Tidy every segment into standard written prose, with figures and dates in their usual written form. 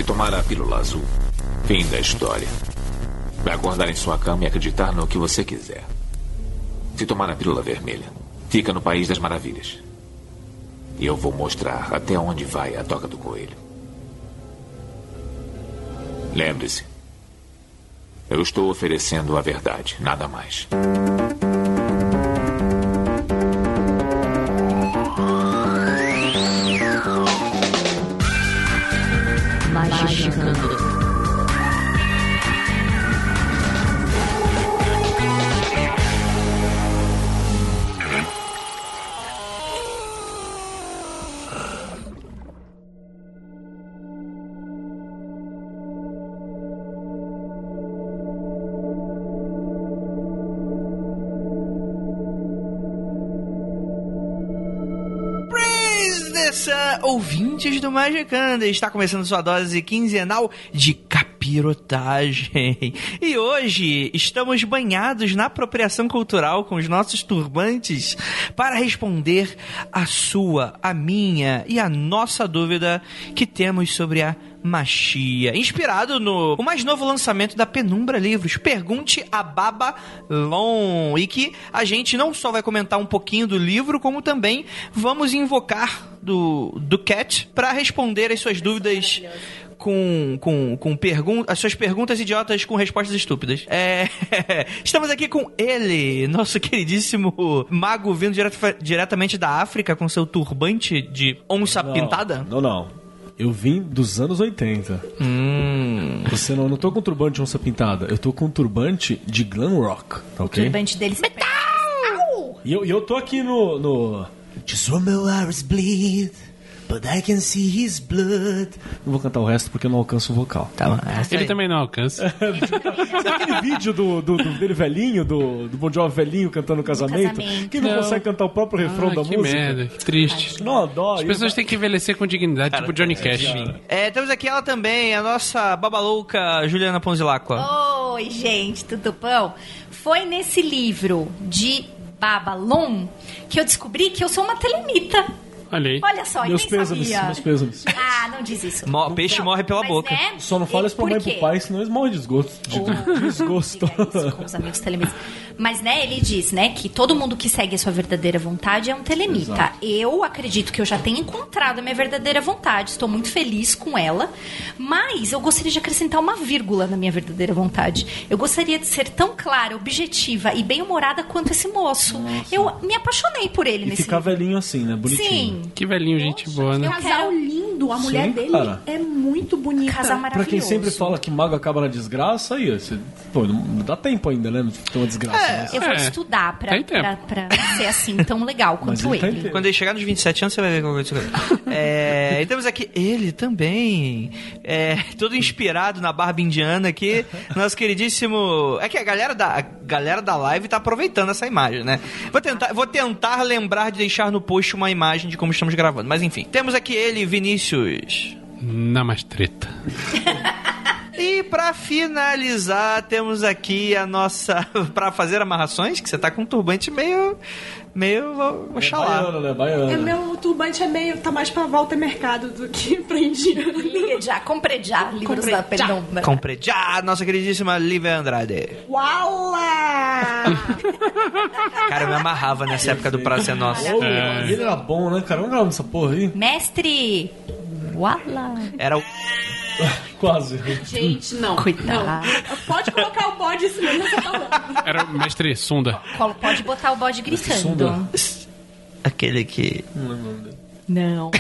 tomar a pílula azul, fim da história. Vai acordar em sua cama e acreditar no que você quiser. Se tomar a pílula vermelha, fica no País das Maravilhas. E eu vou mostrar até onde vai a Toca do Coelho. Lembre-se, eu estou oferecendo a verdade, nada mais. Magicando. Ouvintes do Magicando, está começando sua dose quinzenal de capirotagem. E hoje estamos banhados na apropriação cultural com os nossos turbantes para responder a sua, a minha e a nossa dúvida que temos sobre a magia, inspirado no o mais novo lançamento da Penumbra Livros, Pergunte a Baba Long, e que a gente não só vai comentar um pouquinho do livro, como também vamos invocar do Cat para responder as suas dúvidas com as suas perguntas idiotas com respostas estúpidas. Estamos aqui com ele, nosso queridíssimo mago vindo diretamente da África com seu turbante de onça pintada. Não. Eu vim dos anos 80. Você não tô com turbante de onça pintada. Eu tô com turbante de glam rock, tá ok? O turbante deles. Metal! E eu tô aqui no... Just when my arrows bleed, but I can see his blood. Não vou cantar o resto porque eu não alcanço o vocal. Tá bom. Ele também não alcança. Sabe aquele vídeo dele velhinho, do Bon Jovi velhinho cantando no casamento? Que não consegue cantar o próprio refrão da música? Que merda, que triste. Não adoro. As pessoas têm que envelhecer com dignidade, tipo Johnny Cash. Temos aqui ela também, a nossa babalouca Juliana Ponzilacqua. Oi, gente, tudo bom? Foi nesse livro de Baba Long que eu descobri que eu sou uma telemita. Olha só, meus pêsames. Ah, não diz isso. Peixe morre pela boca. Né? Só não fala isso pra mãe e pro pai, senão eles morrem de desgosto. Desgosto. Com os amigos telemitas. Mas, né, ele diz, né, que todo mundo que segue a sua verdadeira vontade é um telemita. Exato. Eu acredito que eu já tenho encontrado a minha verdadeira vontade, estou muito feliz com ela, mas eu gostaria de acrescentar uma vírgula na minha verdadeira vontade. Eu gostaria de ser tão clara, objetiva e bem-humorada quanto esse moço. Nossa. Eu me apaixonei por ele nesse ficar livro. Velhinho assim, né? Bonitinho. Sim. Que velhinho, gente boa, né? Um casal lindo, a mulher dele é muito bonita. Casal maravilhoso. Pra quem sempre fala que mago acaba na desgraça, aí, não dá tempo ainda, né? Não tem uma desgraça. Eu vou estudar pra ser assim tão legal quanto ele. Quando ele chegar nos 27 anos, você vai ver qual coisa. E temos aqui ele também, todo inspirado na barba indiana aqui, nosso queridíssimo... É que a galera da live tá aproveitando essa imagem, né? Vou tentar lembrar de deixar no post uma imagem de como estamos gravando, mas enfim. Temos aqui ele, Vinícius Namastreta. E pra finalizar, temos aqui a nossa... Pra fazer amarrações, que você tá com um turbante meio oxalá. Baiano, né? Baiano. Meu turbante tá mais pra Walter Mercado do que pra indiano. Compre já, livros da Penumbra. Compre já, nossa queridíssima Lívia Andrade. Uala! Cara, eu me amarrava nessa época do Praça é Nossa. Ele era bom, né, cara? Vamos gravar nessa porra aí? Mestre! Uala! Era o... Quase. Gente, não. Cuidado. Não. Pode colocar o bode em cima dessa palavra. Era o mestre Sunda. Pode botar o bode gritando. Aquele que... Não.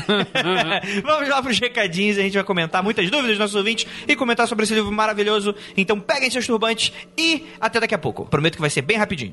Vamos lá pros recadinhos, a gente vai comentar muitas dúvidas dos nossos ouvintes e comentar sobre esse livro maravilhoso. Então peguem seus turbantes e até daqui a pouco. Prometo que vai ser bem rapidinho.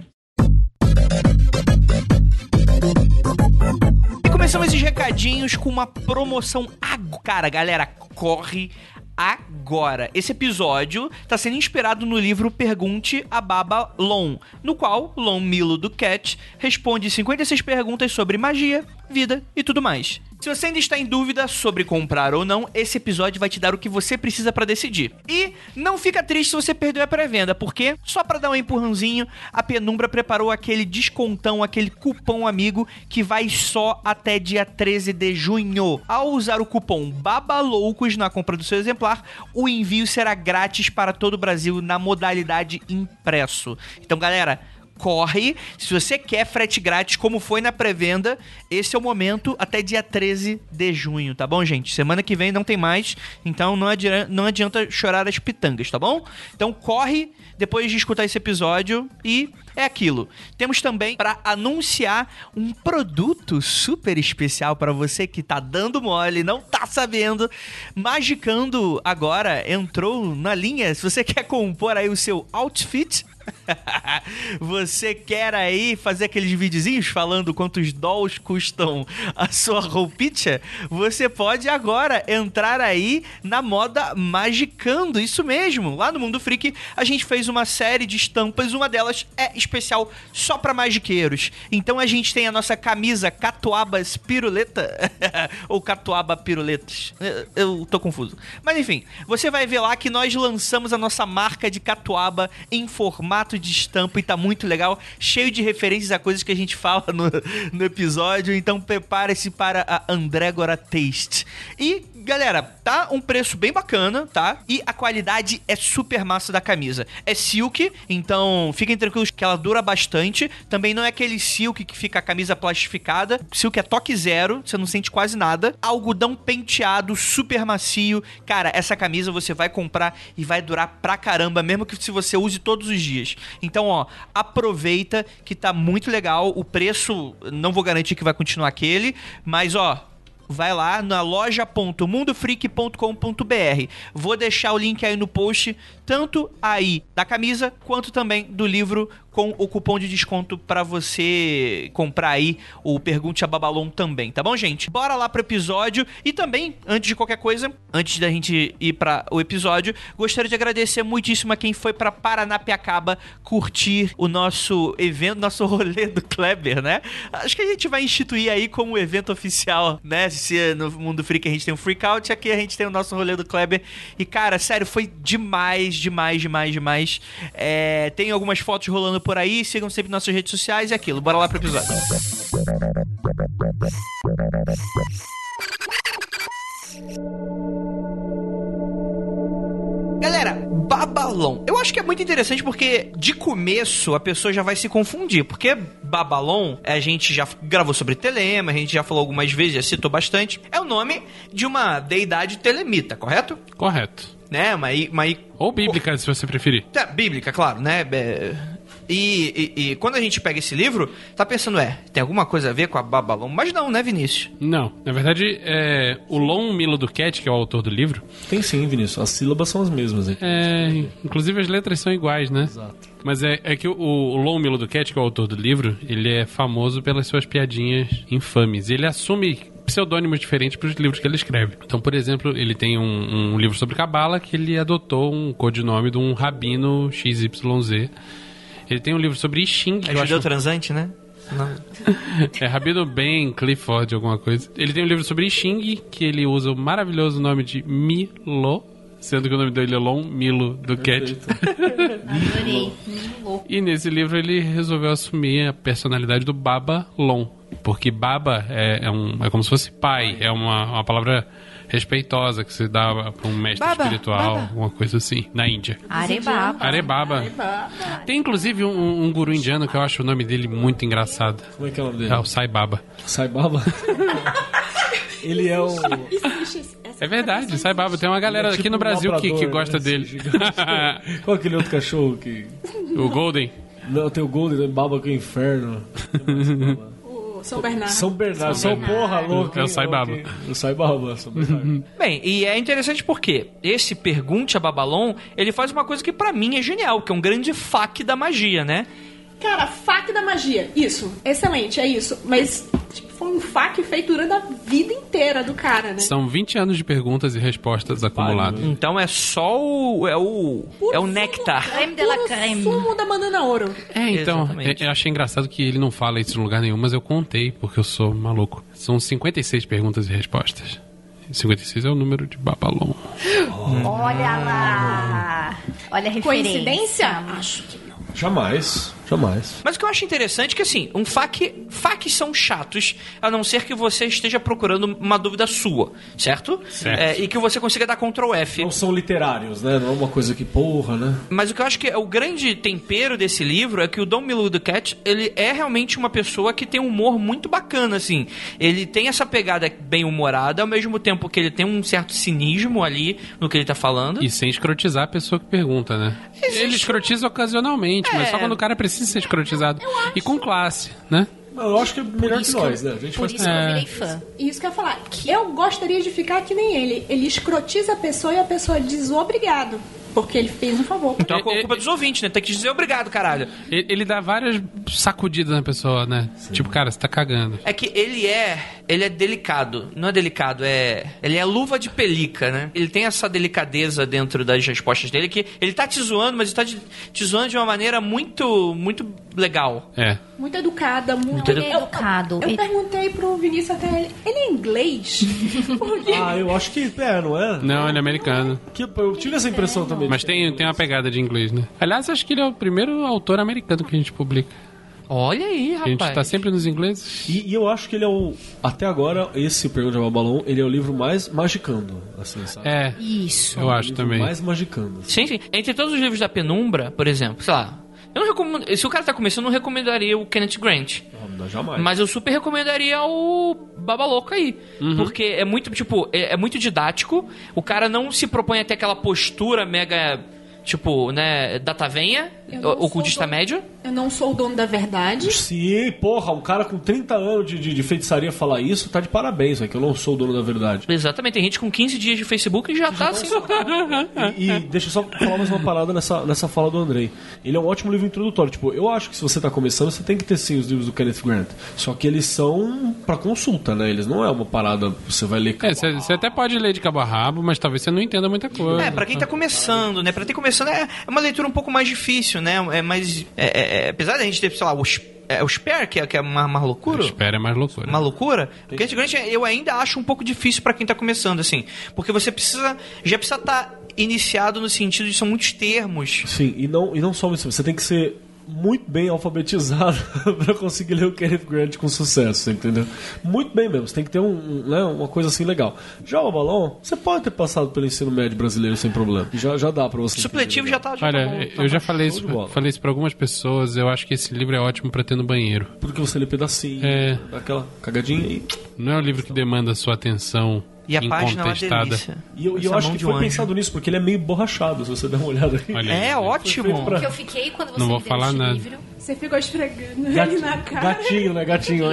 E começamos esses recadinhos com uma promoção. Cara, galera, corre agora. Esse episódio está sendo inspirado no livro Pergunte a Baba Long, no qual Lon Milo do Cat responde 56 perguntas sobre magia, vida e tudo mais. Se você ainda está em dúvida sobre comprar ou não, esse episódio vai te dar o que você precisa pra decidir. E não fica triste se você perdeu a pré-venda, porque, só pra dar um empurrãozinho, a Penumbra preparou aquele descontão, aquele cupom amigo, que vai só até dia 13 de junho. Ao usar o cupom BABALOUCOS na compra do seu exemplar, o envio será grátis para todo o Brasil na modalidade impresso. Então, galera, corre, se você quer frete grátis como foi na pré-venda, esse é o momento até dia 13 de junho, tá bom, gente? Semana que vem não tem mais, então não adianta chorar as pitangas, tá bom? Então corre depois de escutar esse episódio e é aquilo. Temos também para anunciar um produto super especial para você que tá dando mole, não tá sabendo. Magicando agora entrou na linha. Se você quer compor aí o seu outfit, você quer aí fazer aqueles videozinhos falando quantos dolls custam a sua roupinha, você pode agora entrar aí na moda Magicando, isso mesmo. Lá no Mundo Freak a gente fez uma série de estampas, uma delas é especial só pra magiqueiros. Então a gente tem a nossa camisa Catuabas Piruleta ou Catuaba Piruletas, eu tô confuso. Mas enfim, você vai ver lá que nós lançamos a nossa marca de catuaba em formato de estampa e tá muito legal, cheio de referências a coisas que a gente fala no episódio, então prepare-se para a Andrégora Taste. E galera, tá um preço bem bacana, tá? E a qualidade é super massa da camisa. É silk, então fiquem tranquilos que ela dura bastante. Também não é aquele silk que fica a camisa plastificada. Silk é toque zero, você não sente quase nada. Algodão penteado, super macio. Cara, essa camisa você vai comprar e vai durar pra caramba, mesmo que se você use todos os dias. Então, ó, aproveita que tá muito legal. O preço, não vou garantir que vai continuar aquele, mas ó, vai lá na loja.mundofreak.com.br. Vou deixar o link aí no post, tanto aí da camisa, quanto também do livro com o cupom de desconto pra você comprar aí o Pergunte a Babalon também, tá bom, gente? Bora lá pro episódio. E também, antes de qualquer coisa, antes da gente ir para o episódio, gostaria de agradecer muitíssimo a quem foi pra Paranapiacaba curtir o nosso evento, nosso rolê do Kleber, né? Acho que a gente vai instituir aí como evento oficial, né? Se no Mundo Freak a gente tem um Freak Out, aqui a gente tem o nosso rolê do Kleber. E, cara, sério, foi demais. Tem algumas fotos rolando por aí, sigam sempre nossas redes sociais e aquilo. Bora lá pro episódio. Galera, Babalon. Eu acho que é muito interessante porque de começo a pessoa já vai se confundir. Porque Babalon, a gente já gravou sobre Telema, a gente já falou algumas vezes, já citou bastante. É o nome de uma deidade telemita, correto? Correto. Né? Ou bíblica, se você preferir. É, bíblica, claro, né? E quando a gente pega esse livro, tá pensando, tem alguma coisa a ver com a Babalon? Mas não, né, Vinícius? Não. Na verdade, o Lon Milo Duquette, que é o autor do livro... Tem sim, Vinícius. As sílabas são as mesmas. Hein? Inclusive as letras são iguais, né? Exato. Mas é que o Lon Milo Duquette, que é o autor do livro, ele é famoso pelas suas piadinhas infames. E ele assume pseudônimos diferentes para os livros que ele escreve. Então, por exemplo, ele tem um livro sobre Cabala que ele adotou um codinome de um rabino XYZ. Ele tem um livro sobre I Ching. É judeu transante, né? Não. É Rabino Ben Clifford, alguma coisa. Ele tem um livro sobre I Ching, que ele usa o maravilhoso nome de Milo, sendo que o nome dele é Lon Milo Duquette. E nesse livro ele resolveu assumir a personalidade do Baba Lon. Porque Baba é como se fosse pai, é uma palavra respeitosa que se dá para um mestre espiritual, alguma coisa assim, na Índia. Arebaba. Tem inclusive um guru indiano que eu acho o nome dele muito engraçado. Como é que é o nome dele? É o Sai Baba. Sai Baba? Ele é o... É verdade, Sai Baba. Tem uma galera aqui no Brasil que gosta dele. Qual é aquele outro cachorro que... O Golden. Não, tem o Golden, Baba que é o inferno. São Bernardo. São porra louca. É o Sai Baba. O Sai Baba. Bem, e é interessante porque esse Pergunte a Babalon, ele faz uma coisa que pra mim é genial, que é um grande fac da magia, né? Cara, fac da magia. Isso. Excelente, é isso. Mas foi um FAQ feito durante a vida inteira do cara, né? São 20 anos de perguntas e respostas acumuladas. Então é só o néctar. Creme de la Puro creme. sumo da banana ouro. Então, Exatamente. eu achei engraçado que ele não fala isso em lugar nenhum, mas eu contei, porque eu sou maluco. São 56 perguntas e respostas. 56 é o número de Babalon. Olha lá. Olha a referência. Coincidência? Acho que não. Jamais. Mas o que eu acho interessante é que, assim, FAQs são chatos, a não ser que você esteja procurando uma dúvida sua, certo? Certo. E que você consiga dar Ctrl F. Não são literários, né? Não é uma coisa que porra, né? Mas o que eu acho que é o grande tempero desse livro é que o Don Milo the Cat, ele é realmente uma pessoa que tem um humor muito bacana, assim. Ele tem essa pegada bem humorada, ao mesmo tempo que ele tem um certo cinismo ali no que ele tá falando. E sem escrotizar a pessoa que pergunta, né? Ele escrotiza ocasionalmente, mas só quando o cara precisa ser escrotizado. E com classe, né? Eu acho que é melhor que nós, né? A gente Por faz... isso que eu virei fã. Isso que eu ia falar. Eu gostaria de ficar que nem ele. Ele escrotiza a pessoa e a pessoa diz obrigado. Porque ele fez um favor. Então é culpa dos ouvintes, né? Tem que dizer obrigado, caralho. Ele dá várias sacudidas na pessoa, né? Sim. Tipo, cara, você tá cagando. É que ele é delicado. Não é delicado, ele é luva de pelica, né? Ele tem essa delicadeza dentro das respostas dele, que ele tá te zoando, mas ele tá te zoando de uma maneira muito, muito legal. É. Muito educada, muito... Ele é educado. Eu perguntei pro Vinícius até ele é inglês? Porque... eu acho que não é? Não, ele é americano. Eu tive essa impressão também. Mas tem uma pegada de inglês, né? Aliás, acho que ele é o primeiro autor americano que a gente publica. Olha aí, rapaz. A gente tá sempre nos ingleses. E eu acho que ele é até agora, esse Pergunta de Babalon, ele é o livro mais magicando, assim, sabe? É. Isso. Eu acho o livro também. mais magicando. Sim. Entre todos os livros da Penumbra, por exemplo, sei lá, eu não recomendo, se o cara tá começando, eu não recomendaria o Kenneth Grant. Não, jamais. Mas eu super recomendaria o Babalouco aí. Porque é muito, tipo, é muito didático. O cara não se propõe a ter aquela postura mega, tipo, né, datavenha, ocultista médio. Eu não sou o dono da verdade. Sim, porra, um cara com 30 anos de feitiçaria falar isso, tá de parabéns, é que eu não sou o dono da verdade. Exatamente, tem gente com 15 dias de Facebook e já tá assim. E deixa eu só falar mais uma parada nessa fala do Andrei. Ele é um ótimo livro introdutório. Tipo, eu acho que se você tá começando, você tem que ter sim os livros do Kenneth Grant. Só que eles são pra consulta, né? Eles não é uma parada que você vai ler. Você até pode ler de cabo a rabo, mas talvez você não entenda muita coisa. Pra quem tá começando, né? Pra quem começando é uma leitura um pouco mais difícil, né? É mais. Apesar da gente ter, sei lá, o Spare, que é uma loucura. O Spare é mais loucura. Uma loucura. O Kenneth Grant eu ainda acho um pouco difícil pra quem tá começando, assim. Porque você já precisa estar iniciado no sentido de são muitos termos. Sim, e não só isso. Você tem que ser muito bem alfabetizado pra conseguir ler o Kenneth Grant com sucesso, entendeu? Muito bem mesmo. Você tem que ter uma coisa assim legal. Já o Babalon, você pode ter passado pelo ensino médio brasileiro sem problema. Já dá pra você. Supletivo já tá. Olha, bom, eu já falei isso pra algumas pessoas. Eu acho que esse livro é ótimo pra ter no banheiro. Porque você lê pedacinho, dá aquela cagadinha e... Não é um livro que demanda a sua atenção. E a página é uma delícia. E eu acho que foi pensado nisso, porque ele é meio borrachado, se você der uma olhada aqui. É ótimo. Que eu fiquei quando você não vou me deu falar este nada. livro. Você ficou esfregando ele na cara. Gatinho, né? Gatinho.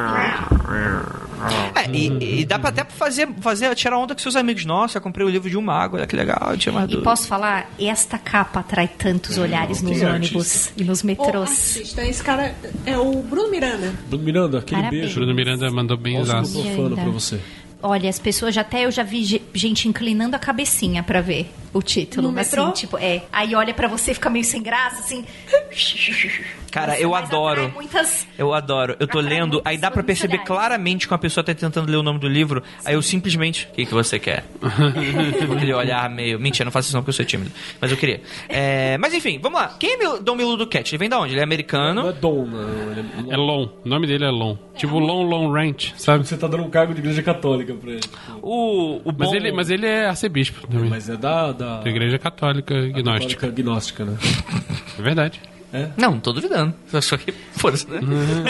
E dá pra até tirar onda com seus amigos. Nossa, eu comprei o livro de um mago, olha que legal, eu tinha mais E dúvida. posso falar, esta capa atrai tantos olhares nos ônibus e nos O metrôs. artista, esse cara é o Bruno Miranda. Bruno Miranda, aquele Parabéns. beijo. Bruno Miranda mandou bem Nossa, exato. eu tô fã pra você. Olha, as pessoas eu já vi gente inclinando a cabecinha pra ver o título. No assim, metrô? tipo, aí olha pra você e fica meio sem graça, assim. Cara, eu Mas adoro. atrai muitas... Eu adoro. Eu tô Atrai lendo, muitos aí dá pra perceber olhares. claramente que uma pessoa tá tentando ler o nome do livro, aí eu simplesmente... O que você quer? Aquele olhar meio... Mentira, não faço isso não porque eu sou tímido. Mas eu queria. Mas enfim, vamos lá. Quem é Don Milo do Cat? Ele vem da onde? Ele é americano. Não é Dom, não. É Lon. O nome dele é Lon. Tipo Lon Ranch, sabe? Você tá dando um cargo de igreja católica pra ele. Mas ele é arcebispo também. Mas é da Da igreja católica gnóstica. Gnóstica, né? É verdade. Não tô duvidando. Só que, foda-se, né?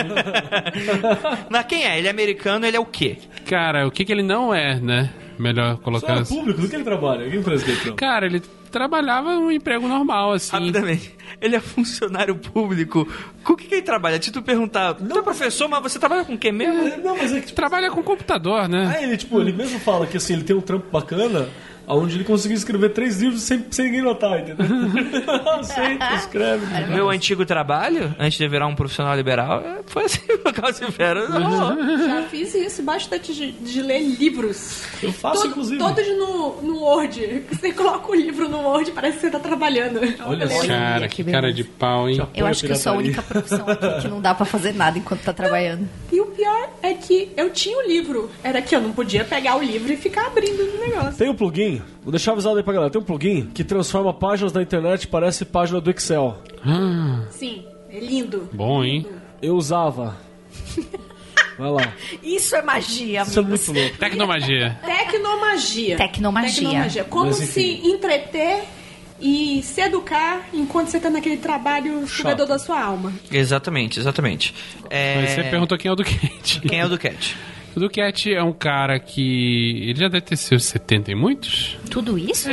Mas quem é? Ele é americano, ele é o quê? Cara, o que ele não é, né? Melhor colocar Só assim. público, do que ele trabalha? Que empresa que ele trabalha? Cara, ele trabalhava um emprego normal, assim. Rapidamente. Ele é funcionário público. Com o que ele trabalha? Se tu perguntar, tu é professor, mas você trabalha com o quê mesmo? Não, mas é que tipo, Trabalha com computador, né? ele mesmo fala que assim, ele tem um trampo bacana, onde ele conseguiu escrever 3 livros sem ninguém notar, entendeu? Senta, escreve. Meu antigo trabalho, antes de virar um profissional liberal, foi assim, o Calcifero. Já fiz isso bastante de ler livros. Eu faço, inclusive. Todos no Word. Você coloca o livro no Word, parece que você tá trabalhando. Olha só. Cara, que cara de pau, hein? Eu acho que eu sou a única profissão aqui que não dá pra fazer nada enquanto tá trabalhando. E o pior é que eu tinha o livro. Era que eu não podia pegar o livro e ficar abrindo o negócio. Tem um plugin, vou deixar avisado aí pra galera, tem um plugin que transforma páginas da internet, parece página do Excel. Sim, é lindo. Bom, hein? Eu usava. Vai lá. Isso é magia, Isso é amigos. muito louco. Tecnomagia. Tecnomagia. Como Mas, enfim. se entreter e se educar enquanto você tá naquele trabalho sugador da sua alma. Exatamente. Mas você perguntou quem é o Duquette. Quem é o Duquette? O Duquette é um cara que... Ele já deve ter seus 70 e muitos? Tudo isso?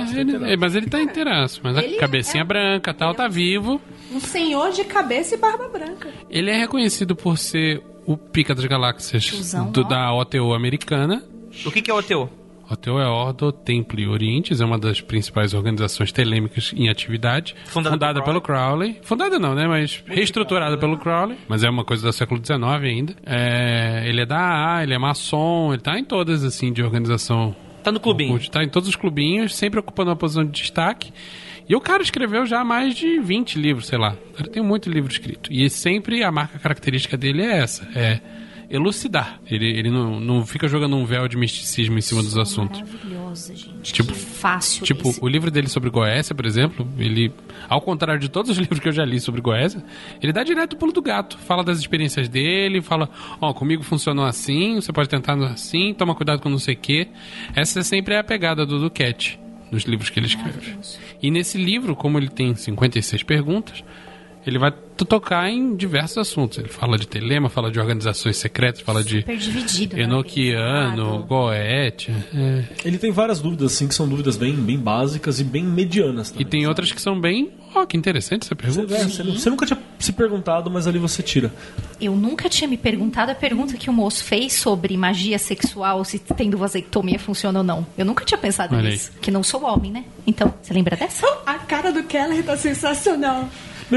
Mas ele tá inteiraço. Mas Ele a cabecinha branca e tal, tá vivo. Um senhor de cabeça e barba branca. Ele é reconhecido por ser o pica das galáxias Tiozão, da OTO americana. O que é o OTO? OTO é Ordo Templi Orientis, é uma das principais organizações telêmicas em atividade. Fundada pelo Crowley. Fundada não, né? Mas reestruturada pelo Crowley. Mas é uma coisa do século XIX ainda. Ele é da AA, ele é maçom, ele tá em todas, assim, de organização. Tá no clubinho. Tá em todos os clubinhos, sempre ocupando uma posição de destaque. E o cara escreveu já mais de 20 livros, sei lá. O cara tem muito livro escrito. E sempre a marca característica dele é essa, é elucidar. Ele não fica jogando um véu de misticismo em cima dos assuntos. Maravilhosa, gente. Tipo- que fácil Tipo, esse. o livro dele sobre Goécia, por exemplo, ele, ao contrário de todos os livros que eu já li sobre Goécia, ele dá direto o pulo do gato. Fala das experiências dele, fala, comigo funcionou assim, você pode tentar assim, toma cuidado com não sei o quê. Essa sempre é a pegada do Duquette nos livros que ele escreve. E nesse livro, como ele tem 56 perguntas, ele vai tocar em diversos assuntos. Ele fala de telema, fala de organizações secretas, fala de Super dividido, né? Enochiano, Pesado. Goethe. Ele tem várias dúvidas, assim, que são dúvidas bem básicas e bem medianas E também. tem outras que são bem... que interessante essa pergunta. Você nunca tinha se perguntado, mas ali você tira. Eu nunca tinha me perguntado a pergunta que o moço fez sobre magia sexual, se tendo vasectomia funciona ou não. Eu nunca tinha pensado Olha nisso. Que não sou homem, né? Então, você lembra dessa? A cara do Keller tá sensacional.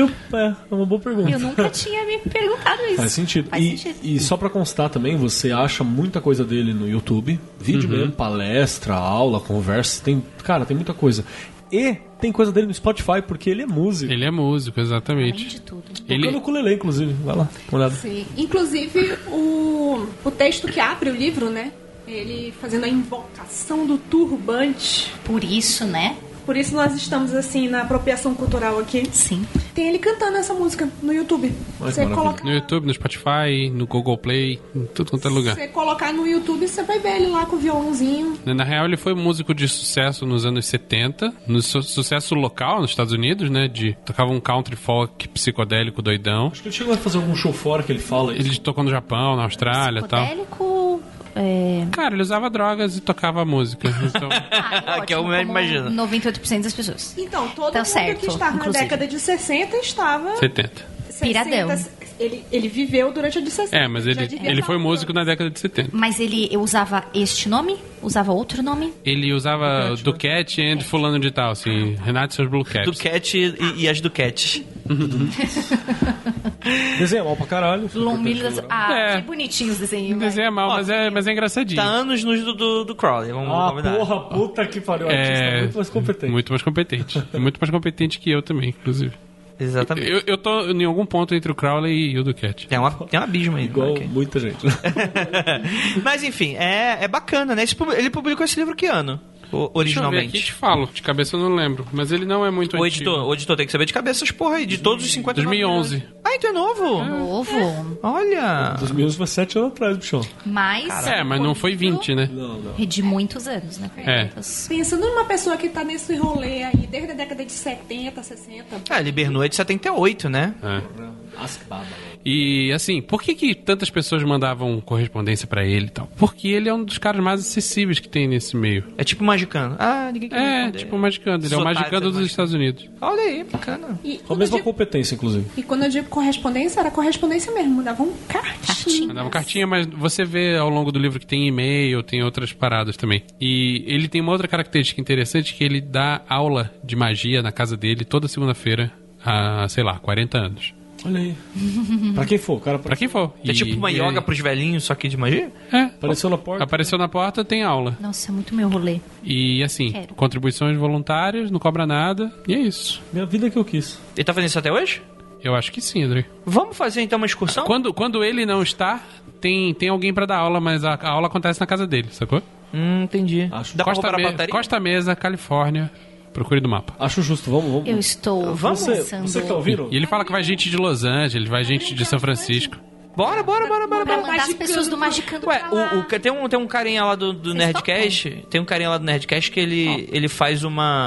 É uma boa pergunta. Eu nunca tinha me perguntado isso. Faz sentido. Faz sentido. E só pra constar também, você acha muita coisa dele no YouTube. Vídeo mesmo, palestra, aula, conversa. Tem muita coisa. E tem coisa dele no Spotify, porque ele é músico. Ele é músico, Além exatamente. de tudo. Ele, Tocando ukulele, inclusive. Vai lá, dá uma olhada. Sim. Inclusive, o texto que abre o livro, né? Ele fazendo a invocação do turbante. Por isso, né? Por isso nós estamos, assim, na apropriação cultural aqui. Sim. Tem ele cantando essa música no YouTube. Olha que Você maravilha. coloca... no YouTube, no Spotify, no Google Play, em tudo quanto é lugar. Você colocar no YouTube, você vai ver ele lá com o violãozinho. Na real, ele foi músico de sucesso nos anos 70, no sucesso local nos Estados Unidos, né? Tocava um country folk psicodélico doidão. Acho que ele chegou a fazer algum show fora que ele fala isso. Ele tocou no Japão, na Austrália e tal. Psicodélico... Cara, ele usava drogas e tocava música. Então, Que é o que eu imagino. 98% das pessoas. Então, todo Tá mundo certo, que estava inclusive. na década de 60 estava... 70. Piradão. Ele viveu durante a de 60. Mas Já ele devia foi estar músico na década de 70. Mas ele usava este nome? Usava outro nome? Ele usava Duquette e fulano de tal, assim, Renato e seus Blue Caps. Duquette e as Duquettes. Desenha mal pra caralho. É. Que bonitinho os desenhos. Desenho é mal, mas é engraçadinho. Tá anos nos do Crowley, vamos combinar. Porra, puta que pariu. Artista muito mais competente. Muito mais competente. Muito mais competente que eu também, inclusive. Exatamente. Eu tô em algum ponto entre o Crowley e o Duquette. Tem um abismo aí. Igual Ok. muita gente. Mas enfim, é bacana, né? Ele publicou esse livro que ano? Deixa eu ver aqui e Originalmente. te falo. De cabeça eu não lembro. Mas ele não é muito O antigo. editor tem que saber de cabeça essas porra aí, de todos os 50 2011. Ah, então é novo? Novo. Olha. 2011 foi 7 anos atrás, bichão. Mas... Mas não foi 20, né? Não. De muitos anos, né? Pensando numa pessoa que tá nesse rolê aí desde a década de 70, 60. Libernou é de 78, né? Ask Baba. E, assim, por que tantas pessoas mandavam correspondência pra ele e tal? Porque ele é um dos caras mais acessíveis que tem nesse meio. É tipo magicano. Ninguém quer responder. Tipo o magicano. Ele é o magicano dos Estados Unidos. Olha aí, bacana. Com a mesma competência, inclusive. E quando eu digo correspondência, era correspondência mesmo. Davam cartinha. Mandava cartinha, mas você vê ao longo do livro que tem e-mail, tem outras paradas também. E ele tem uma outra característica interessante, que ele dá aula de magia na casa dele toda segunda-feira há, sei lá, 40 anos. Olha aí. Pra quem for, cara. Pra quem for. É tipo uma yoga pros velhinhos, só que de magia? Apareceu na porta. Apareceu na porta, tem aula. Nossa, é muito meu rolê. E assim, Quero. contribuições voluntárias, não cobra nada. E é isso. Minha vida que eu quis. Ele tá fazendo isso até hoje? Eu acho que sim, André. Vamos fazer então uma excursão? Quando ele não está, tem alguém pra dar aula, mas a aula acontece na casa dele, sacou? Entendi. Acho. Dá pra roubar a pataria? Costa Mesa, Califórnia. Procure do mapa. Acho justo, vamos. Eu estou pensando... Você que tá ouvindo? E ele fala que vai gente de Los Angeles, vai gente de São Francisco. Bora. Pra mandar as pessoas do Magicando Ué, pra lá. tem um carinha lá do Nerdcast. Tem um carinha lá do Nerdcast que ele faz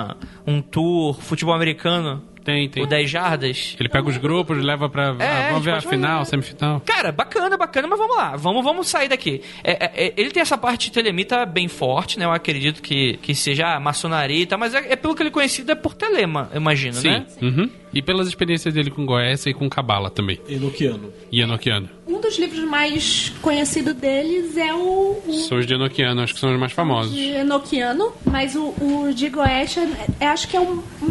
um tour futebol americano. Tem. O 10 jardas. Ele pega os grupos, leva pra... vamos ver a final, semifinal. Cara, bacana, mas vamos lá. Vamos sair daqui. Ele tem essa parte de telemita bem forte, né? Eu acredito que seja maçonaria e tal, mas pelo que ele é conhecido é por telema, eu imagino, Sim. né? Uhum. E pelas experiências dele com Goécia e com Cabala também. Enoquiano. E Enoquiano. Um dos livros mais conhecidos deles é o São os de Enoquiano, acho que são os mais famosos. de Enoquiano, mas o de Goetia, acho que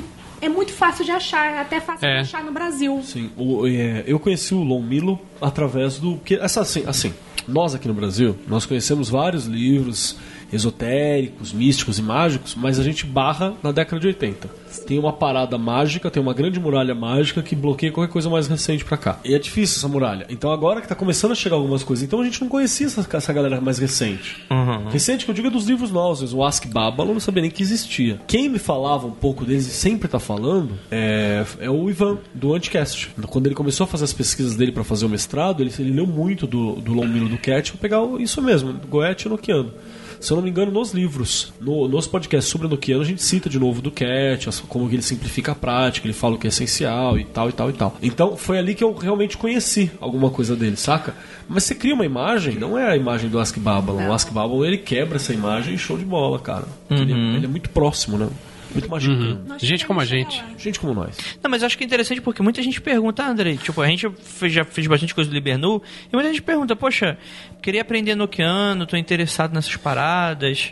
é muito fácil de achar, até fácil de achar no Brasil. Sim, eu conheci o Lon Milo através do... Assim, nós aqui no Brasil, nós conhecemos vários livros esotéricos, místicos e mágicos, mas a gente barra na década de 80. Tem uma parada mágica, tem uma grande muralha mágica que bloqueia qualquer coisa mais recente pra cá. E é difícil essa muralha. Então agora que tá começando a chegar algumas coisas, então a gente não conhecia essa galera mais recente. Recente que eu digo é dos livros novos, o Ask Baba, eu não sabia nem que existia. Quem me falava um pouco deles e sempre tá falando é o Ivan, do Anticast. Quando ele começou a fazer as pesquisas dele pra fazer o mestrado, ele leu muito do Lon Milo do Cat, vou pegar isso mesmo, do Goethe e Enoquiano. Se eu não me engano, nos livros, nos podcasts sobre Enoquiano, a gente cita de novo do Cat, como ele simplifica a prática, ele fala o que é essencial e tal. Então, foi ali que eu realmente conheci alguma coisa dele, saca? Mas você cria uma imagem, não é a imagem do Ask Babylon. O Ask Babylon, ele quebra essa imagem e show de bola, cara. Ele é muito próximo, né? Muito magicano. Gente como a gente. Gente como nós. Não, mas eu acho que é interessante porque muita gente pergunta, Andrei, tipo, a gente já fez bastante coisa do Libernu, e muita gente pergunta, poxa, queria aprender Enoquiano, tô interessado nessas paradas,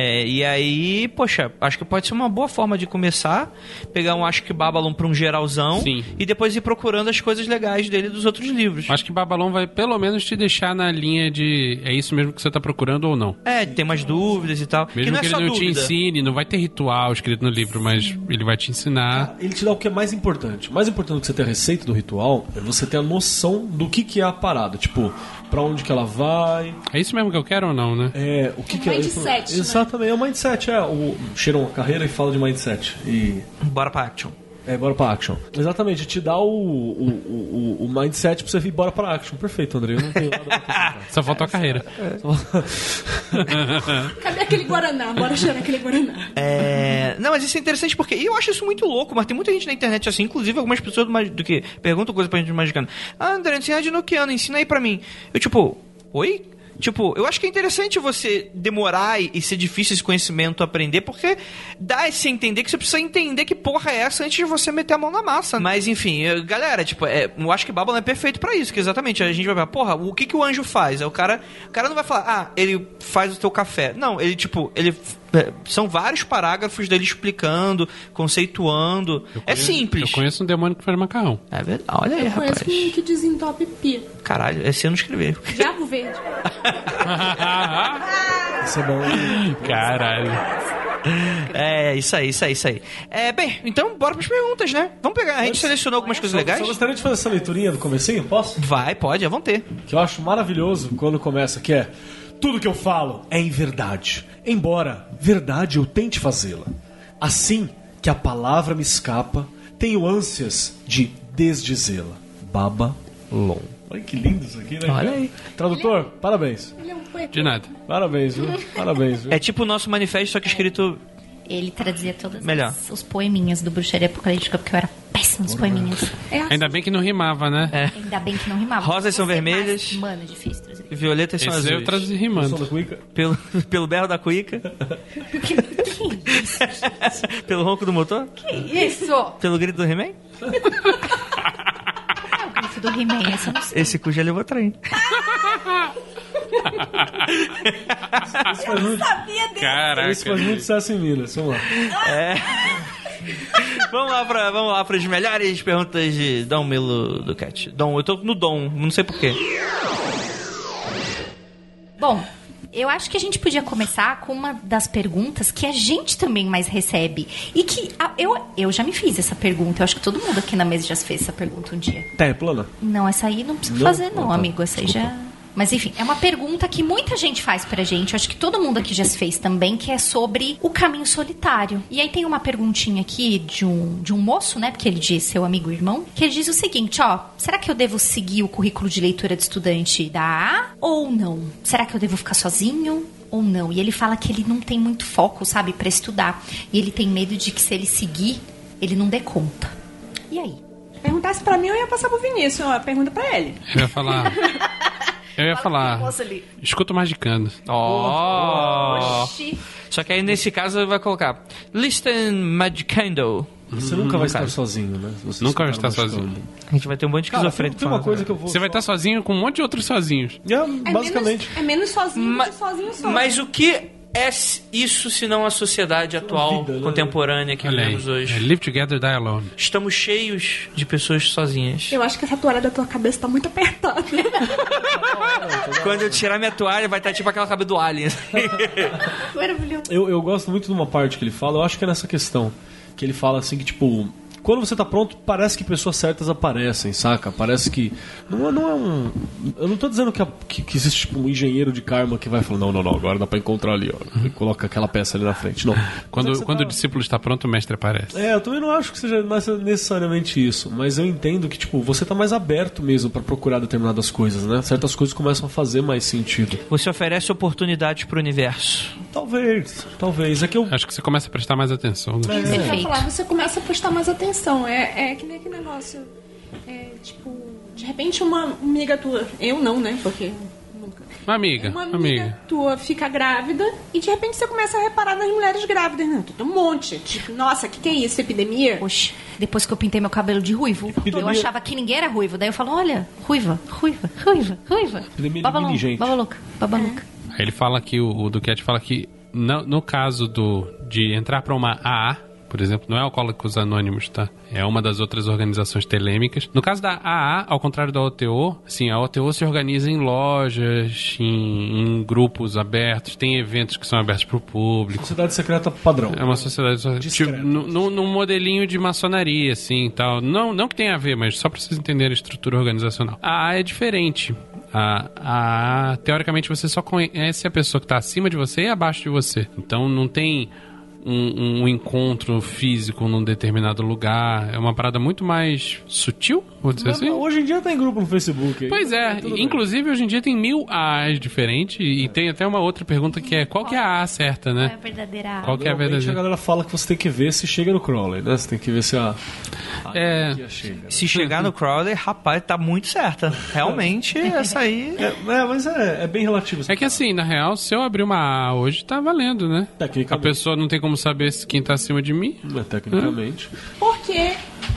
e aí, poxa, acho que pode ser uma boa forma de começar, pegar um Ask Babylon pra um geralzão, Sim. E depois ir procurando as coisas legais dele dos outros livros. Acho que Babylon vai pelo menos te deixar na linha de é isso mesmo que você tá procurando ou não. Tem umas dúvidas e tal. Mesmo não é que ele só não dúvida. te ensine, não vai ter ritual escrito no livro, mas ele vai te ensinar. Ele te dá o que é mais importante. Mais importante do que você ter a receita do ritual é você ter a noção do que é a parada. Tipo, pra onde que ela vai. É isso mesmo que eu quero ou não, né? O que é mindset, né? Exatamente, é o mindset. O Cheiron a carreira e fala de mindset. E Bora pra action. bora pra action. Exatamente, te dá o mindset pra você ir bora pra action. Perfeito, André. Eu não tenho nada pra acrescentar. Só faltou a carreira. Cadê aquele Guaraná? Bora cheirar aquele Guaraná. Não, mas isso é interessante porque eu acho isso muito louco, mas tem muita gente na internet assim, inclusive algumas pessoas do que perguntam coisa pra gente do Magicano. André, ensina de Enoquiano, ensina aí pra mim. Eu tipo, oi? Tipo, eu acho que é interessante você demorar e ser difícil esse conhecimento aprender, porque dá esse entender que você precisa entender que porra é essa antes de você meter a mão na massa. Mas, enfim, galera, tipo, eu acho que Babylon é perfeito pra isso, que exatamente, a gente vai falar, porra, o que o anjo faz? O cara não vai falar, ele faz o teu café. Não, ele são vários parágrafos dele explicando, conceituando. É simples. Eu conheço um demônio que faz macarrão. É verdade. Olha aí, Eu rapaz. conheço um que desentope pia. Caralho, é se eu não escrever. Diabo verde. Isso é bom. Caralho. Isso aí. Bem, então bora pras perguntas, né? Vamos pegar, a gente selecionou algumas coisas legais. Só gostaria de fazer essa leiturinha do comecinho, posso? Pode, vamos ter. Que eu acho maravilhoso quando começa, que é: tudo que eu falo é em verdade, embora verdade eu tente fazê-la. Assim que a palavra me escapa, tenho ânsias de desdizê-la. Babylon. Olha que lindo isso aqui, né? Olha aí. Tradutor, parabéns. Ele é um poeta. De nada. Parabéns, viu? Parabéns, viu? É tipo o nosso manifesto, só que escrito... Ele traduzia todos Melhor. os poeminhas do Bruxaria Apocalíptica, porque eu era péssima. cabeça nos poeminhos. É assim. Ainda bem que não rimava, né? Ainda bem que não rimava. Rosas são Você é vermelhas. mais- Mano, difícil trazer. E violetas são Esse azuis. eu trazi Som rimando. da cuica? Pelo berro da cuíca. Pelo ronco do motor. Isso! Pelo grito do He-Man. É o grito do He-Man, esse eu não sei. Esse cu já levou trem. Sabia dele. Caraca. Isso faz muito sucesso em Minas. Vamos lá. Vamos lá para as melhores perguntas de Dom Milo Ducati. Dom, eu tô no Dom, não sei porquê. Bom, eu acho que a gente podia começar com uma das perguntas que a gente também mais recebe. E que eu já me fiz essa pergunta. Eu acho que todo mundo aqui na mesa já se fez essa pergunta um dia. Terra plana? Não, essa aí não precisa Não? fazer, não, Ah, tá. amigo. Essa aí já. Mas enfim, é uma pergunta que muita gente faz pra gente. Eu acho que todo mundo aqui já se fez também, que é sobre o caminho solitário. E aí tem uma perguntinha aqui de um moço, né? Porque ele diz, seu amigo e irmão, que ele diz o seguinte, ó: será que eu devo seguir o currículo de leitura de estudante da AA ou não? Será que eu devo ficar sozinho ou não? E ele fala que ele não tem muito foco, sabe, pra estudar. E ele tem medo de que se ele seguir, ele não dê conta. E aí? Perguntasse pra mim, eu ia passar pro Vinícius. Ó, pergunta pra ele. Eu ia falar. Moça ali. Escuta o Magicando. Oxi. Só que aí nesse caso vai colocar Listen Magicando. Você nunca vai estar sozinho, né? Você Nunca vai escutar estar uma sozinho. escola. A gente vai ter um monte de Cara, esquizofrênico tem uma falando. coisa que eu vou... Você vai estar sozinho com um monte de outros sozinhos. Basicamente. É menos sozinho do que sozinho só. Mas o que é isso se não a sociedade atual, vida, né? contemporânea que Olha aí. vivemos hoje? É Live Together, Die Alone. Estamos cheios de pessoas sozinhas. Eu acho que essa toalha da tua cabeça tá muito apertada. Quando eu tirar minha toalha, vai estar tipo aquela cabeça do Alien. Maravilhoso. Eu gosto muito de uma parte que ele fala, eu acho que é nessa questão. Que ele fala assim que, tipo, quando você tá pronto, parece que pessoas certas aparecem, saca? Parece que. Não é um. Eu não tô dizendo que existe tipo, um engenheiro de karma que vai falar, não, agora dá pra encontrar ali, ó. E coloca aquela peça ali na frente. Não. Quando Mas é que você o tá- discípulo está pronto, o mestre aparece. Eu também não acho que seja necessariamente isso, mas eu entendo que, tipo, você tá mais aberto mesmo pra procurar determinadas coisas, né? Certas coisas começam a fazer mais sentido. Você oferece oportunidades pro universo. Talvez. É que eu. Acho que você começa a prestar mais atenção. Né? Você vai Perfeito. falar, você começa a prestar mais atenção. É que nem aquele negócio. É tipo, de repente uma amiga tua. Eu não, né? Porque nunca. Uma amiga. Uma amiga tua fica grávida e de repente você começa a reparar nas mulheres grávidas. Não, tem um monte. Tipo, nossa, o que é isso? Epidemia? Oxe, depois que eu pintei meu cabelo de ruivo, Epidemia. eu achava que ninguém era ruivo. Daí eu falo, olha, ruiva. Epidemia de Baba mini gente. louca. Aí ele fala que, o Duquette fala que no caso de entrar para uma AA, por exemplo, não é Alcoólicos Anônimos, tá? É uma das outras organizações telêmicas. No caso da AA, ao contrário da OTO, assim, a OTO se organiza em lojas, em grupos abertos, tem eventos que são abertos para o público. Sociedade secreta padrão. É uma sociedade Discreta. tipo, num modelinho de maçonaria, assim, tal. Não que tenha a ver, mas só para vocês entenderem a estrutura organizacional. A AA é diferente. A AA, teoricamente, você só conhece a pessoa que está acima de você e abaixo de você. Então, não tem um encontro físico num determinado lugar. É uma parada muito mais sutil, vou dizer assim. Hoje em dia tem grupo no Facebook. aí. Pois é, Tudo bem. inclusive hoje em dia tem 1000 AAs diferentes e tem até uma outra pergunta que é qual que é a AA certa, É a né? verdadeira. Qual que é a Normalmente verdadeira? a galera fala que você tem que ver se chega no Crowley, né? Você tem que ver se a É, hierarquia chega. Se chegar no Crowley, rapaz, tá muito certa. Realmente, essa aí... Mas é bem relativo. é que assim, na real, se eu abrir uma AA hoje, tá valendo, né? A Tecnicamente. pessoa não tem como saber quem tá acima de mim. Tecnicamente. Por que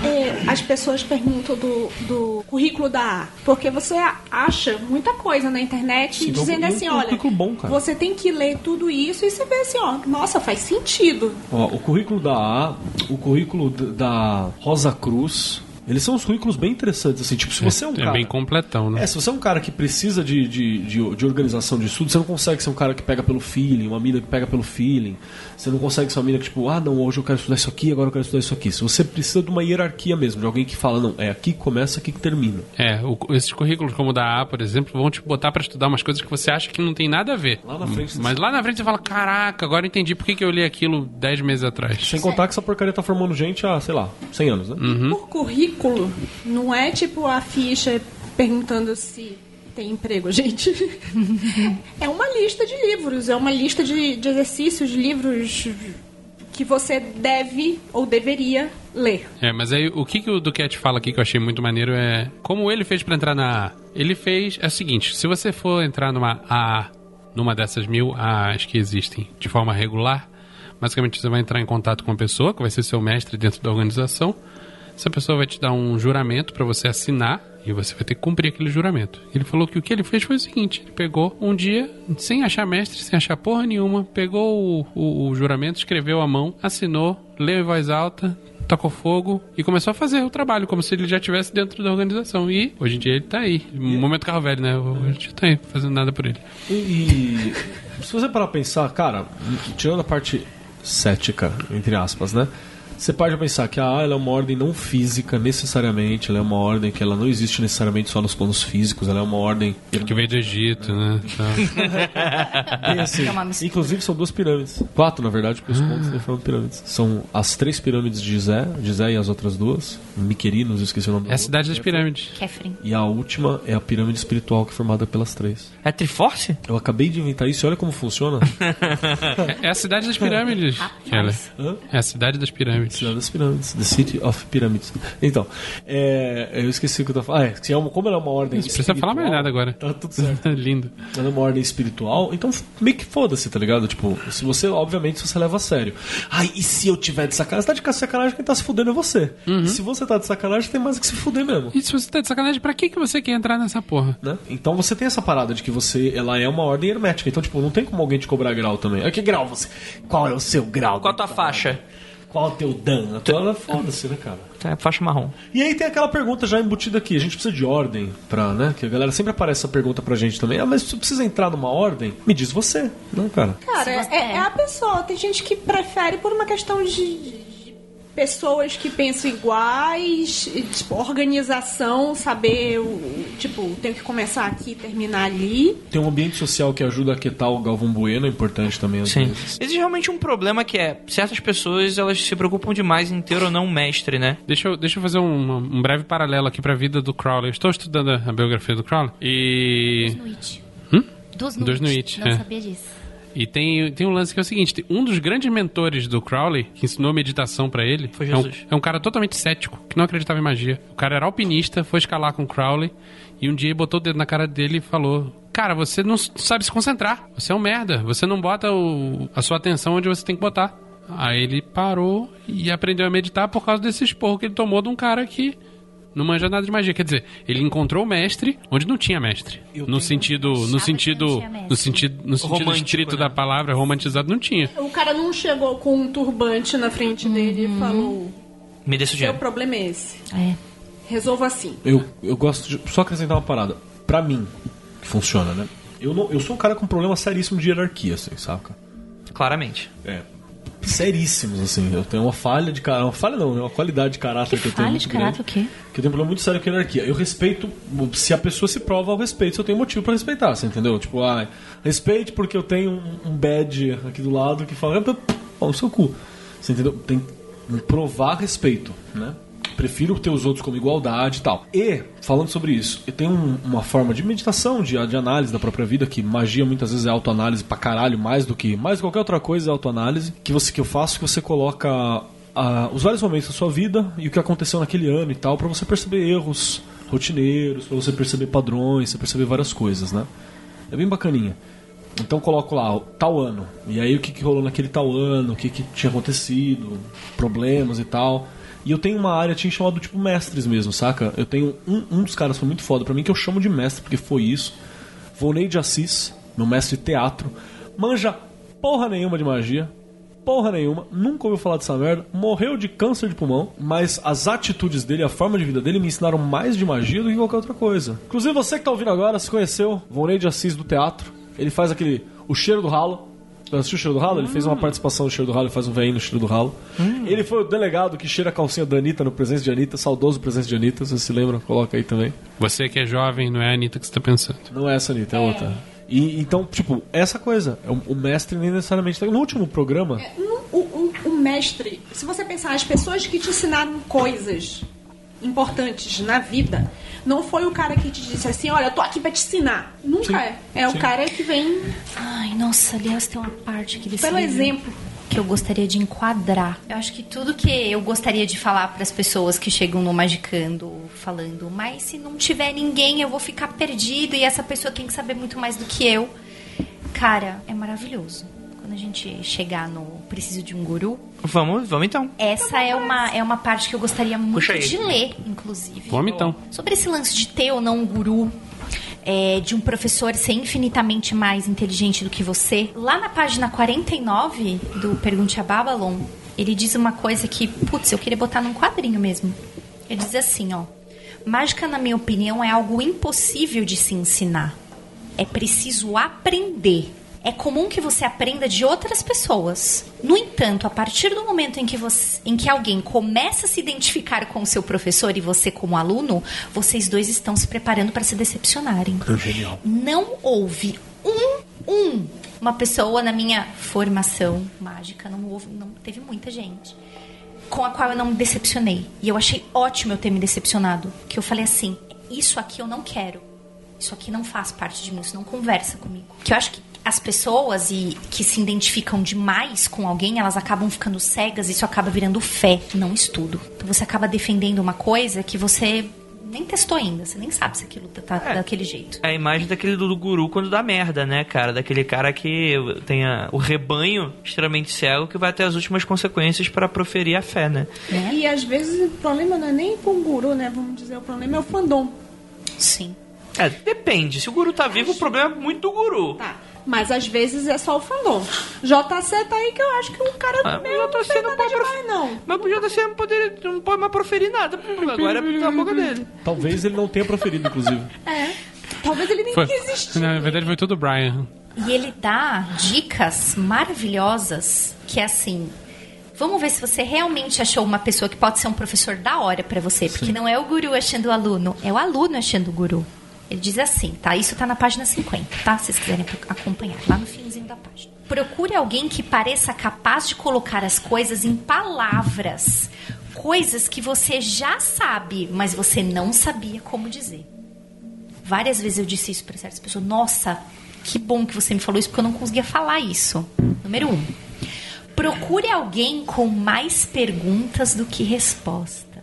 as pessoas perguntam do currículo da A? Porque você acha muita coisa na internet Sim, dizendo e um assim, olha, currículo bom, cara. você tem que ler tudo isso e você vê assim, ó, nossa, faz sentido. Ó, o currículo da A, o currículo da Rosa Cruz, eles são uns currículos bem interessantes, assim, tipo, se você é um cara... bem completão, né? Se você é um cara que precisa de organização de estudo, você não consegue ser um cara que pega pelo feeling, uma mina que pega pelo feeling. Você não consegue ser uma mina que, tipo, não, hoje eu quero estudar isso aqui, agora eu quero estudar isso aqui. Se você precisa de uma hierarquia mesmo, de alguém que fala, não, é aqui que começa, aqui que termina. Esses currículos como o da A, por exemplo, vão te botar pra estudar umas coisas que você acha que não tem nada a ver. Lá na frente... Mas lá na frente você fala, caraca, agora eu entendi por que eu li aquilo 10 meses atrás. Sem contar que essa porcaria tá formando gente há, sei lá, 100 anos, né? Por currículo, não é tipo a ficha perguntando se tem emprego, gente. É uma lista de livros, é uma lista de exercícios, de livros que você deve ou deveria ler. Mas aí o que o Duquette fala aqui que eu achei muito maneiro é como ele fez pra entrar na A. Ele fez o seguinte: se você for entrar numa AA, numa dessas 1000 AAs que existem de forma regular, basicamente você vai entrar em contato com uma pessoa que vai ser seu mestre dentro da organização. Essa pessoa vai te dar um juramento pra você assinar e você vai ter que cumprir aquele juramento. Ele falou que o que ele fez foi o seguinte: ele pegou um dia, sem achar mestre, sem achar porra nenhuma, pegou o juramento, escreveu à mão, assinou, leu em voz alta, tacou fogo e começou a fazer o trabalho, como se ele já estivesse dentro da organização. E hoje em dia ele tá aí. Momento carro velho, né? Hoje já tá aí, fazendo nada por ele. E se você parar pra pensar, cara, tirando a parte cética, entre aspas, né? Você pode pensar que a AA ela é uma ordem não física necessariamente, ela é uma ordem que ela não existe necessariamente só nos planos físicos, ela é uma ordem... Que veio do Egito, né? Bem assim, inclusive são 2 pirâmides. 4, na verdade, porque os pontos formam pirâmides. São as 3 pirâmides de Gizé e as outras 2, Miquerinos, eu esqueci o nome. É a cidade das pirâmides. Kefren. E a última é a pirâmide espiritual, que é formada pelas 3. É Triforce? Eu acabei de inventar isso e olha como funciona. É a cidade das pirâmides, Keller. É a cidade das pirâmides. Cidade das pirâmides. The City of Pyramids. Então, eu esqueci o que eu tava falando. Como ela é uma ordem não precisa falar mais nada agora. Tá tudo certo. Lindo. Ela é uma ordem espiritual, então meio que foda-se, tá ligado? Tipo, se você, obviamente, se você leva a sério. E se eu tiver de sacanagem? Você tá de sacanagem, quem tá se fudendo é você. E se você tá de sacanagem, tem mais que se fuder mesmo. E se você tá de sacanagem, pra que você quer entrar nessa porra? Né? Então você tem essa parada de que ela é uma ordem hermética. Então, tipo, não tem como alguém te cobrar grau também. Que grau você? Qual é o seu grau? Qual a tua faixa? Qual o teu dan? A tua foda-se, né, cara? É faixa marrom. E aí tem aquela pergunta já embutida aqui. A gente precisa de ordem pra, né? Que a galera sempre aparece essa pergunta pra gente também. Mas se você precisa entrar numa ordem, me diz você, né, cara? Cara, é a pessoa. Tem gente que prefere por uma questão de pessoas que pensam iguais, tipo, organização, saber, tenho que começar aqui e terminar ali. Tem um ambiente social que ajuda a aquietar o Galvão Bueno, é importante também às vezes. Existe realmente um problema que certas pessoas, elas se preocupam demais em ter ou não um mestre, né? Deixa eu fazer um breve paralelo aqui pra vida do Crowley. Eu estou estudando a biografia do Crowley e... Dos Nuit. Não sabia disso. E tem um lance que é o seguinte: um dos grandes mentores do Crowley, que ensinou meditação pra ele, foi Jesus. É um cara totalmente cético, que não acreditava em magia. O cara era alpinista, foi escalar com o Crowley, e um dia botou o dedo na cara dele e falou: cara, você não sabe se concentrar, você é um merda, você não bota a sua atenção onde você tem que botar. Aí ele parou e aprendeu a meditar por causa desse esporro que ele tomou de um cara que não manja nada de magia. Quer dizer, ele encontrou o mestre onde não tinha mestre. No sentido estrito, né, da palavra, romantizado, não tinha. O cara não chegou com um turbante na frente dele e falou: me dê seu dinheiro. Seu problema é esse. É. Resolva assim. Eu gosto de só acrescentar uma parada. Pra mim, que funciona, né? Eu sou um cara com um problema seríssimo de hierarquia, assim, saca? Claramente. Seríssimos, assim. Eu tenho uma falha de caráter. Uma falha não, né? Uma qualidade de caráter que eu tenho. Falha de caráter o quê? Que eu tenho um problema muito sério com a hierarquia. Eu respeito, se a pessoa se prova ao respeito, se eu tenho motivo pra respeitar, você entendeu? Tipo, respeite porque eu tenho um badge aqui do lado que fala, no seu cu. Você entendeu? Tem que provar respeito, né? Prefiro ter os outros como igualdade e tal. E, falando sobre isso, eu tenho uma forma de meditação, de análise da própria vida, que magia muitas vezes é autoanálise pra caralho, mais do que qualquer outra coisa é autoanálise, que eu faço, que você coloca os vários momentos da sua vida e o que aconteceu naquele ano e tal, pra você perceber erros rotineiros, pra você perceber padrões, você perceber várias coisas, né? É bem bacaninha. Então coloco lá, tal ano, e aí o que rolou naquele tal ano, o que tinha acontecido, problemas e tal. E eu tenho uma área chamada tipo mestres mesmo, saca? Eu tenho um dos caras que foi muito foda pra mim, que eu chamo de mestre, porque foi isso. Volney de Assis, meu mestre de teatro. Manja porra nenhuma de magia. Porra nenhuma. Nunca ouviu falar dessa merda. Morreu de câncer de pulmão. Mas as atitudes dele, a forma de vida dele me ensinaram mais de magia do que qualquer outra coisa. Inclusive você que tá ouvindo agora, se conheceu Volney de Assis do teatro. Ele faz o cheiro do ralo. Assistiu o Cheiro do Ralo? Ele fez uma participação no Cheiro do Ralo, ele faz um velhinho no Cheiro do Ralo. Ele foi o delegado que cheira a calcinha da Anitta no Presença de Anitta, saudoso Presença de Anitta, se você se lembra, coloca aí também. Você que é jovem, não é a Anitta que você tá pensando. Não é essa Anitta, é outra. E, então, tipo, essa coisa, o mestre nem necessariamente... No último programa... O mestre, se você pensar, as pessoas que te ensinaram coisas importantes na vida, não foi o cara que te disse assim, olha, eu tô aqui pra te ensinar. Nunca é. É o cara que vem... Ai, nossa, aliás, tem uma parte aqui desse pelo livro. exemplo. que eu gostaria de enquadrar. Eu acho que tudo que eu gostaria de falar para as pessoas que chegam no Magicando falando, mas se não tiver ninguém eu vou ficar perdido e essa pessoa tem que saber muito mais do que eu. Cara, é maravilhoso. Quando a gente chegar no Preciso de um Guru... Vamos então. Essa é uma parte que eu gostaria muito de ler, inclusive. Vamos então. Sobre esse lance de ter ou não um guru... de um professor ser infinitamente mais inteligente do que você. Lá na página 49 do Pergunte a Babylon, ele diz uma coisa que, putz, eu queria botar num quadrinho mesmo. Ele diz assim, ó: mágica, na minha opinião, é algo impossível de se ensinar. É preciso aprender. É comum que você aprenda de outras pessoas. No entanto, a partir do momento em que alguém começa a se identificar com o seu professor e você como aluno, vocês dois estão se preparando para se decepcionarem. Genial. Não houve uma pessoa na minha formação mágica, não teve muita gente, com a qual eu não me decepcionei. E eu achei ótimo eu ter me decepcionado. Que eu falei assim, isso aqui eu não quero. Isso aqui não faz parte de mim, isso não conversa comigo. Que eu acho que as pessoas que se identificam demais com alguém, elas acabam ficando cegas e isso acaba virando fé, não estudo. Então você acaba defendendo uma coisa que você nem testou ainda, você nem sabe se aquilo tá daquele jeito. É a imagem daquele do guru quando dá merda, né, cara? Daquele cara que tem o rebanho extremamente cego que vai até as últimas consequências para proferir a fé, né? E às vezes o problema não é nem com o guru, né? Vamos dizer, o problema é o fandom. Sim. Depende. Se o guru tá vivo, o problema é muito do guru. Tá. Mas às vezes é só o fandom. JC tá aí que eu acho que o cara meu não fez nada demais, não. Mas o JC não pode mais proferir nada. Agora é na boca dele. Talvez ele não tenha proferido, inclusive. Talvez ele nem existisse. Na verdade foi tudo o Brian. E ele dá dicas maravilhosas que é assim... Vamos ver se você realmente achou uma pessoa que pode ser um professor da hora pra você. Porque não é o guru achando o aluno, é o aluno achando o guru. Ele diz assim, tá? Isso tá na página 50, tá? Se vocês quiserem acompanhar, lá no finzinho da página. Procure alguém que pareça capaz de colocar as coisas em palavras. Coisas que você já sabe, mas você não sabia como dizer. Várias vezes eu disse isso pra certas pessoas. Nossa, que bom que você me falou isso, porque eu não conseguia falar isso. Número 1. Procure alguém com mais perguntas do que respostas.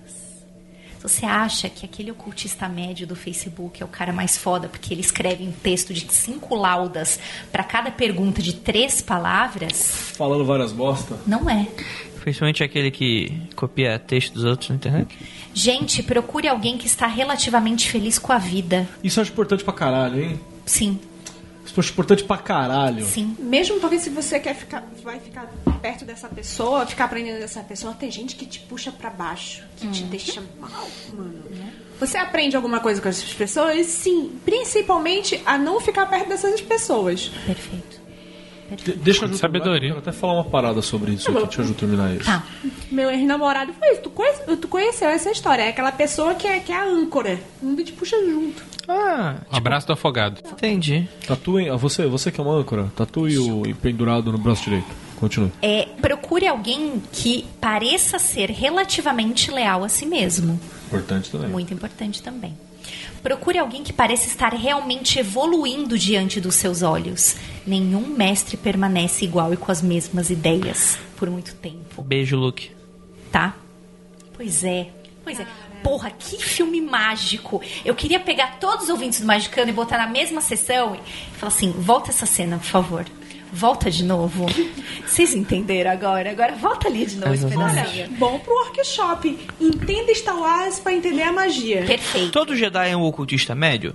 Você acha que aquele ocultista médio do Facebook é o cara mais foda porque ele escreve um texto de 5 laudas para cada pergunta de 3 palavras? Falando várias bosta? Não é. Principalmente aquele que copia texto dos outros na internet. Gente, procure alguém que está relativamente feliz com a vida. Isso eu acho importante pra caralho, hein? Sim. Isso eu acho importante pra caralho. Sim. Mesmo porque se você vai ficar perto dessa pessoa, ficar aprendendo dessa pessoa, tem gente que te puxa pra baixo, que te deixa mal, mano. Você aprende alguma coisa com essas pessoas? Sim. Principalmente a não ficar perto dessas pessoas. Perfeito. Deixa eu Sabedoria. Eu quero até falar uma parada sobre isso aqui. Deixa eu terminar isso. Tá. Meu ex-namorado foi isso. Tu conheceu essa história. É aquela pessoa que é a âncora. O mundo te puxa junto. Abraço do afogado. Entendi. Tatue, você que é uma âncora, tatue o pendurado no braço direito. Continue. Procure alguém que pareça ser relativamente leal a si mesmo. Importante também. Muito importante também. Procure alguém que pareça estar realmente evoluindo diante dos seus olhos. Nenhum mestre permanece igual e com as mesmas ideias por muito tempo. Beijo, Luke. Tá? Pois é. Porra, que filme mágico. Eu queria pegar todos os ouvintes do Magicando e botar na mesma sessão e falar assim, volta essa cena, por favor. Volta de novo. Vocês entenderam agora? Agora volta ali de novo esse pedacinho. Bom pro workshop. Entenda Star Wars pra entender a magia. Perfeito. Todo Jedi é um ocultista médio?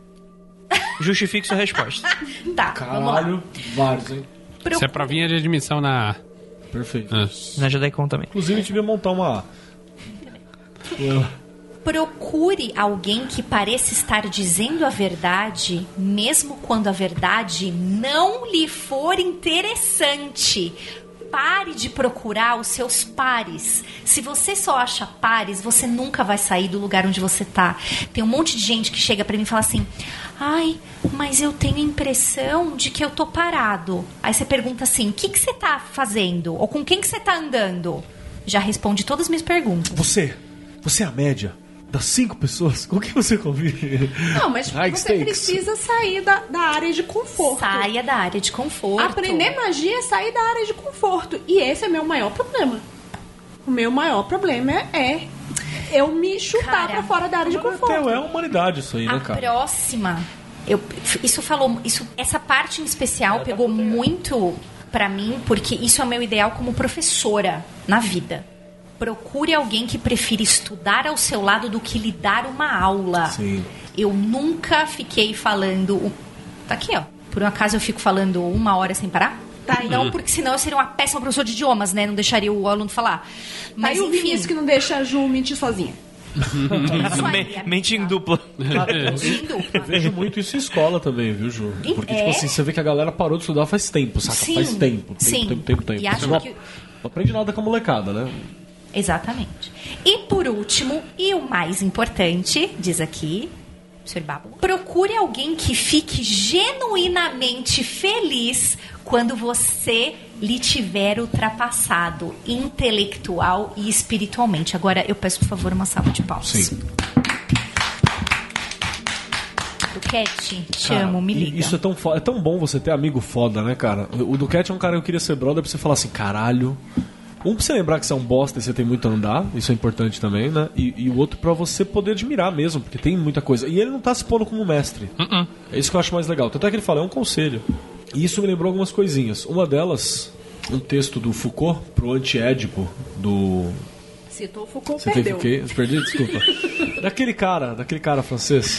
Justifique sua resposta. Tá, vamos lá. Caralho, vários, hein? Isso é provinha de admissão na... Perfeito. Na JediCon também. Inclusive, a gente devia montar uma... Procure alguém que pareça estar dizendo a verdade, mesmo quando a verdade não lhe for interessante. Pare de procurar os seus pares. Se você só acha pares, você nunca vai sair do lugar onde você tá. Tem um monte de gente que chega pra mim e fala assim: ai, mas eu tenho a impressão de que eu tô parado. Aí você pergunta assim: o que você tá fazendo? Ou com quem que você tá andando? Já responde todas as minhas perguntas. Você é a média. das 5 pessoas, com quem você convive? Não, mas High você stakes. precisa sair da área de conforto. Saia da área de conforto. Aprender magia é sair da área de conforto. E esse é meu maior problema. O meu maior problema é eu me chutar pra fora da área de conforto. É a humanidade isso aí, né, A cara? próxima... Essa parte em especial pegou muito pra mim, porque isso é o meu ideal como professora na vida. Procure alguém que prefira estudar ao seu lado do que lhe dar uma aula. Sim. Eu nunca fiquei falando... Tá aqui, ó. Por um acaso eu fico falando 1 hora sem parar? Tá aí. Não, porque senão eu seria uma péssima professora de idiomas, né? Não deixaria o aluno falar. Mas Mas o enfim... Vinícius que não deixa a Ju mentir sozinha. Isso aí, amiga. Mente em dupla. Sem dúvida. Eu vejo muito isso em escola também, viu, Ju? Porque, É? tipo assim, você vê que a galera parou de estudar faz tempo, saca? Sim, Faz tempo. sim. Tempo. E acho Você não, que- não aprende nada com a molecada, né? Exatamente. E por último, e o mais importante, diz aqui, Sr. Babo, procure alguém que fique genuinamente feliz quando você lhe tiver ultrapassado intelectual e espiritualmente. Agora, eu peço, por favor, uma salva de palmas. Sim. Duquette, te Cara, amo, me liga. Isso é tão bom você ter amigo foda, né, cara? O Duquette é um cara que eu queria ser brother pra você falar assim, caralho. Um, pra você lembrar que você é um bosta e você tem muito a andar, isso é importante também, né? E o outro pra você poder admirar mesmo, porque tem muita coisa. E ele não tá se pondo como mestre. É isso que eu acho mais legal. Tanto é que ele fala, é um conselho. E isso me lembrou algumas coisinhas. Uma delas, um texto do Foucault pro Anti-Édipo, do... Citou Foucault, Você perdeu. teve o quê? Perdi? Desculpa. daquele cara francês.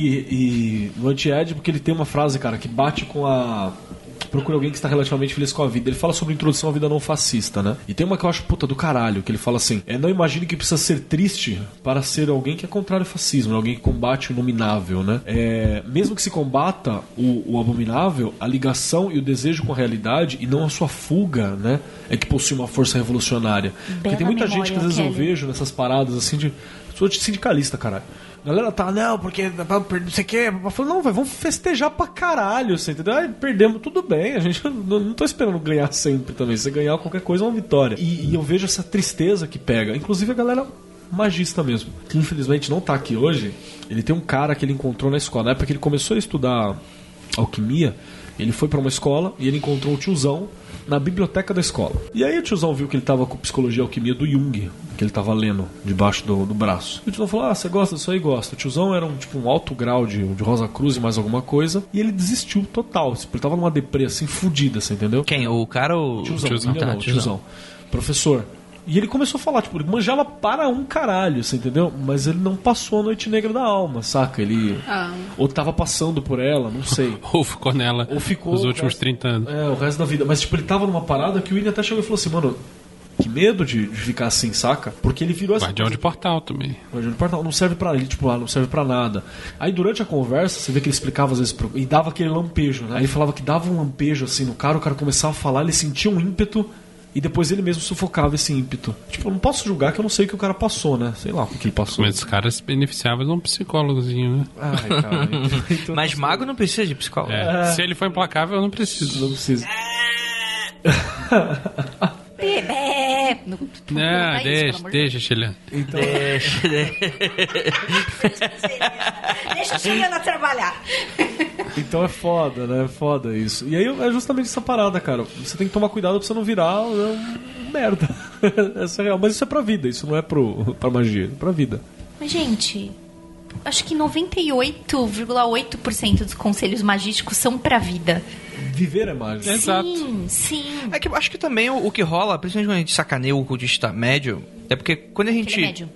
E no Anti-Édipo, que ele tem uma frase, cara, que bate com a... Procura alguém que está relativamente feliz com a vida. Ele fala sobre introdução à vida não fascista, né? E tem uma que eu acho puta do caralho, que ele fala assim: não imagine que precisa ser triste para ser alguém que é contrário ao fascismo, alguém que combate o inominável, né? Mesmo que se combata o abominável, a ligação e o desejo com a realidade, e não a sua fuga, né? É que possui uma força revolucionária. Porque tem muita gente que às vezes eu vejo nessas paradas assim de... Sou de sindicalista, caralho. A galera tá, não, porque não sei o que. Eu falo, não, vamos festejar pra caralho, você entendeu? Aí perdemos, tudo bem, a gente não tô esperando ganhar sempre também. Se ganhar qualquer coisa é uma vitória. E eu vejo essa tristeza que pega. Inclusive a galera magista mesmo, que infelizmente não tá aqui hoje. Ele tem um cara que ele encontrou na escola. Na época que ele começou a estudar alquimia, ele foi pra uma escola e ele encontrou um tiozão na biblioteca da escola. E aí o tiozão viu que ele tava com Psicologia e Alquimia do Jung, que ele tava lendo debaixo do braço. E o tiozão falou, você gosta disso aí? Gosta. O tiozão era um alto grau de Rosa Cruz e mais alguma coisa, e ele desistiu total. Ele tava numa deprê assim, fudida, você entendeu? Quem? O cara ou... Tiozão, Tiozão. William, Tá, não, tiozão. Professor. E ele começou a falar, ele manjava para um caralho, você entendeu? Mas ele não passou a noite negra da alma, saca? Ele... Ou tava passando por ela, não sei. Ou ficou nela Ou ficou os o últimos resto- 30 anos. O resto da vida. Mas, ele tava numa parada que o William até chegou e falou assim, mano, que medo de ficar assim, saca? Porque ele virou essa Guardião de portal também. Guardião de portal, não serve pra ele, não serve pra nada. Aí durante a conversa, você vê que ele explicava às vezes e dava aquele lampejo, né? Aí ele falava que dava um lampejo assim no cara, o cara começava a falar, ele sentia um ímpeto e depois ele mesmo sufocava esse ímpeto. Eu não posso julgar que eu não sei o que o cara passou, né? Sei lá o que ele passou. Mas os caras se beneficiavam de um psicólogozinho, né? Ai, cara. Então, Mas mago não precisa de psicólogo. Se ele for implacável, eu não preciso. não precisa. Bebê! Não, deixa, Chileno. Deixa a Juliana trabalhar. Então é foda, né? É foda isso. E aí é justamente essa parada, cara. Você tem que tomar cuidado pra você não virar merda. Essa é real. Mas isso é pra vida, isso não é pra magia, é pra vida. Mas, gente, acho que 98,8% dos conselhos magísticos são pra vida. Viver é mágica. Exato. Sim. É que eu acho que também o que rola, principalmente quando a gente sacaneia o cultista médio, é porque quando a gente... Aquele médio.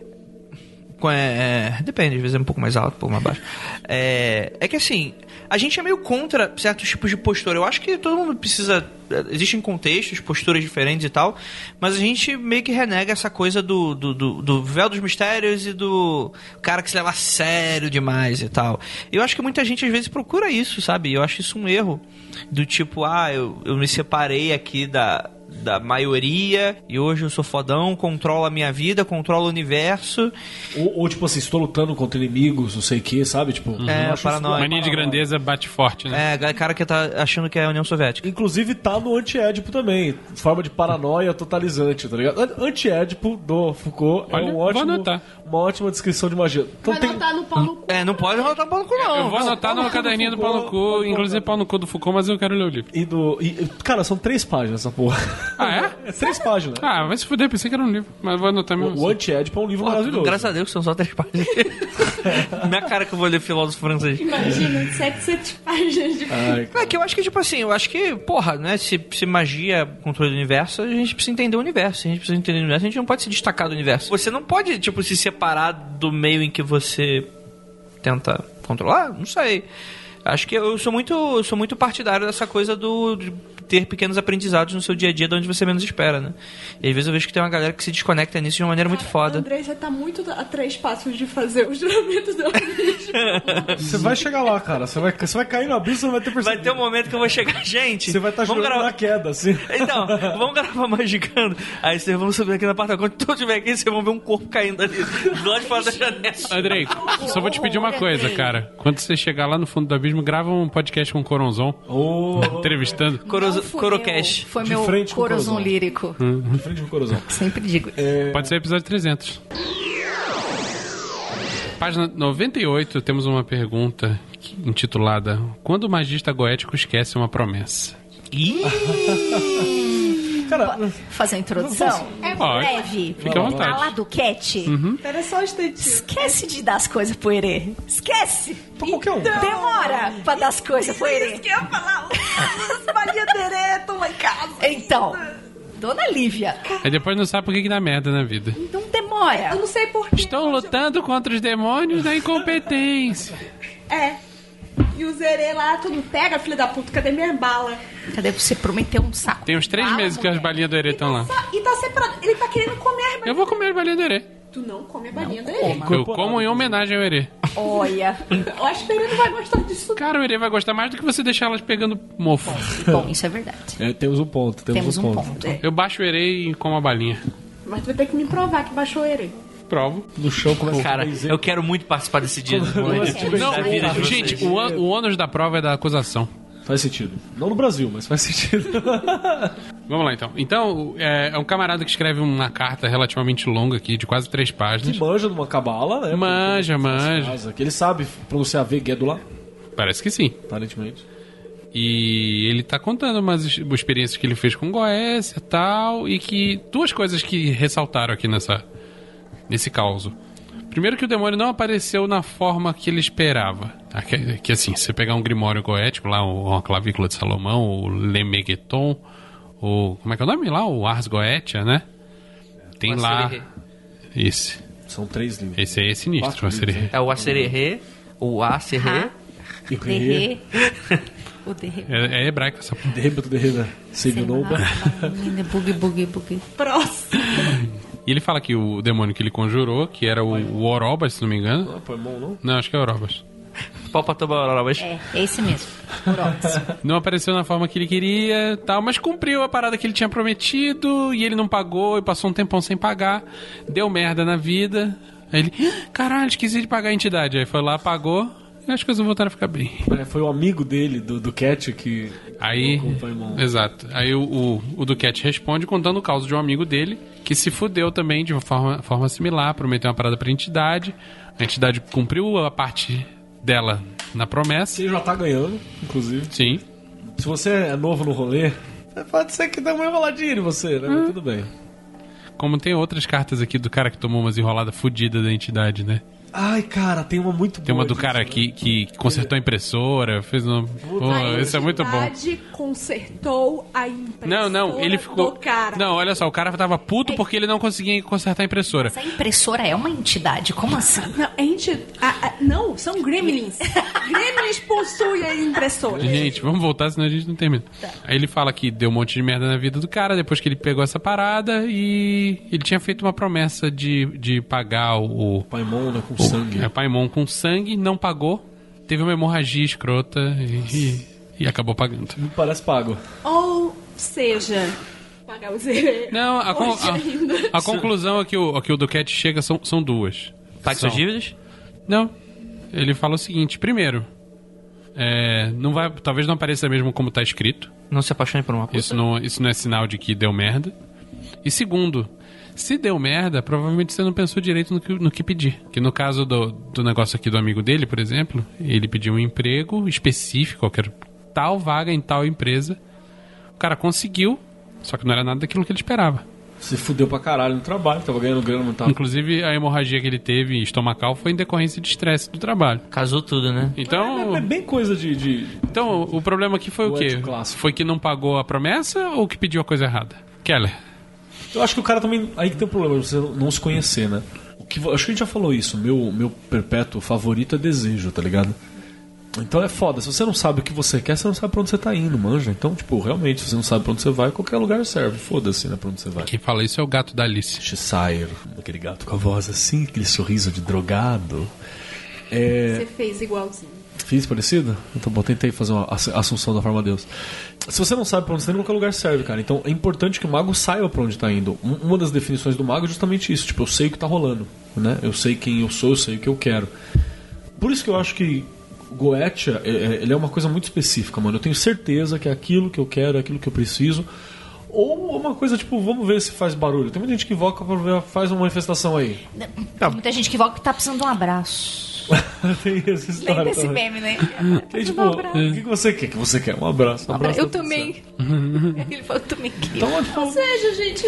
Depende, às vezes é um pouco mais alto, um pouco mais baixo. É que assim, a gente é meio contra certos tipos de postura. Eu acho que todo mundo precisa... Existem contextos, posturas diferentes e tal, mas a gente meio que renega essa coisa do véu dos mistérios e do cara que se leva a sério demais e tal. Eu acho que muita gente às vezes procura isso, sabe? Eu acho isso um erro. Do tipo, eu me separei aqui da maioria e hoje eu sou fodão, controlo a minha vida, controlo o universo. Ou tipo assim, estou lutando contra inimigos, não sei o que, sabe? Tipo, paranoia. Mania de grandeza bate forte, né? Cara que tá achando que é a União Soviética. Inclusive tá no Anti-Édipo também. Forma de paranoia totalizante, tá ligado? Anti-Édipo do Foucault Olha, é uma ótima descrição de magia. Então Vai anotar no pau no cu. Não pode anotar no pau no cu, não. Eu vou anotar no caderninho do pau no cu, inclusive pau no cu do Foucault, mas eu quero ler o livro. Cara, são 3 páginas essa porra. Ah, é? 3 páginas. Ah, vai se fuder, pensei que era um livro, mas vou anotar mesmo. O Anti-Édipo é um livro maravilhoso. Graças a Deus são só 3 páginas. Minha cara que eu vou ler filósofo francês. Imagina, 700 páginas de... É que eu acho que, tipo assim, porra, né? Se magia é controle do universo, a gente precisa entender o universo. Se a gente precisa entender o universo, a gente não pode se destacar do universo. Você não pode, tipo, se separar do meio em que você tenta controlar? Não sei. Acho que eu sou muito partidário dessa coisa de ter pequenos aprendizados no seu dia a dia de onde você menos espera, né? E às vezes eu vejo que tem uma galera que se desconecta nisso de uma maneira muito foda. André, você tá muito a 3 passos de fazer o juramento do abismo. Você vai chegar lá, cara. Você vai cair no abismo, você não vai ter percebido. Vai ter um momento que eu vou chegar, gente. Você vai estar jogando na queda, assim. Então, vamos gravar Magicando. Aí vocês vão subir aqui na porta. Quando tu estiver aqui, vocês vão ver um corpo caindo ali do lado de fora da janela. Andrei, só vou te pedir uma coisa, cara. Quando você chegar lá no fundo do abismo, grava um podcast com o Coronzon. Entrevistando. Corocast. Foi De meu frente com o Corazon Corazon. lírico. De frente com o Corozão. Sempre digo. Pode ser episódio 300. Página 98, temos uma pergunta intitulada: quando o magista goético esquece uma promessa? Cara, Fazer a introdução? É Pode. breve. Fique à vontade. Falar do Cat. Espera só um instantinho. Esquece de dar as coisas pro Herê. Esquece. pra qualquer um. Demora pra dar as coisas pro Herê. Isso que eu ia falar. As Maria Tereta lá em casa. Então, Dona Lívia, Aí depois não sabe por que dá merda na vida. não demora. Eu não sei porquê. Estou lutando contra os demônios da incompetência. E o Zerê lá, tu não pega, filho da puta, cadê minha bala? Cadê você prometeu um saco? Tem uns 3 meses que as balinhas do Herê estão lá. E tá separado. Ele tá querendo comer as balinhas. Eu vou comer as balinhas do Herê. Tu não come a balinha dele. Eu como em homenagem ao Herê. Olha. Eu acho que ele não vai gostar disso. Cara, o Herê vai gostar mais do que você deixar elas pegando mofo. Bom, isso é verdade. Temos um ponto. Temos um ponto. Eu baixo o Herê e como a balinha. Mas tu vai ter que me provar que baixou ele. Provo. No chão começa Cara, a dizer. eu quero muito participar desse dia. Não, gente, o ônus da prova é da acusação. Faz sentido. Não no Brasil, mas faz sentido. Vamos lá, então. Então, é um camarada que escreve uma carta relativamente longa aqui, de quase 3 páginas. Que manja numa cabala, né? Manja. Que ele sabe pronunciar V, Guedula, Parece que sim. aparentemente. E ele tá contando umas experiências que ele fez com Goécia e tal, e que 2 coisas que ressaltaram aqui nesse caos. Primeiro, que o demônio não apareceu na forma que ele esperava. Que assim, você pegar um grimório goético lá, a clavícula de Salomão, o Lemegeton, como é que é o nome lá? O Ars Goetia, né? Tem O lá... Acererê. Esse. São 3 livros. Esse aí é sinistro, 4 o Acererê. É o Acererê, o Acererê. E o Derrê. O derrê. É hebraico essa porra. Derreba. Save Noba. Bug. Próximo. E ele fala que o demônio que ele conjurou, que era o Orobas, se não me engano. Não é Poemon, não? Não, acho que é Orobas. Palpatobarobas. É esse mesmo. Urox. Não apareceu na forma que ele queria, tal, mas cumpriu a parada que ele tinha prometido e ele não pagou e passou um tempão sem pagar. Deu merda na vida. Aí ele, caralho, esqueci de pagar a entidade. Aí foi lá, pagou e as coisas voltaram a ficar bem. Foi o amigo dele, do Cat, que... Aí, com o Poemon. exato. Aí o Duquette responde contando o caso de um amigo dele que se fudeu também de uma forma similar, prometeu uma parada pra entidade. A entidade cumpriu a parte dela na promessa. Ele já tá ganhando, inclusive. Sim. Se você é novo no rolê, pode ser que dê uma enroladinha em você, né? Mas tudo bem. Como tem outras cartas aqui do cara que tomou umas enroladas fodidas da entidade, né? Ai, cara, tem uma muito boa. Tem uma do disso, cara né? que consertou a impressora, fez uma... Pô, isso é muito bom. A entidade consertou a impressora Não, ele ficou... do cara. Não, olha só, o cara tava puto porque ele não conseguia consertar a impressora. Essa impressora é uma entidade, como assim? Não, não, são gremlins. Gremlins possuem a impressora. Gente, vamos voltar, senão a gente não termina. Aí ele fala que deu um monte de merda na vida do cara depois que ele pegou essa parada e ele tinha feito uma promessa de pagar o Paimon, né, com sangue. Paimon com sangue, não pagou, teve uma hemorragia escrota e acabou pagando. Me parece pago. Ou seja, pagar o Zé. Não, a conclusão a que o Duquette chega são duas. Pague suas dívidas? Não. Ele fala o seguinte: primeiro, talvez não apareça mesmo como tá escrito. Não se apaixone por uma puta. Isso não é sinal de que deu merda. E segundo, se deu merda, provavelmente você não pensou direito no que pedir. Que no caso do negócio aqui do amigo dele, por exemplo, ele pediu um emprego específico, qualquer tal vaga em tal empresa. O cara conseguiu, só que não era nada daquilo que ele esperava. Se fudeu pra caralho no trabalho, tava ganhando grana, não tava. Inclusive, a hemorragia que ele teve estomacal foi em decorrência de estresse do trabalho. Casou tudo, né? Então, É bem coisa de... Então, o problema aqui foi o quê? Clássico. Foi que não pagou a promessa ou que pediu a coisa errada? Keller. Eu acho que o cara também... Aí que tem um problema, você não se conhecer, né? Acho que a gente já falou isso. Meu perpétuo favorito é desejo, tá ligado? Então é foda. Se você não sabe o que você quer, você não sabe pra onde você tá indo, manja. Então, tipo, realmente, se você não sabe pra onde você vai, qualquer lugar serve. Foda-se, né, pra onde você vai. Quem fala isso é o gato da Alice. Cheshire, aquele gato com a voz assim, aquele sorriso de drogado. Você fez igualzinho. Fiz parecido? Então, bom, tentei fazer uma assunção da forma de Deus. Se você não sabe pra onde você tá indo, qualquer lugar serve, cara. Então é importante que o mago saiba pra onde tá indo. Uma das definições do mago é justamente isso. Tipo, eu sei o que tá rolando, né? Eu sei quem eu sou, eu sei o que eu quero. Por isso que eu acho que Goetia, ele é uma coisa muito específica, mano. Eu tenho certeza que é aquilo que eu quero, é aquilo que eu preciso. Ou uma coisa tipo, vamos ver se faz barulho. Tem muita gente que invoca pra ver, faz uma manifestação aí. Tem muita gente que invoca que tá precisando de um abraço. Tem essa história. Lembra esse também. meme, né? Que, tipo, o que você quer? O que você quer? Um abraço. Um abraço Eu tá tudo também. certo. Ele falou, eu também quero. Então, tipo, Ou seja, gente,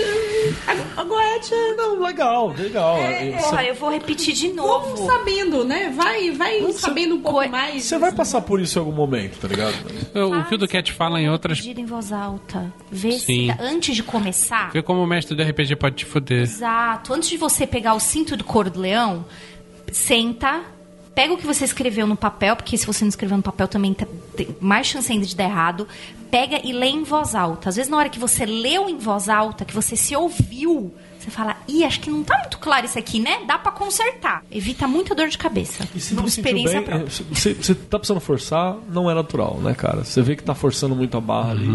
a Goetia... não, legal. Porra, eu vou repetir de novo. Vamos sabendo, né? Vai sabendo um pouco mais. Você vai passar por isso em algum momento, tá ligado? O que o Duquette fala em outras... Pedido em voz alta. Vê Sim. se, antes de começar... Vê como o mestre do RPG pode te foder. Exato. Antes de você pegar o cinto do couro do leão, senta, pega o que você escreveu no papel, porque se você não escreveu no papel também tem mais chance ainda de dar errado. Pega e lê em voz alta. Às vezes na hora que você leu em voz alta, que você se ouviu, você fala, acho que não tá muito claro isso aqui, né? Dá pra consertar. Evita muita dor de cabeça. E se não se sentiu bem, própria. você tá precisando forçar, não é natural, né, cara? Você vê que tá forçando muito a barra ali.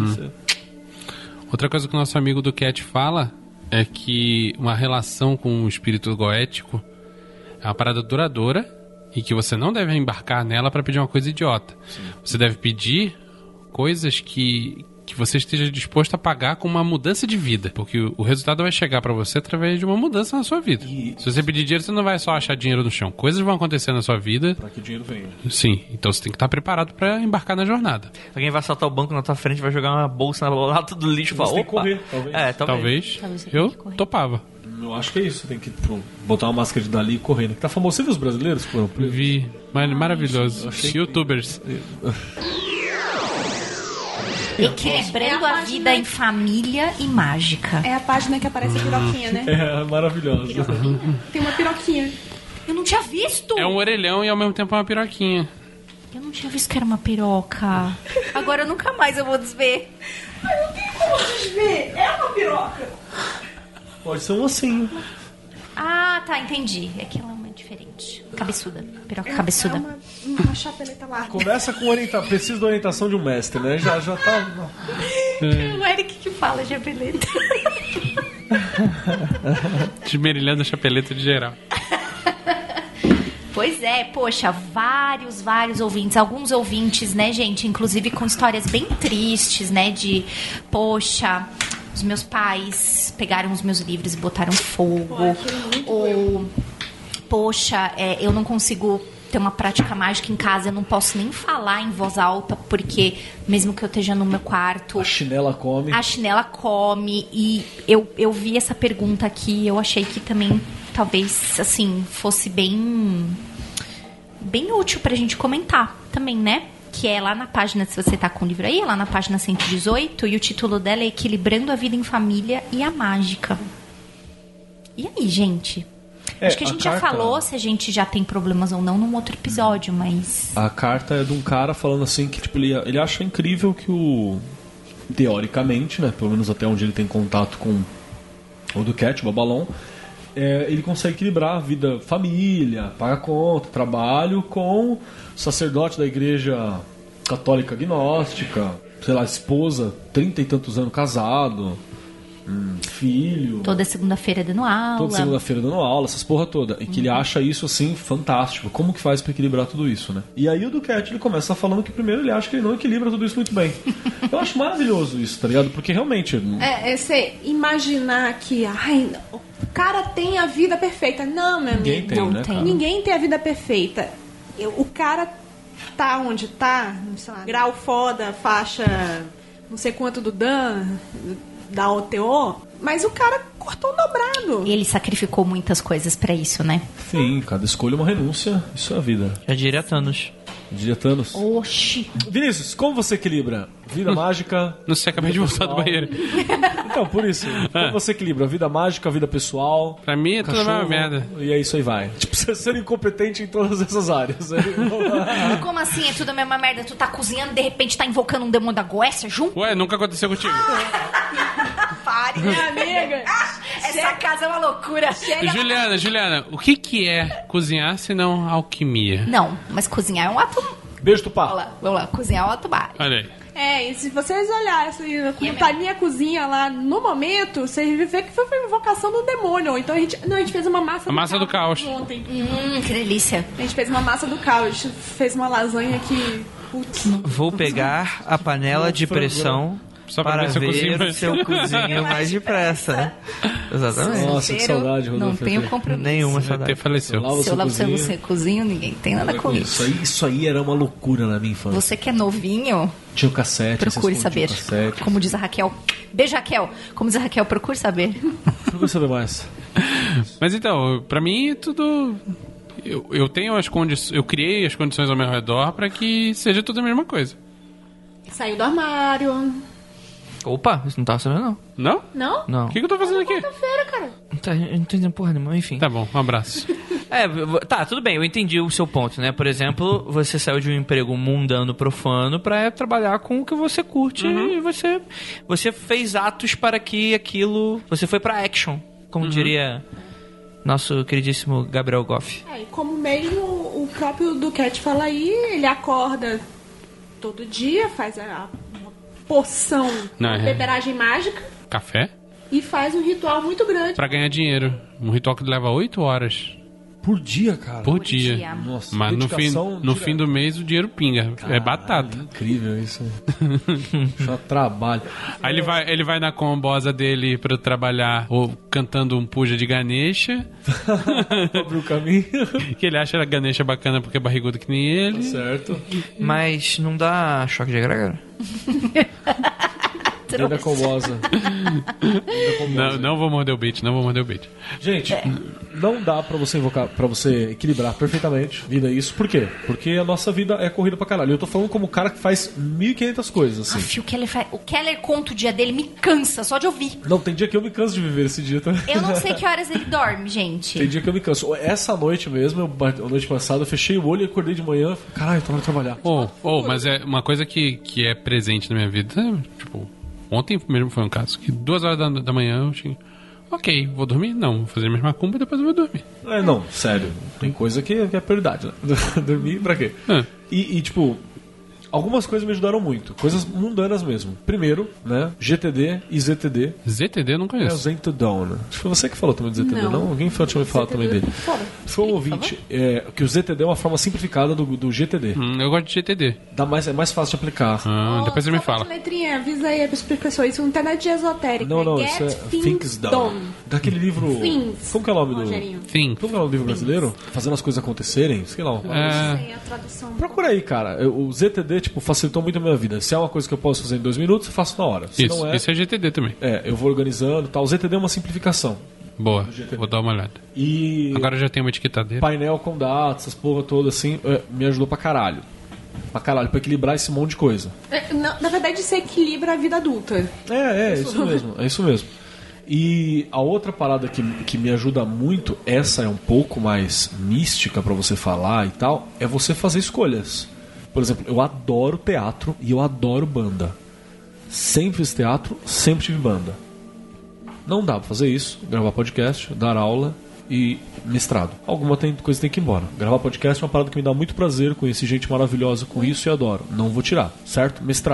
Outra coisa que o nosso amigo Duquette fala é que uma relação com o espírito goético é uma parada duradoura e que você não deve embarcar nela para pedir uma coisa idiota. Sim. Você deve pedir coisas que você esteja disposto a pagar com uma mudança de vida, porque o resultado vai chegar para você através de uma mudança na sua vida. Se você pedir dinheiro, você não vai só achar dinheiro no chão. Coisas vão acontecer na sua vida. Para que o dinheiro venha. Sim, então você tem que estar preparado para embarcar na jornada. Alguém vai assaltar o banco na tua frente, vai jogar uma bolsa na lata do lixo e falar, tem que correr, talvez. Talvez eu topava. Eu acho que é isso, tem que botar uma máscara de Dali e correr. Que tá famoso. Você viu os brasileiros que foram presos? Vi, maravilhoso. Youtubers. Equilibrando a vida em família e mágica. É a página que aparece a piroquinha, né? É, maravilhosa. Tem uma piroquinha. Eu não tinha visto! É um orelhão e ao mesmo tempo é uma piroquinha. Eu não tinha visto que era uma piroca. Agora nunca mais eu vou desver. Mas não tem como desver. É uma piroca. Pode ser um ossinho. Ah, tá, entendi. É que ela é uma diferente. Cabeçuda. Piroca cabeçuda. É uma chapeleta larga. Começa com orientação. Precisa da orientação de um mestre, né? Já tá. É o Eric que fala chapeleta. Desmerilhando a chapeleta de geral. Pois é, poxa, vários ouvintes. Alguns ouvintes, né, gente? Inclusive com histórias bem tristes, né? De, poxa, os meus pais pegaram os meus livros e botaram fogo. Ou, poxa, eu não consigo ter uma prática mágica em casa, eu não posso nem falar em voz alta, porque mesmo que eu esteja no meu quarto... A chinela come. E eu vi essa pergunta aqui, eu achei que também, talvez, assim, fosse bem útil pra gente comentar também, né? Que é lá na página, se você tá com o livro aí, é lá na página 118, e o título dela é Equilibrando a Vida em Família e a Mágica. E aí, gente? Acho que a gente já falou se a gente já tem problemas ou não num outro episódio, mas... A carta é de um cara falando assim que tipo, ele acha incrível que teoricamente, né, pelo menos até onde ele tem contato com o Duquette, o Babalon, ele consegue equilibrar a vida família, paga conta, trabalho com sacerdote da igreja católica agnóstica, sei lá, esposa, 30 e tantos anos casado, filho. Toda segunda-feira dando aula. Toda segunda-feira dando aula, essas porra toda. E que ele acha isso, assim, fantástico. Como que faz pra equilibrar tudo isso, né? E aí o Duquette, ele começa falando que primeiro ele acha que ele não equilibra tudo isso muito bem. Eu acho maravilhoso isso, tá ligado? Porque realmente... Você imaginar que o cara tem a vida perfeita. Não, meu Ninguém amigo. tem, não né, tem. cara? Ninguém tem a vida perfeita. O cara tá onde tá, sei lá, grau foda, faixa não sei quanto do Dan, da OTO, mas o cara cortou um dobrado. Ele sacrificou muitas coisas pra isso, né? Sim, cada escolha é uma renúncia. Isso é a vida. Já diria Thanos. Diria Thanos. Oxi. Vinícius, como você equilibra vida mágica... Não sei, acabei de voltar do banheiro. Então, por isso. Como você equilibra vida mágica, vida pessoal... Pra mim é tudo a mesma merda. E é isso aí vai. Tipo, você ser incompetente em todas essas áreas. Como assim? É tudo a mesma merda? Tu tá cozinhando e de repente tá invocando um demônio da Goécia junto? Ué, nunca aconteceu contigo. Pare, Minha amiga. Essa casa é uma loucura. Juliana, o que é cozinhar se não alquimia? Não, mas cozinhar é um ato... Beijo, Tupá. Vamos lá. Cozinhar é um ato básico. Olha aí. E se vocês olharem como tá a minha cozinha lá no momento, vocês vê que foi uma invocação do demônio. Ou então a gente fez uma massa A massa do caos. ontem. Que delícia. A gente fez uma massa do caos. Fez uma lasanha que... Putz. Vou pegar a panela de pressão Só pra para ver se eu cozinho ver se eu cozinho mais depressa. Exatamente. Nossa, que saudade, Rodolfo. Não tenho compromisso. Nenhuma Você saudade. faleceu. Se eu lá você cozinha, ninguém tem nada com isso. Isso aí era uma loucura na minha infância. Você que é novinho, Tinha o cassete. procure você saber. escondia o cassete. Como diz a Raquel. Beijo, Raquel. Como diz a Raquel, procure saber. Procure saber mais. Mas então, pra mim tudo... Eu tenho as condições... Eu criei as condições ao meu redor pra que seja tudo a mesma coisa. Saiu do armário. Opa, isso não tava sabendo, não. Não? Não? Não. O que eu tô fazendo aqui? Quarta-feira, cara. Não tô entendendo porra nenhuma, enfim. Tá bom, um abraço. Tá, tudo bem, eu entendi o seu ponto, né? Por exemplo, você saiu de um emprego mundano, profano, pra trabalhar com o que você curte e você fez atos para que aquilo... Você foi pra action, como diria nosso queridíssimo Gabriel Goff. E como mesmo o próprio Duquette fala aí, ele acorda todo dia, faz uma poção, Não, uma é. beberagem mágica Café? e faz um ritual muito grande. Pra ganhar dinheiro. Um ritual que leva 8 horas Por dia, cara. por dia. Nossa, Mas dedicação no fim do mês o dinheiro pinga. É batata. Incrível isso. Só trabalho. Aí ele vai na combosa dele pra trabalhar ou cantando um puja de Ganesha. Abre o caminho. Que ele acha a Ganesha bacana porque é barrigudo que nem ele. Certo. Mas não dá choque de egrégora? Dentro da combosa. Não vou morder o bait, não vou morder o bait. Gente, não dá pra você invocar, pra você equilibrar perfeitamente vida isso. Por quê? Porque a nossa vida é corrida pra caralho. Eu tô falando como cara que faz 1.500 coisas, assim. Aff, o Keller conta o dia dele, me cansa só de ouvir. Não, tem dia que eu me canso de viver esse dia também. Eu não sei que horas ele dorme, gente. Tem dia que eu me canso. Essa noite mesmo, a noite passada, eu fechei o olho e acordei de manhã. Caralho, tô indo trabalhar. Mas é uma coisa que é presente na minha vida. Tipo, ontem mesmo foi um caso que 2 horas da manhã eu tinha... Ok, vou dormir? Não, vou fazer minha macumba e depois eu vou dormir. Não, sério. Tem coisa que é prioridade, né? Dormir pra quê? E, tipo, algumas coisas me ajudaram muito. Coisas mundanas mesmo. Primeiro, né? GTD e ZTD. ZTD eu não É o conheço. Zen to Dawn. Acho que foi você que falou também do ZTD, não? Alguém tinha me falado também dele. Foi um ouvinte. Que o ZTD é uma forma simplificada do GTD. Eu gosto de GTD. É mais fácil de aplicar. Depois você me fala. Letrinha, avisa aí as pessoas. Isso não tem nada de esotérico. Não, Get isso é Things Things Done. Daquele livro... Things. Como que é o nome do... Rogerinho. Sim. Como que é o nome do livro brasileiro? Fazendo as coisas acontecerem? Sei lá. Não sei a tradução. Procura aí, cara. O ZTD, tipo, facilitou muito a minha vida. Se é uma coisa que eu posso fazer em 2 minutos, eu faço na hora. Se não Isso é GTD também. eu vou organizando e tal. O ZTD é uma simplificação. Boa, vou dar uma olhada. E Agora eu já tenho uma etiquetadeira. painel com dados, essas porra toda assim, me ajudou pra caralho. Pra equilibrar esse monte de coisa. Na verdade, isso equilibra a vida adulta. É isso mesmo. E a outra parada que me ajuda muito, essa é um pouco mais mística pra você falar e tal, é você fazer escolhas. Por exemplo, eu adoro teatro e eu adoro banda. Sempre fiz teatro, sempre tive banda. Não dá pra fazer isso, gravar podcast, dar aula e mestrado. Alguma coisa tem que ir embora. Gravar podcast é uma parada que me dá muito prazer, conheci gente maravilhosa com isso e adoro. Não vou tirar, certo? Mestrado.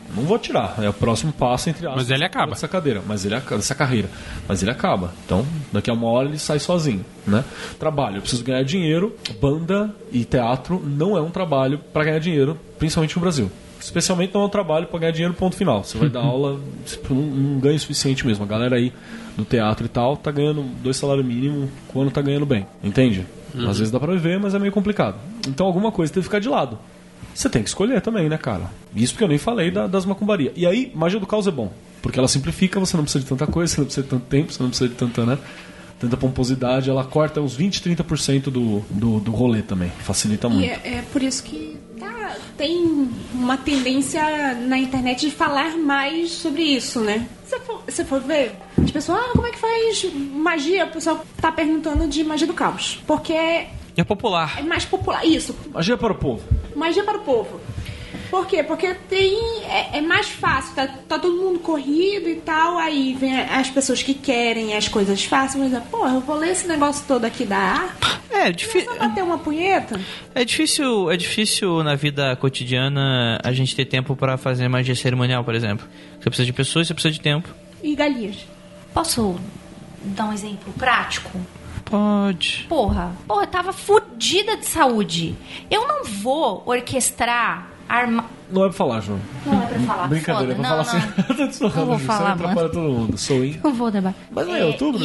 não vou tirar. É o próximo passo, entre aspas. Mas ele acaba. Dessa cadeira, dessa carreira. Mas ele acaba. Então, daqui a uma hora ele sai sozinho, né? Trabalho, eu preciso ganhar dinheiro. Banda e teatro não é um trabalho para ganhar dinheiro, principalmente no Brasil. Especialmente não é um trabalho para ganhar dinheiro, ponto final. Você vai dar aula, não ganha o suficiente mesmo. A galera aí do teatro e tal tá ganhando 2 salários mínimos quando tá ganhando bem. Entende? Às vezes dá pra viver, mas é meio complicado. Então alguma coisa tem que ficar de lado. Você tem que escolher também, né, cara? Isso porque eu nem falei das macumbarias. E aí, Magia do Caos é bom. Porque ela simplifica, você não precisa de tanta coisa, você não precisa de tanto tempo, você não precisa de tanta, né? Tanta pomposidade. Ela corta uns 20, 30% do rolê também. Facilita muito. E é por isso que tem uma tendência na internet de falar mais sobre isso, né? Se for ver, as pessoas, como é que faz magia? O pessoal tá perguntando de Magia do Caos. Porque é popular. É mais popular, isso. Magia para o povo. Magia para o povo. Por quê? Porque é mais fácil, tá todo mundo corrido e tal, aí vem as pessoas que querem as coisas fáceis, mas porra, eu vou ler esse negócio todo aqui da arte. É difícil. Bater uma punheta? É difícil na vida cotidiana a gente ter tempo pra fazer magia cerimonial, por exemplo. Você precisa de pessoas, você precisa de tempo. E galinhas. Posso dar um exemplo prático? Pode. Porra, eu tava fodida de saúde. Eu não vou orquestrar Não é pra falar, João. Não é pra falar. Brincadeira, foda. é pra falar assim. Tô te sorrando, não vou Ju, falar, você atrapalha todo mundo. Sou em. Não vou debater. Mas não é outubro?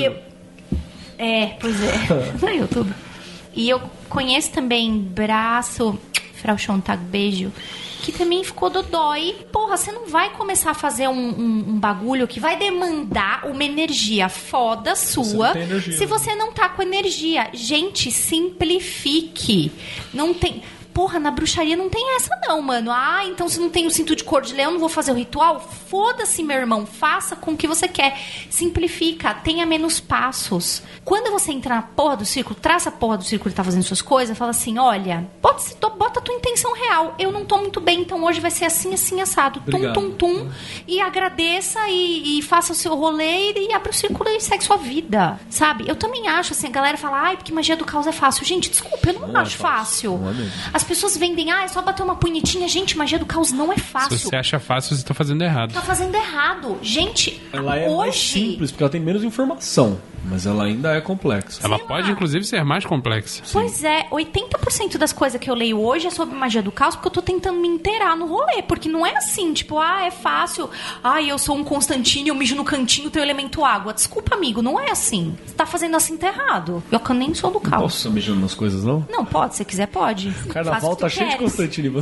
Pois é. Não é outubro. E eu conheço também Braço, Frau Schontag, beijo, que também ficou dodói. Porra, você não vai começar a fazer um bagulho que vai demandar uma energia foda sua se você não tá com energia. Gente, simplifique. Não tem... Porra, na bruxaria não tem essa não, mano. Ah, então se não tem o cinto de cor de leão, não vou fazer o ritual? Foda-se, meu irmão. Faça com o que você quer. Simplifica. Tenha menos passos. Quando você entra na porra do círculo, traça a porra do círculo e tá fazendo suas coisas, fala assim, olha, bota a tua intenção real. Eu não tô muito bem, então hoje vai ser assim, assim, assado. Obrigado. Tum. E agradeça e faça o seu rolê e abre o círculo e segue sua vida. Sabe? Eu também acho, assim, a galera fala, ai, porque magia do caos é fácil. Gente, desculpa, eu não acho fácil. Não é mesmo. As pessoas vendem, é só bater uma punhetinha. Gente, magia do caos não é fácil. Se você acha fácil, você tá fazendo errado. Tá fazendo errado. Gente, ela é mais simples, porque ela tem menos informação. Mas ela ainda é complexa. Ela pode, inclusive, ser mais complexa. Pois é, 80% das coisas que eu leio hoje é sobre magia do caos, porque eu tô tentando me inteirar no rolê. Porque não é assim, tipo, é fácil. Eu sou um Constantino, eu mijo no cantinho, tenho elemento água. Desculpa, amigo, não é assim. Você tá fazendo assim, tá errado. Eu nem sou do caos. Posso estar mijando nas coisas, não? Não, pode, se quiser, pode. Carnaval tá cheio de Constantino.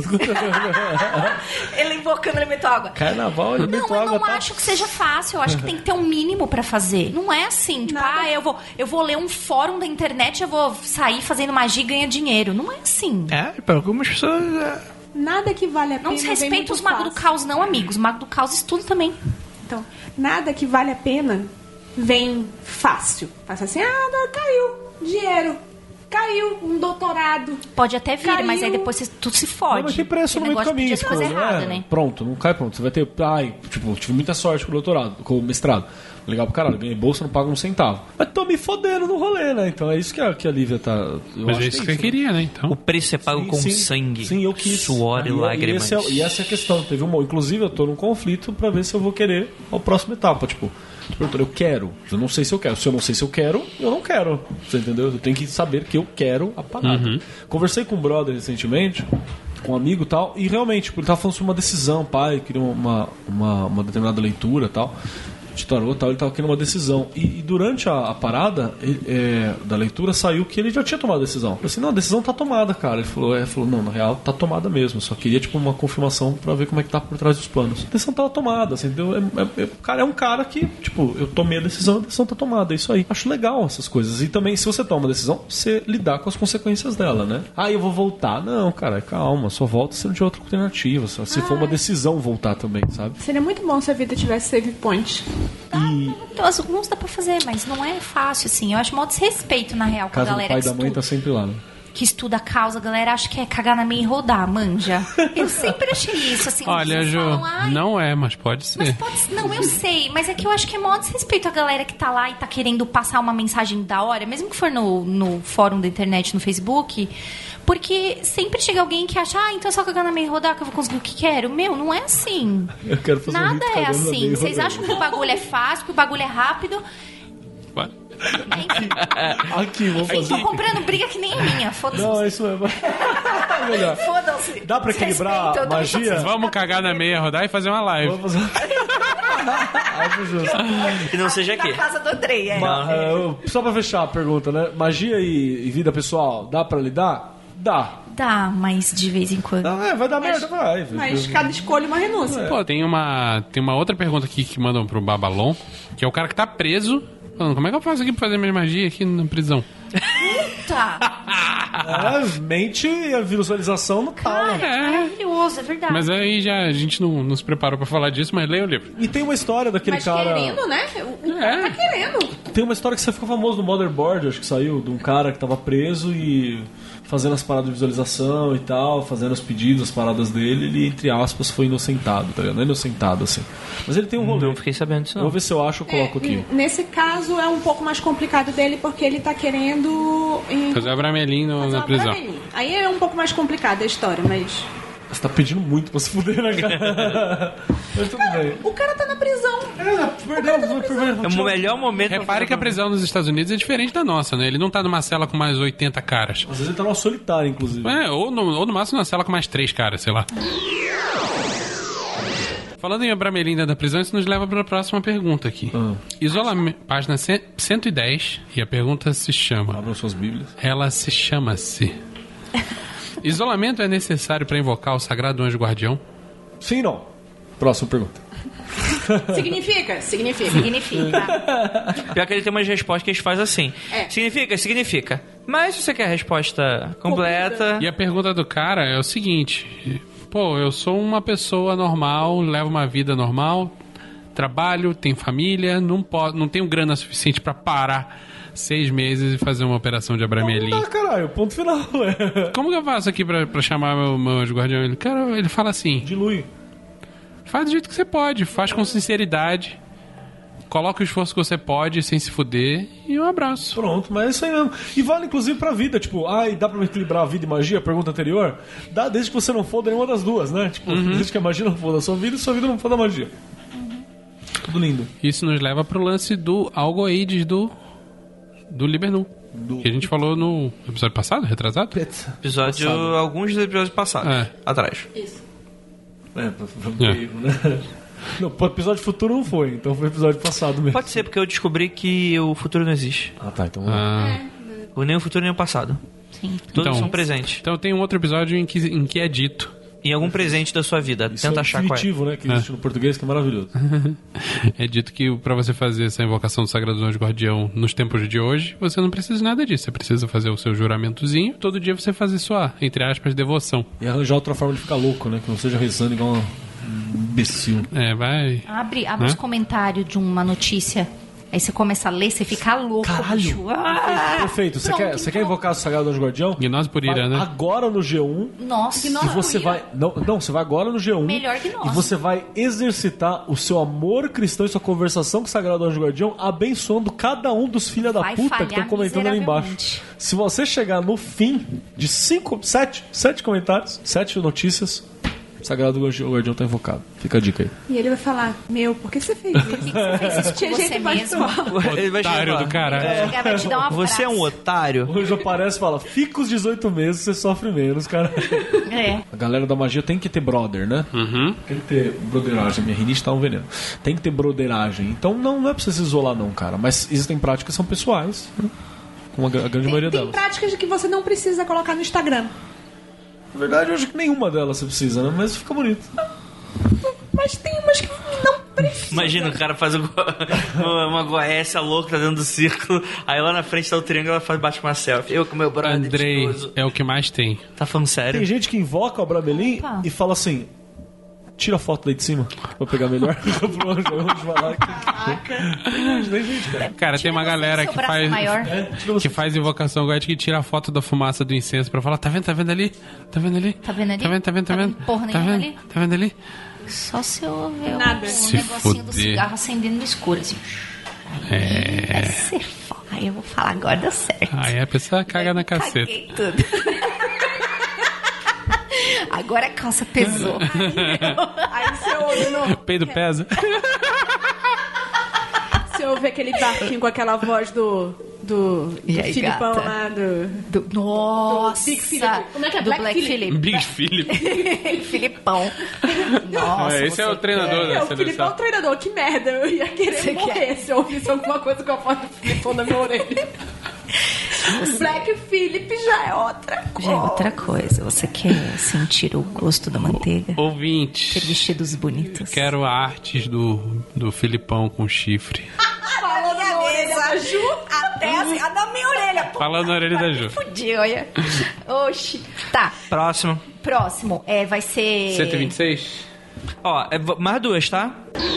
Ele invocando elemento água. Carnaval, elemento água. Eu não acho que seja fácil. Eu acho que tem que ter um mínimo pra fazer. Não é assim, tipo, eu vou ler um fórum da internet, eu vou sair fazendo magia e ganhar dinheiro. Não é assim. Para algumas pessoas... Nada que vale a pena. Não desrespeita os magos do caos, não, amigos. Mago do caos estuda também. Então, nada que vale a pena vem fácil. Passa assim, caiu dinheiro. Caiu um doutorado. Pode até vir, mas aí depois tudo se fode. Não, mas tem preço no meio do caminho. Né? Pronto, não cai pronto. Você vai ter... tive muita sorte com o doutorado, com o mestrado. Legal pro caralho, ganhei bolsa, não pago um centavo. Mas tô me fodendo no rolê, né? Então é isso que a Lívia tá... Mas é isso que você queria, né? Então. O preço é pago com sangue. Sim, eu quis. Suor e lágrimas. E essa é a questão. Inclusive, eu tô num conflito pra ver se eu vou querer a próxima etapa. Tipo, eu quero. Eu não sei se eu quero. Se eu não sei se eu quero, eu não quero. Você entendeu? Eu tenho que saber que eu quero a parada. Uhum. Conversei com um brother recentemente, com um amigo e tal, e realmente, ele tava falando sobre uma decisão, pai, queria uma determinada leitura e tal. De tarô, tal, ele estava querendo uma decisão. E durante a parada da leitura saiu que ele já tinha tomado a decisão. Eu falei assim, não, a decisão tá tomada, cara. Ele falou, não, na real tá tomada mesmo. Só queria tipo uma confirmação pra ver como é que tá por trás dos planos. A decisão tava tomada, assim, entendeu? Cara, é um cara que, tipo, eu tomei a decisão tá tomada, é isso aí. Acho legal essas coisas. E também, se você toma uma decisão, você lidar com as consequências dela, né? Eu vou voltar. Não, cara, calma, só volta se não tiver outra alternativa. Se for uma decisão, voltar também, sabe? Seria muito bom se a vida tivesse save point. Então, alguns dá pra fazer, mas não é fácil, assim. Eu acho mó desrespeito, na real, com a galera que o pai da mãe tá sempre lá, né? que estuda a causa, a galera acha que é cagar na meia e rodar, manja. Eu sempre achei isso, assim. Olha, Ju, falam, não é, mas pode ser. mas pode ser. Não, eu sei, mas é que eu acho que é maior desrespeito a galera que tá lá e tá querendo passar uma mensagem da hora, mesmo que for no fórum da internet, no Facebook, porque sempre chega alguém que acha, então é só cagar na meia e rodar que eu vou conseguir o que quero. Meu, não é assim. Eu quero fazer Nada rito é cagando na meia assim. e Vocês rodando. acham que o bagulho é fácil, que o bagulho é rápido? Enfim, Aqui, vamos eu fazer. tô comprando briga que nem a minha. Foda-se. Não, é isso mesmo. Melhor. Foda-se. Dá pra equilibrar Respeito, eu tô magia? Vamos cagar na meia, rodar e fazer uma live. Vamos fazer. Acho justo. Que não seja aqui. Na casa do Andrei, Só pra fechar a pergunta, né? Magia e vida pessoal, dá pra lidar? Dá. Dá, mas de vez em quando. Vai dar merda, vai. Mas cada escolha é uma renúncia. Pô, tem uma outra pergunta aqui que mandam pro Babalon, que é o cara que tá preso, falando, como é que eu faço aqui pra fazer minha magia aqui na prisão? Tá. Mente e a visualização não tá, né? Maravilhoso, é verdade. Mas aí já a gente não se preparou pra falar disso, mas leia o livro. E tem uma história daquele Mas cara... querendo, né? O cara tá querendo. Tem uma história que você ficou famoso no Motherboard, acho que saiu, de um cara que tava preso e fazendo as paradas de visualização e tal, fazendo os pedidos, as paradas dele, ele, entre aspas, foi inocentado, tá ligado? Não é inocentado, assim. Mas ele tem um rolê. Não fiquei sabendo disso, Eu não. vou ver se eu acho, eu coloco aqui. Nesse caso é um pouco mais complicado dele porque ele tá querendo Fazer o Abramelin fazer na uma prisão. Bravelinha. Aí é um pouco mais complicada a história, mas Você tá pedindo muito pra se fuder, né, cara? Mas tudo bem. o cara tá na prisão. É o melhor momento. Repare que a prisão nos Estados Unidos é diferente da nossa, né? Ele não tá numa cela com mais 80 caras. Às vezes ele tá numa solitária, inclusive. Ou no máximo numa cela com mais 3 caras, sei lá. Falando em Abramelin da prisão, isso nos leva para a próxima pergunta aqui. Isolamento, página 110, e a pergunta se chama... Abram suas bíblias. Ela se chama-se... Isolamento é necessário para invocar o sagrado anjo guardião? Sim, não. Próxima pergunta. Significa? Significa. Pior que ele tem umas respostas que eles fazem assim. Significa? Significa. Mas se você quer a resposta completa... E a pergunta do cara é o seguinte... Pô, eu sou uma pessoa normal, levo uma vida normal, trabalho, tenho família, não tenho grana suficiente pra parar 6 meses e fazer uma operação de Abramelin. Não dá, caralho. Ponto final, Como que eu faço aqui pra chamar meu anjo guardião? Ele fala assim... Dilui. Faz do jeito que você pode, faz com sinceridade, coloca o esforço que você pode sem se fuder e um abraço. Pronto, mas é isso aí mesmo. E vale inclusive pra vida, tipo, e dá pra equilibrar a vida e magia? Pergunta anterior. Dá desde que você não foda nenhuma das duas, né? Tipo, desde que a magia não foda a sua vida e sua vida não foda a magia. Tudo lindo. Isso nos leva pro lance do Algoides do Libernu. Que a gente falou no episódio passado, retrasado? Alguns episódios passados. Atrás. Isso. Erro, né? Não, o episódio futuro não foi, então foi o episódio passado mesmo. Pode ser, porque eu descobri que o futuro não existe. Tá, então... Nem o futuro nem o passado. Sim. Todos são presentes. Então tem um outro episódio em que é dito. Em algum presente da sua vida. Isso Tenta é achar qual é. infinitivo, né? Que existe no português, que é maravilhoso. É dito que pra você fazer essa invocação do Sagrado Anjo Guardião nos tempos de hoje, você não precisa de nada disso. Você precisa fazer o seu juramentozinho. Todo dia você fazer sua, entre aspas, devoção. E arranjar outra forma de ficar louco, né? Que não seja rezando igual um imbecil. Vai... Abre os comentários de uma notícia. Aí você começa a ler, você fica louco. Caralho! Bicho. Perfeito. Você quer invocar o Sagrado Anjo Guardião? Gnose por ira, Vai né? agora no G1. Nossa, E você vai... Não, você vai agora no G1. Melhor que nós. E você vai exercitar o seu amor cristão e sua conversação com o Sagrado Anjo Guardião, abençoando cada um dos filha da Vai puta que estão falhar comentando ali embaixo. miseravelmente. Se você chegar no fim de 7 comentários, 7 notícias, o Sagrado Anjo Guardião tá invocado. Fica a dica aí. E ele vai falar, por que você fez isso? Por que você fez isso com Tinha gente você mais mesmo? Ele vai Otário chegar. do caralho. Chegar, vai te dar uma Você é um otário. Hoje aparece e fala, fica os 18 meses, você sofre menos, cara. A galera da magia tem que ter brother, né? Tem que ter broderagem. Minha rinite tá um veneno. Tem que ter broderagem. Então não é pra você se isolar não, cara. Mas existem práticas que são pessoais, né? Como a grande maioria Tem delas. práticas que você não precisa colocar no Instagram. Na verdade, eu acho que nenhuma delas você precisa, né? Mas fica bonito. Mas tem umas que não precisa. Imagina, o cara faz uma goécia louca, tá dentro do círculo, aí lá na frente tá o triângulo, ela bate uma selfie. Eu com meu brother Andrei estiloso. é o que mais tem. Tá falando sério? Tem gente que invoca o Abramelin e fala assim... tira a foto daí de cima pra pegar melhor. Vamos falar Cara, tem uma galera que faz invocação gótica e tira a foto da fumaça do incenso pra falar, tá vendo ali? Tá vendo ali? Tá vendo ali? Tá vendo? Porra nenhuma ali? Tá vendo ali? Só se eu ver Nada. um negocinho do cigarro acendendo no escuro, assim. Vai ser foda. Aí eu vou falar, agora deu certo. Aí a pessoa caga na caceta. Caguei tudo. Agora a calça pesou. Aí você ouve no... Peido pesa. Você ouve aquele barquinho com aquela voz do E aí, Filipão gata? lá, Nossa! Big Philip. Como é que é? Do Black Black Philip? Big Philip. Filipão. Nossa, Esse é o treinador da O Filipão é o seleção. treinador, que merda. Eu ia querer Você morrer quer? se eu ouvisse alguma coisa com a voz do Filipão na minha orelha. Black Philip já é outra coisa. Já é outra coisa. Você quer sentir o gosto da manteiga? Ter Ouvinte, vestidos bonitos? quero artes do Filipão com chifre. Falando na orelha da Ju. Até assim, na minha orelha. Falando na orelha da Ju. Fudi, olha. Oxi. Tá, Próximo. próximo. Vai ser... 126? Ó, mais duas, tá?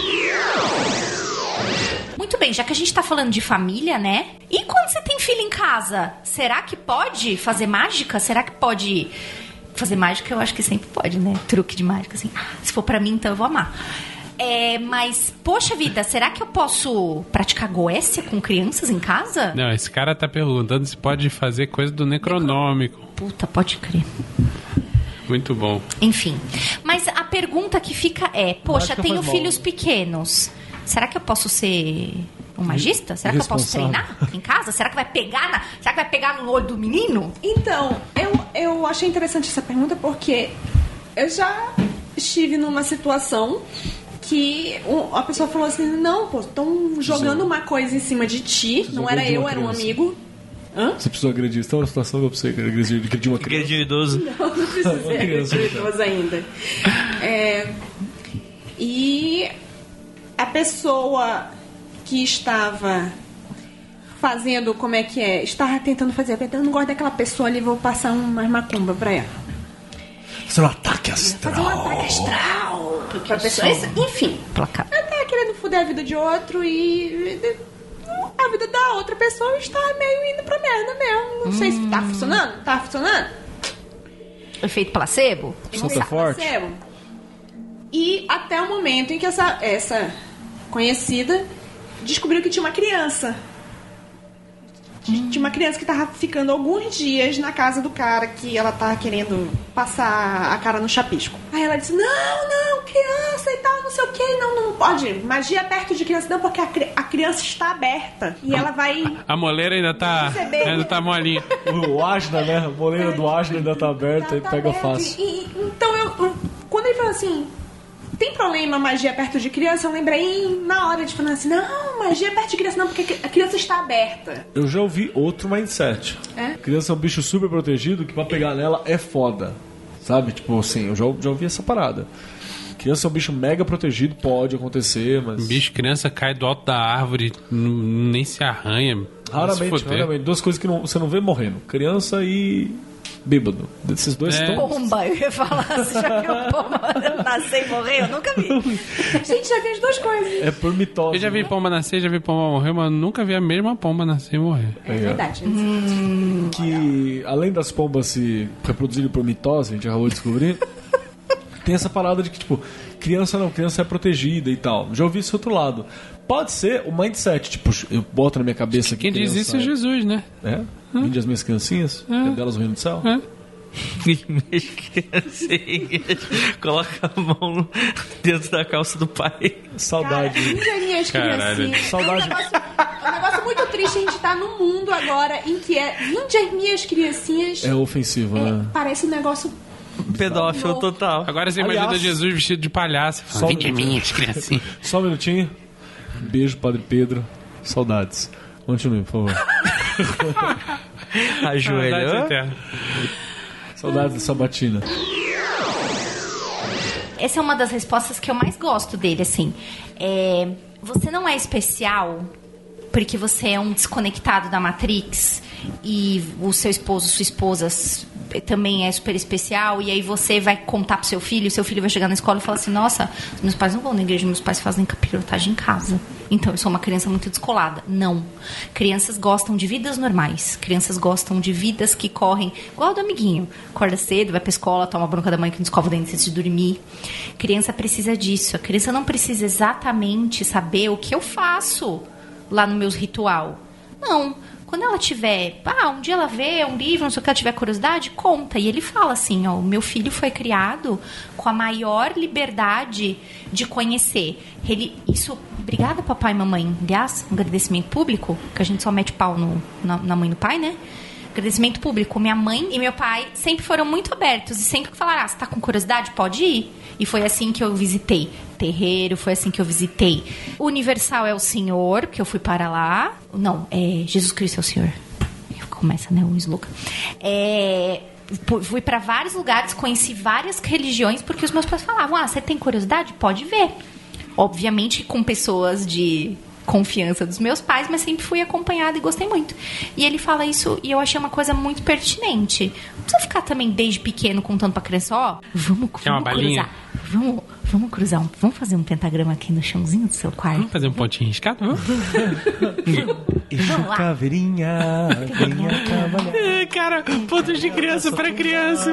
Muito bem, já que a gente tá falando de família, né? E quando você tem filho em casa? Será que pode fazer mágica? Será que pode... Fazer mágica eu acho que sempre pode, né? Truque de mágica, assim. Se for pra mim, então eu vou amar. Mas, poxa vida, será que eu posso praticar goécia com crianças em casa? Não, esse cara tá perguntando se pode fazer coisa do Necronômico. Puta, pode crer. Muito bom. Enfim. Mas a pergunta que fica é... Poxa, Mágica tenho faz mal. filhos pequenos. Será que eu posso ser um magista? Será que eu posso Irresponsável. treinar em casa? Será que vai pegar no olho do menino? Então, eu achei interessante essa pergunta porque eu já estive numa situação que a pessoa falou assim, não, pô, estão jogando uma coisa em cima de ti. Não era agredir eu, uma era um criança. amigo. Hã? Você precisou agredir. Você tá numa situação que eu precisei agredir uma criança. Agrediu idoso. Não precisei criança, agredir idoso ainda. E a pessoa que estava fazendo, como é que é? Estava tentando fazer, eu não gosto daquela pessoa ali, vou passar umas macumba pra ela. Você é um ataque astral. Fazer um ataque astral. Pra pessoa, enfim. Placar. Ela tá querendo foder a vida de outro e a vida da outra pessoa está meio indo pra merda mesmo. Não sei se tá funcionando. Tá funcionando? Efeito placebo? Solta forte. Placebo. E até o momento em que essa conhecida descobriu que tinha uma criança. Tinha uma criança que tava ficando alguns dias na casa do cara que ela tava querendo passar a cara no chapisco. Aí ela disse, não, criança e tal, não sei o que, não pode. Magia perto de criança não, porque a criança está aberta. E ela vai... A moleira ainda tá molinha. O Asna, né? A moleira do Asna ainda tá aberta e Tá pega aberto. fácil. Então quando ele falou assim, tem problema magia perto de criança, eu lembrei na hora de falar assim, não, magia perto de criança não, porque a criança está aberta. Eu já ouvi outro mindset. É? Criança é um bicho super protegido que pra pegar nela é foda. Sabe? Tipo assim, eu já ouvi essa parada. Criança é um bicho mega protegido, pode acontecer, mas... Bicho, criança cai do alto da árvore, nem se arranha. Raramente, Se fuder. raramente. Duas coisas que você não vê morrendo. Criança e bêbado. Desses dois estão... Pomba, eu ia falar. Você já viu pomba nascer e morrer? Eu nunca vi. Gente, já vi as duas coisas. É por mitose. Eu já vi pomba nascer, já vi pomba morrer, mas nunca vi a mesma pomba nascer e morrer. É verdade. Que além das pombas se reproduzirem por mitose, a gente acabou de descobrir, tem essa parada de que, tipo, criança é protegida e tal. Já ouvi esse outro lado. Pode ser o mindset, tipo, eu boto na minha cabeça que Quem diz criança isso é Jesus, né? É? Vinde as minhas criancinhas, é delas o reino do céu. É. Minhas criancinhas. Coloca a mão dentro da calça do pai. Saudade. Vinde as minhas Caralho. criancinhas. Saudade. É um negócio muito triste a gente tá num mundo agora em que vinde as minhas criancinhas. É ofensivo, né? Parece um negócio... Pedófilo total. Agora você Aliás, imagina Jesus vestido de palhaço. só um Vinde minhas criancinhas. Só um minutinho. Beijo, Padre Pedro. Saudades. Continue, por favor. Ajoelhou. Saudades da sabatina. Essa é uma das respostas que eu mais gosto dele, assim. Você não é especial porque você é um desconectado da Matrix e o seu esposo, sua esposa também é super especial, e aí você vai contar pro seu filho vai chegar na escola e falar assim, nossa, meus pais não vão na igreja, meus pais fazem capirotagem em casa. Então, eu sou uma criança muito descolada. Não. Crianças gostam de vidas normais. Crianças gostam de vidas que correm igual a do amiguinho. Acorda cedo, vai pra escola, toma bronca da mãe que não escova o dente antes de dormir. Criança precisa disso. A criança não precisa exatamente saber o que eu faço lá no meu ritual. Não. Quando ela tiver, um dia ela vê um livro, não sei o que, ela tiver curiosidade, conta. E ele fala assim, o meu filho foi criado com a maior liberdade de conhecer. Obrigada, papai e mamãe. Aliás, um agradecimento público, que a gente só mete pau na mãe e no pai, né? Agradecimento público. Minha mãe e meu pai sempre foram muito abertos e sempre que falaram, você tá com curiosidade? Pode ir. E foi assim que eu visitei terreiro, foi assim que eu visitei. O Universal é o Senhor, que eu fui para lá. Não, Jesus Cristo é o Senhor. Começa, né, o slogan. Fui para vários lugares, conheci várias religiões, porque os meus pais falavam, você tem curiosidade? Pode ver. Obviamente com pessoas de confiança dos meus pais, mas sempre fui acompanhada e gostei muito. E ele fala isso e eu achei uma coisa muito pertinente. Não precisa ficar também desde pequeno contando pra criança, vamos cruzar. Vamos cruzar, vamos fazer um pentagrama aqui no chãozinho do seu quarto. Vamos fazer um pontinho riscado? Caveirinha, venha trabalhar. Cara, pontos de criança pra criança.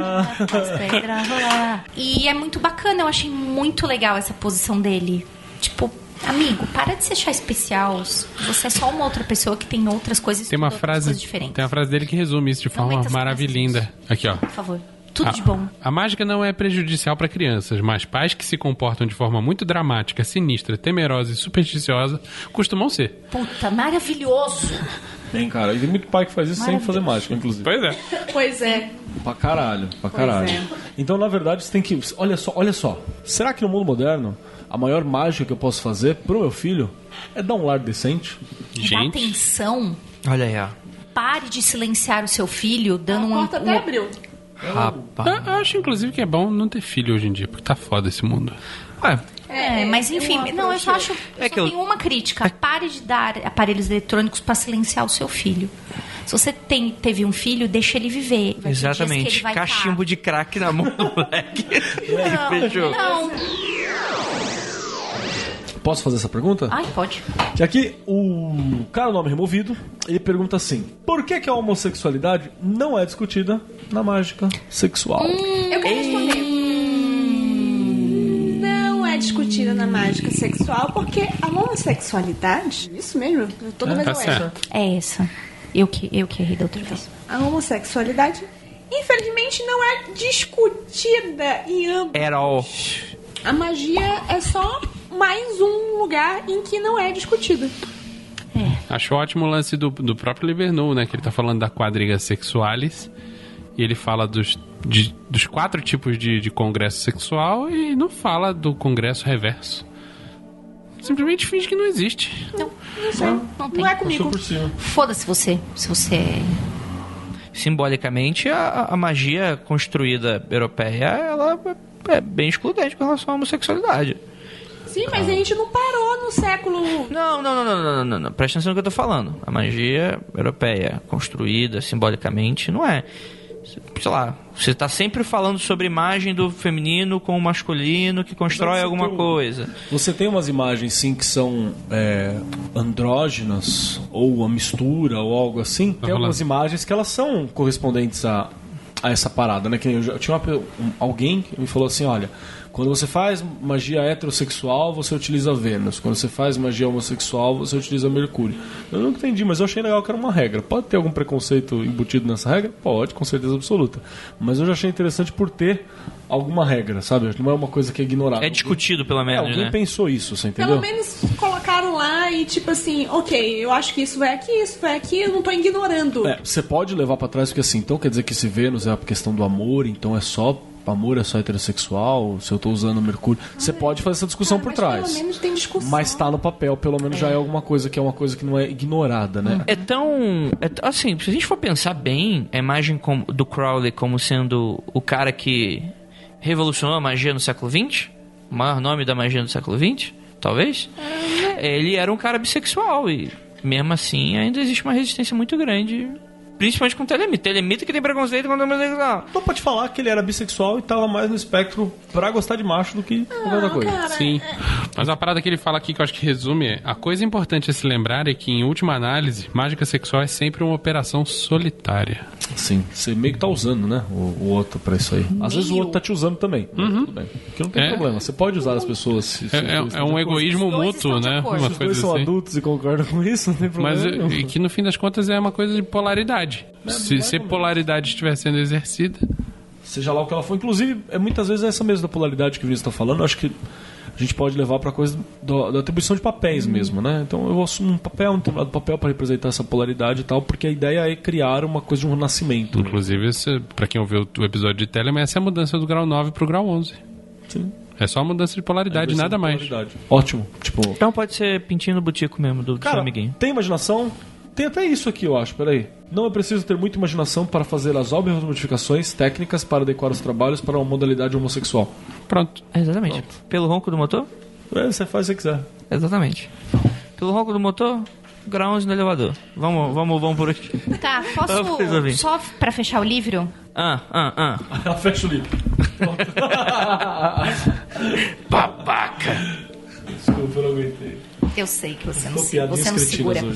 E é muito bacana, eu achei muito legal essa posição dele. Tipo, amigo, para de se achar especial. Você é só uma outra pessoa que tem outras coisas, coisas diferentes. Tem uma frase dele que resume isso de forma maravilhosa. Aqui, ó. Por favor. Tudo de bom. A mágica não é prejudicial para crianças, mas pais que se comportam de forma muito dramática, sinistra, temerosa e supersticiosa costumam ser. Puta, maravilhoso. Tem, cara. E tem muito pai que faz isso sem fazer mágica, inclusive. Pois é. Pra caralho. Então, na verdade, você tem que... Olha só. Será que no mundo moderno, a maior mágica que eu posso fazer pro meu filho é dar um lar decente? Dá atenção. Olha aí, ó. Pare de silenciar o seu filho dando A porta até abriu. Rapaz. Eu acho, inclusive, que é bom não ter filho hoje em dia, porque tá foda esse mundo. Mas enfim, eu só acho. Tenho uma crítica. Pare de dar aparelhos eletrônicos para silenciar o seu filho. Se você teve um filho, deixa ele viver. Exatamente. Cachimbo de crack na mão do moleque. Não. Posso fazer essa pergunta? Ai, pode. Que aqui, o cara nome removido, ele pergunta assim: por que a homossexualidade não é discutida na mágica sexual? Eu quero responder. Não é discutida na mágica sexual porque a homossexualidade... Isso mesmo? Toda vez eu erro. É essa. Eu que errei da outra vez. A homossexualidade, infelizmente, não é discutida em ambos. At all. A magia é só mais um lugar em que não é discutido. Acho ótimo o lance do próprio Libernu, né? Que ele tá falando da quadriga sexualis. E ele fala dos 4 tipos de congresso sexual e não fala do congresso reverso. Simplesmente finge que não existe. Não tem. Não é comigo. Foda-se você. Se você Simbolicamente, a magia construída europeia, ela é bem excludente com relação à homossexualidade. Sim, mas a gente não parou no século... Não. Presta atenção no que eu tô falando. A magia europeia, construída simbolicamente, não é... Sei lá, você tá sempre falando sobre imagem do feminino com o masculino que constrói alguma coisa. Você tem umas imagens, sim, que são andrógenas, ou uma mistura, ou algo assim. Tem algumas imagens que elas são correspondentes a essa parada, né? Que eu tinha alguém que me falou assim, olha... Quando você faz magia heterossexual, você utiliza Vênus. Quando você faz magia homossexual, você utiliza Mercúrio. Eu não entendi, mas eu achei legal que era uma regra. Pode ter algum preconceito embutido nessa regra? Pode, com certeza absoluta. Mas eu já achei interessante por ter alguma regra, sabe? Não é uma coisa que é ignorada. É discutido, pelo menos, alguém pensou isso, você entendeu? Pelo menos colocaram lá e tipo assim, ok, eu acho que isso vai aqui, eu não tô ignorando. Você pode levar pra trás porque assim, então quer dizer que esse Vênus é a questão do amor, então é só... amor é só heterossexual, se eu tô usando Mercúrio... Você pode fazer essa discussão por trás. Pelo menos tem discussão. Mas tá no papel, pelo menos já é alguma coisa que é uma coisa que não é ignorada, né? Assim, se a gente for pensar bem, a imagem do Crowley como sendo o cara que revolucionou a magia no século XX, o maior nome da magia no século XX, talvez, ele era um cara bissexual e, mesmo assim, ainda existe uma resistência muito grande principalmente com telemita. Telemita que tem preconceito contra homossexual. Então pode falar que ele era bissexual e tava mais no espectro pra gostar de macho do que qualquer outra coisa. Sim. Mas a parada que ele fala aqui que eu acho que resume é: a coisa importante a se lembrar é que, em última análise, mágica sexual é sempre uma operação solitária. Sim, você meio que tá usando, né? O outro pra isso aí. Às vezes o outro tá te usando também. Tudo bem. Porque não tem problema. Você pode usar as pessoas. Se É um egoísmo mútuo, né? Uma Os dois coisa são assim. adultos e concordam com isso, não tem problema. Mas nenhum. e que no fim das contas é uma coisa de polaridade. Se polaridade estiver sendo exercida. Seja lá o que ela for. Inclusive, muitas vezes é essa mesma polaridade que o Vinícius está falando. Eu acho que a gente pode levar para coisa da atribuição de papéis mesmo, né? Então eu assumo um determinado papel para representar essa polaridade e tal, porque a ideia é criar uma coisa de um renascimento. Inclusive, para quem ouviu o episódio de Telemann, essa é a mudança do grau 9 pro grau 11. Sim. É só a mudança de polaridade, nada mais. Ótimo. Tipo, Então pode ser pintinho no butico mesmo, do seu cara, amiguinho. tem imaginação? Tem até isso aqui, eu acho. Peraí. Não é preciso ter muita imaginação para fazer as óbvias modificações técnicas para adequar os trabalhos para uma modalidade homossexual. Pronto. Exatamente. Pelo ronco do motor? Você faz o que você quiser. Exatamente. Pelo ronco do motor, grau 11 no elevador. Vamos por aqui. Tá, Vamos resolver. posso, só pra fechar o livro? Ela fecha o livro. Babaca. Desculpa, eu não aguentei. Eu sei que você não, Piadinhas você não cretinas segura. hoje.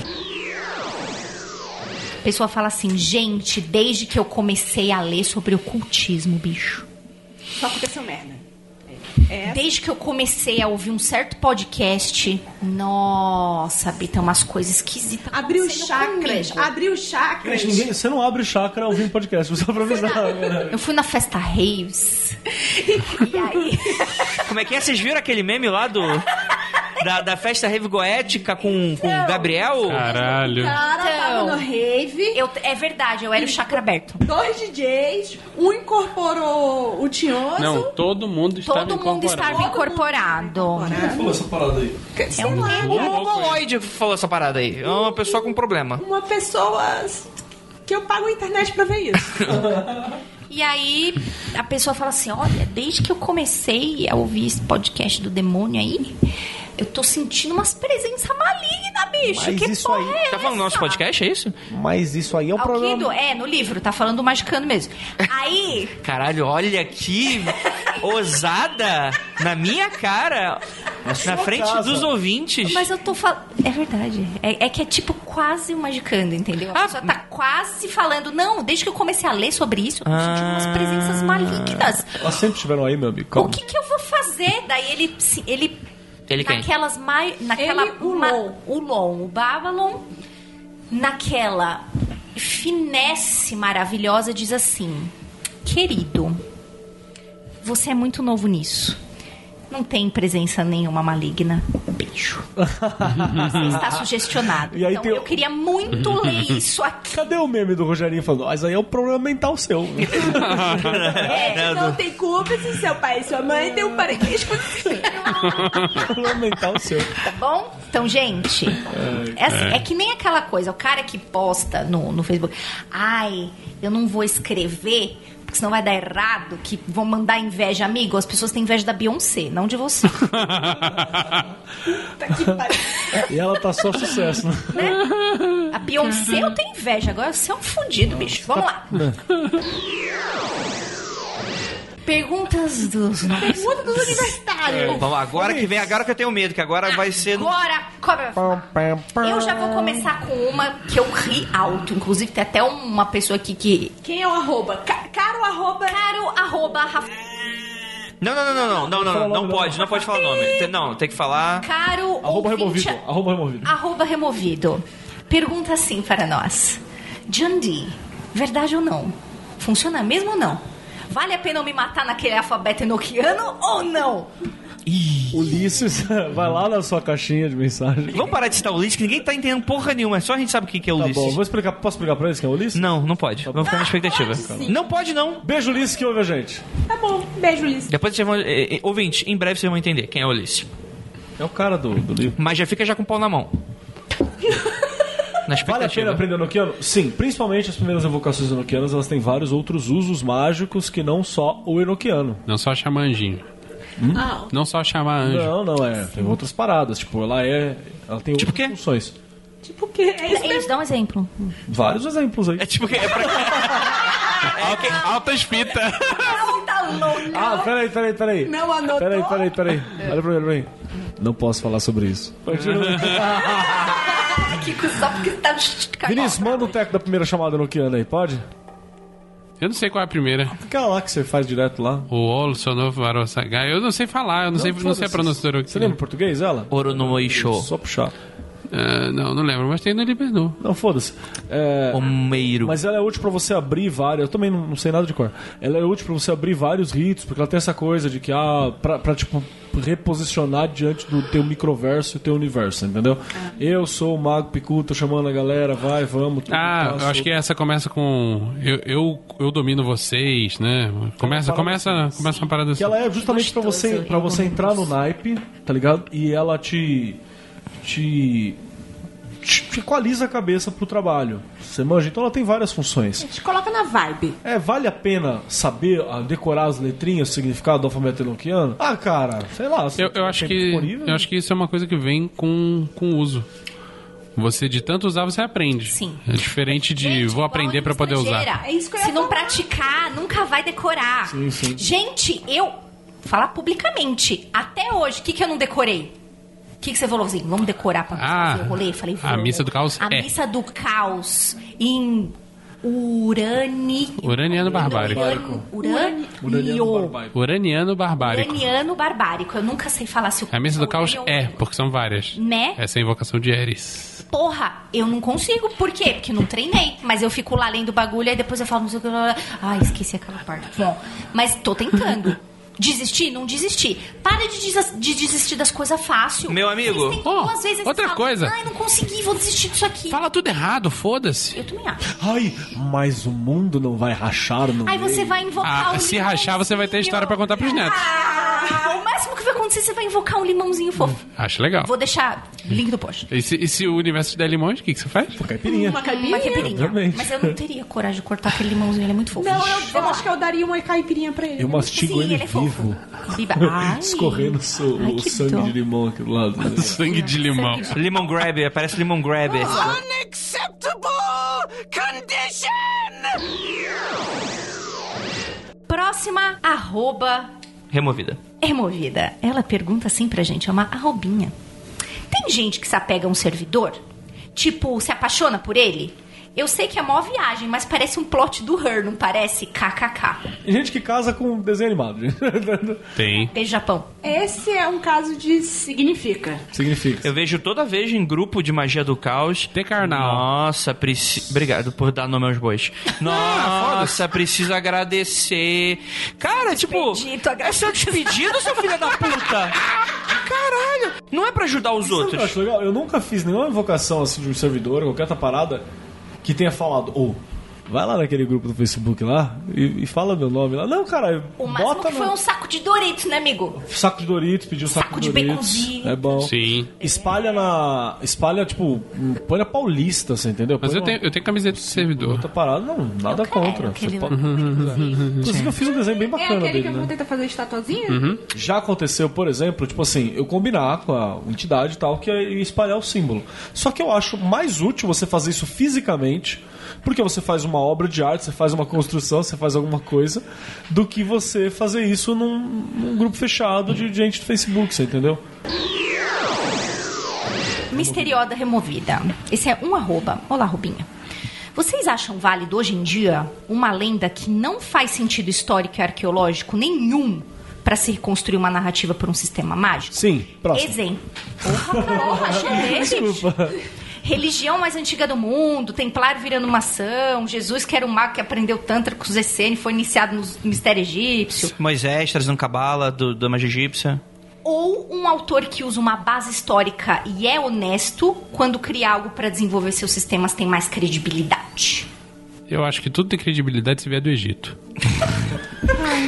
A pessoa fala assim, gente, desde que eu comecei a ler sobre ocultismo, bicho. Só aconteceu merda. Desde que eu comecei a ouvir um certo podcast, nossa, Bi, tem umas coisas esquisitas. Abriu acontecendo chakras. comigo. Abriu chakras. Você não abre chakra ouvindo podcast, só pra avisar. Galera. Eu fui na festa Raves. E aí... Como é que é? Vocês viram aquele meme lá da festa rave goética com o Gabriel? Caralho. O cara tava no rave, é verdade, eu era o chakra aberto. 2 DJs, um incorporou o Tinhoso. Não, todo mundo estava Todo mundo estava incorporado. Quem falou essa parada aí? É um O Mongoloid falou essa parada aí. É uma pessoa com problema. Uma pessoa que eu pago a internet pra ver isso. E aí a pessoa fala assim, olha, desde que eu comecei a ouvir esse podcast do demônio aí, eu tô sentindo umas presenças malignas, bicho. Mas Que isso porra aí- é Tá falando do nosso essa? podcast, é isso? Mas isso aí é um Alquido, problema. no livro, tá falando do magicano mesmo. Aí, Caralho, olha que ousada na minha cara, na frente casa. dos ouvintes. mas eu tô falando... É verdade. É que é tipo quase o magicando, entendeu? A pessoa tá quase falando, não, desde que eu comecei a ler sobre isso, eu tô sentindo umas presenças malignas. Elas sempre estiveram aí, meu amigo. O Calma. que eu vou fazer? Daí ele Ele quem? naquela Ele, o Lon. o Lon, o Babylon, naquela finesse maravilhosa, diz assim: querido, você é muito novo nisso. Não tem presença nenhuma maligna. Beijo. Você está sugestionado. E aí Então tem o- eu queria muito ler isso aqui. Cadê o meme do Rogerinho falando? Mas aí é um problema mental seu. Não tem culpa se seu pai e sua mãe têm um parentesco. Problema mental seu. Tá bom? Então, gente, é que nem aquela coisa, o cara que posta no Facebook, ai, eu não vou escrever, porque senão vai dar errado, que vão mandar inveja, amigo. As pessoas têm inveja da Beyoncé, não de você. E ela tá só sucesso, né? A Beyoncé eu tenho inveja, agora você é um fudido, bicho. Vamos lá. Perguntas dos nossos. Pergunta dos universitários. Vamos lá, agora que vem, agora que eu tenho medo, que agora vai ser... Agora, eu já vou começar com uma que eu ri alto. Inclusive, tem até uma pessoa aqui que... Quem é o arroba? Caro arroba. Caro, arroba, Não pode falar o nome. Não, tem que falar... Caro Arroba ouvinte- removido. Arroba removido. Arroba removido. Pergunta assim para nós. John Dee, verdade ou não? Funciona mesmo ou não? Vale a pena eu me matar naquele alfabeto enoquiano ou não? Ulisses, vai lá na sua caixinha de mensagem. Vamos parar de citar o Ulisses, que ninguém tá entendendo porra nenhuma. Só a gente sabe o que é o Tá Ulisses. bom, posso explicar pra eles quem é o Ulisses? Não pode. Vamos ficar na expectativa. Não pode, não. Beijo, Ulisses, que ouve a gente. Tá bom, beijo, Ulisses. Depois vocês vão... Ouvinte, em breve vocês vão entender quem é o Ulisses. É o cara do livro. Mas já fica já com o pau na mão. Na Vale a pena expectativa. aprender enoquiano? Sim, principalmente as primeiras evocações enoquianas, elas têm vários outros usos mágicos que não só o enoquiano. Não só chamar anjinho. Não só chamar anjo. Não, tem outras paradas. Tipo, ela tem Tipo outras o quê? funções. Tipo o quê? É isso Eles mesmo. dão um exemplo. Vários exemplos aí. É tipo que é pra... Altas fitas. Não, tá louco. Ah, peraí. Não anotou? Peraí. Olha pra mim. Não posso falar sobre isso. Que só porque tá... Vinícius, manda o teco da primeira chamada noquiana aí, pode? Eu não sei qual é a primeira. Aquela lá que você faz direto lá. O Olo, Sonovo, Varosaga. Eu não sei falar, eu não sei a pronúncia do Você lembra português, ela? Oro no Moisho. Só puxar. Não lembro, mas tem no Libernu. Não, foda-se. Homeiro. Mas ela é útil pra você abrir várias. Eu também não sei nada de cor. Ela é útil pra você abrir vários ritos, porque ela tem essa coisa de que pra tipo reposicionar diante do teu microverso e teu universo, entendeu? Eu sou o Mago Picu, tô chamando a galera, vamos. Eu acho que essa começa com eu domino vocês, né? Começa uma parada assim. Que ela é justamente pra Gostoso, você entrar no naipe, tá ligado? E ela te equaliza a cabeça pro trabalho. Você manja? Então ela tem várias funções. Te coloca na vibe. Vale a pena saber decorar as letrinhas, o significado do alfabeto enoquiano? Ah, cara, sei lá. Eu acho que isso é uma coisa que vem com o uso. Você, de tanto usar, você aprende. Sim. É diferente de Gente, vou aprender pra poder usar. É isso que eu ia Se não falar. praticar, nunca vai decorar. Sim. Gente, eu... Falar publicamente. Até hoje, o que eu não decorei? O que você falou assim? Vamos decorar pra fazer o rolê? Falei, a Missa do Caos A Missa do Caos em Uraniano Barbárico. Uraniano Barbárico. Uraniano Barbárico. Eu nunca sei falar se o... A Missa do Caos porque são várias. Né? Essa é a invocação de Eris. Porra, eu não consigo. Por quê? Porque não treinei. Mas eu fico lá lendo o bagulho e depois eu falo... Não sei o que... Ai, esqueci aquela parte. Bom, mas tô tentando. Desistir? Não desistir. Para de desistir das coisas fácil. Meu amigo. Vocês tentam duas vezes outra falam, coisa. Ai, não consegui, vou desistir disso aqui. Fala tudo errado, foda-se. Eu também acho. Ai, mas o mundo não vai rachar no Aí meio. você vai invocar o Se limãozinho. rachar, você vai ter história pra contar pros netos. O máximo que vai acontecer, você vai invocar um limãozinho fofo. Acho legal. Vou deixar link do post. E se o universo te der limões, o que você faz? Caipirinha. Uma caipirinha? Uma caipirinha. Obviamente. Mas eu não teria coragem de cortar aquele limãozinho, ele é muito fofo. Não, eu acho que eu daria uma caipirinha pra ele. Eu mastigo Sim, ele ele é fofo. vivo. Biba. Ai. Escorrendo Ai, o que sangue dó. de limão aqui do lado. Né? Sangue de limão. Lemon Grabber, parece Lemon Grabber. Unacceptable condition! Próxima arroba Removida. removida. Ela pergunta assim pra gente, é uma arrobinha. Tem gente que se apega a um servidor? Tipo, se apaixona por ele? Eu sei que é mó viagem, mas parece um plot do Her, não parece? KKK. Tem gente que casa com desenho animado. Gente. Tem. Beijo, Japão. Esse é um caso de significa. Significa. Eu vejo toda vez em grupo de magia do caos. Tem carnal. Nossa, obrigado por dar nome aos bois. Nossa, preciso agradecer. Cara, tipo, Despedido, é seu despedido, seu filho da puta. Caralho. Não é pra ajudar os Sabe o que eu outros. acho legal? Eu nunca fiz nenhuma invocação assim de um servidor, qualquer outra parada, que tenha falado, vai lá naquele grupo do Facebook lá e fala meu nome lá. Não, cara, O máximo bota que foi um saco de Doritos, né, amigo? saco de Doritos, pediu saco, Saco de de Doritos. baconzitos. É bom. Sim. Espalha, tipo, põe na Paulista, você entendeu? Mas Põe eu tenho camiseta de servidor. outra parada, não, nada Eu quero contra. Você aquele pode... Inclusive, eu fiz um desenho bem É bacana aquele dele, que eu vou né? tentar fazer estatuazinha? Já aconteceu, por exemplo, tipo assim, eu combinar com a entidade e tal, que é espalhar o símbolo. Só que eu acho mais útil você fazer isso fisicamente, porque você faz uma obra de arte, você faz uma construção, você faz alguma coisa, do que você fazer isso num grupo fechado de gente do Facebook, você entendeu? Misteriosa removida. Esse é um arroba. Olá, Rubinha. Vocês acham válido hoje em dia uma lenda que não faz sentido histórico e arqueológico nenhum para se reconstruir uma narrativa por um sistema mágico? Sim, próximo. Exemplo. Porra, cheguei, Desculpa. Religião mais antiga do mundo, Templário virando uma ação, Jesus que era um mago que aprendeu Tantra com os Essênios, foi iniciado no mistério egípcio. Moisés trazendo cabala da magia egípcia. Ou um autor que usa uma base histórica e é honesto quando cria algo para desenvolver seus sistemas tem mais credibilidade. Eu acho que tudo tem credibilidade se vier do Egito.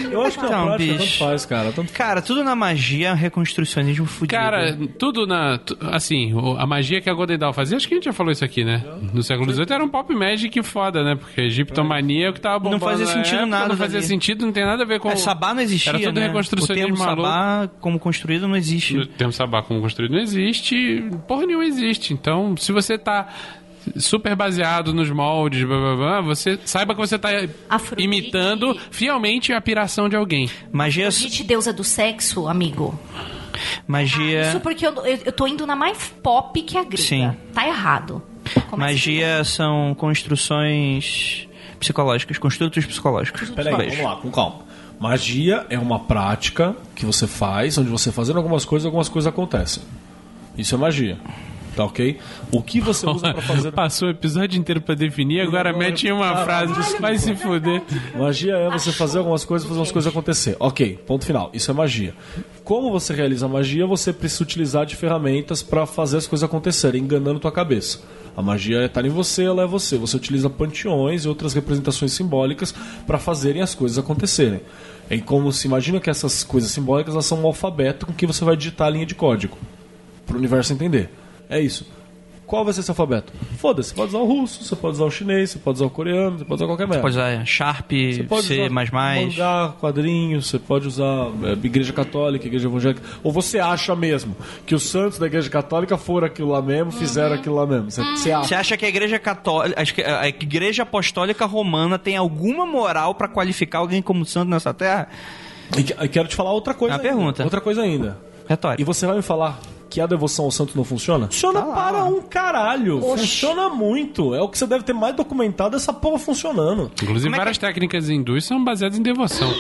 Eu acho que Então, na prática bicho. tanto faz, cara. Cara, tudo na magia é reconstrucionismo fudido. Cara, tudo assim, a magia que a Golden Dawn fazia, acho que a gente já falou isso aqui, né? No século XVIII era um pop magic foda, né? Porque a egiptomania é o que tava bombando. Não fazia na sentido época, nada Não fazia dali. sentido, não tem nada a ver com... Sabá não existia, Era tudo né? reconstrucionismo O termo maluco. Sabá, como construído, não existe. O termo sabá como construído não existe, porra nenhuma existe. Então, se você tá super baseado nos moldes, blá, blá, blá, você saiba que você tá Afrodite. imitando fielmente a piração de alguém. Magia... Afrodite, deusa do sexo, amigo. Magia... Isso porque eu tô indo na mais pop que a grega. Sim. Tá errado. Magia são construções psicológicas, construtos psicológicos. Peraí, vamos lá, com calma. Magia é uma prática que você faz, onde você fazendo algumas coisas acontecem. Isso é magia. Tá ok? O que você usa pra fazer... Passou o episódio inteiro pra definir, agora mete em uma frase. Vai se fuder. Magia é você fazer algumas coisas, fazer umas coisas acontecer. Ok, ponto final. Isso é magia. Como você realiza a magia, você precisa utilizar de ferramentas pra fazer as coisas acontecerem, enganando tua cabeça. A magia está em você, ela é você. Você utiliza panteões e outras representações simbólicas pra fazerem as coisas acontecerem. É como se imagina que essas coisas simbólicas elas são um alfabeto com que você vai digitar a linha de código pro universo entender. É isso. Qual vai ser esse alfabeto? Foda-se, você pode usar o russo, você pode usar o chinês, você pode usar o coreano, você pode usar qualquer merda. Pode usar Sharp, C++. Mangá, quadrinhos, você pode usar igreja católica, igreja evangélica. Ou você acha mesmo que os santos da igreja católica foram aquilo lá mesmo, fizeram aquilo lá mesmo. Você acha? Você acha que a igreja católica, a igreja apostólica romana tem alguma moral pra qualificar alguém como santo nessa terra? E quero te falar outra coisa. Uma pergunta. Outra coisa ainda. Retórica. E você vai me falar que a devoção ao santo não funciona? Funciona para um caralho. Funciona muito. É o que você deve ter mais documentado essa porra funcionando. Inclusive, várias técnicas hindus são baseadas em devoção.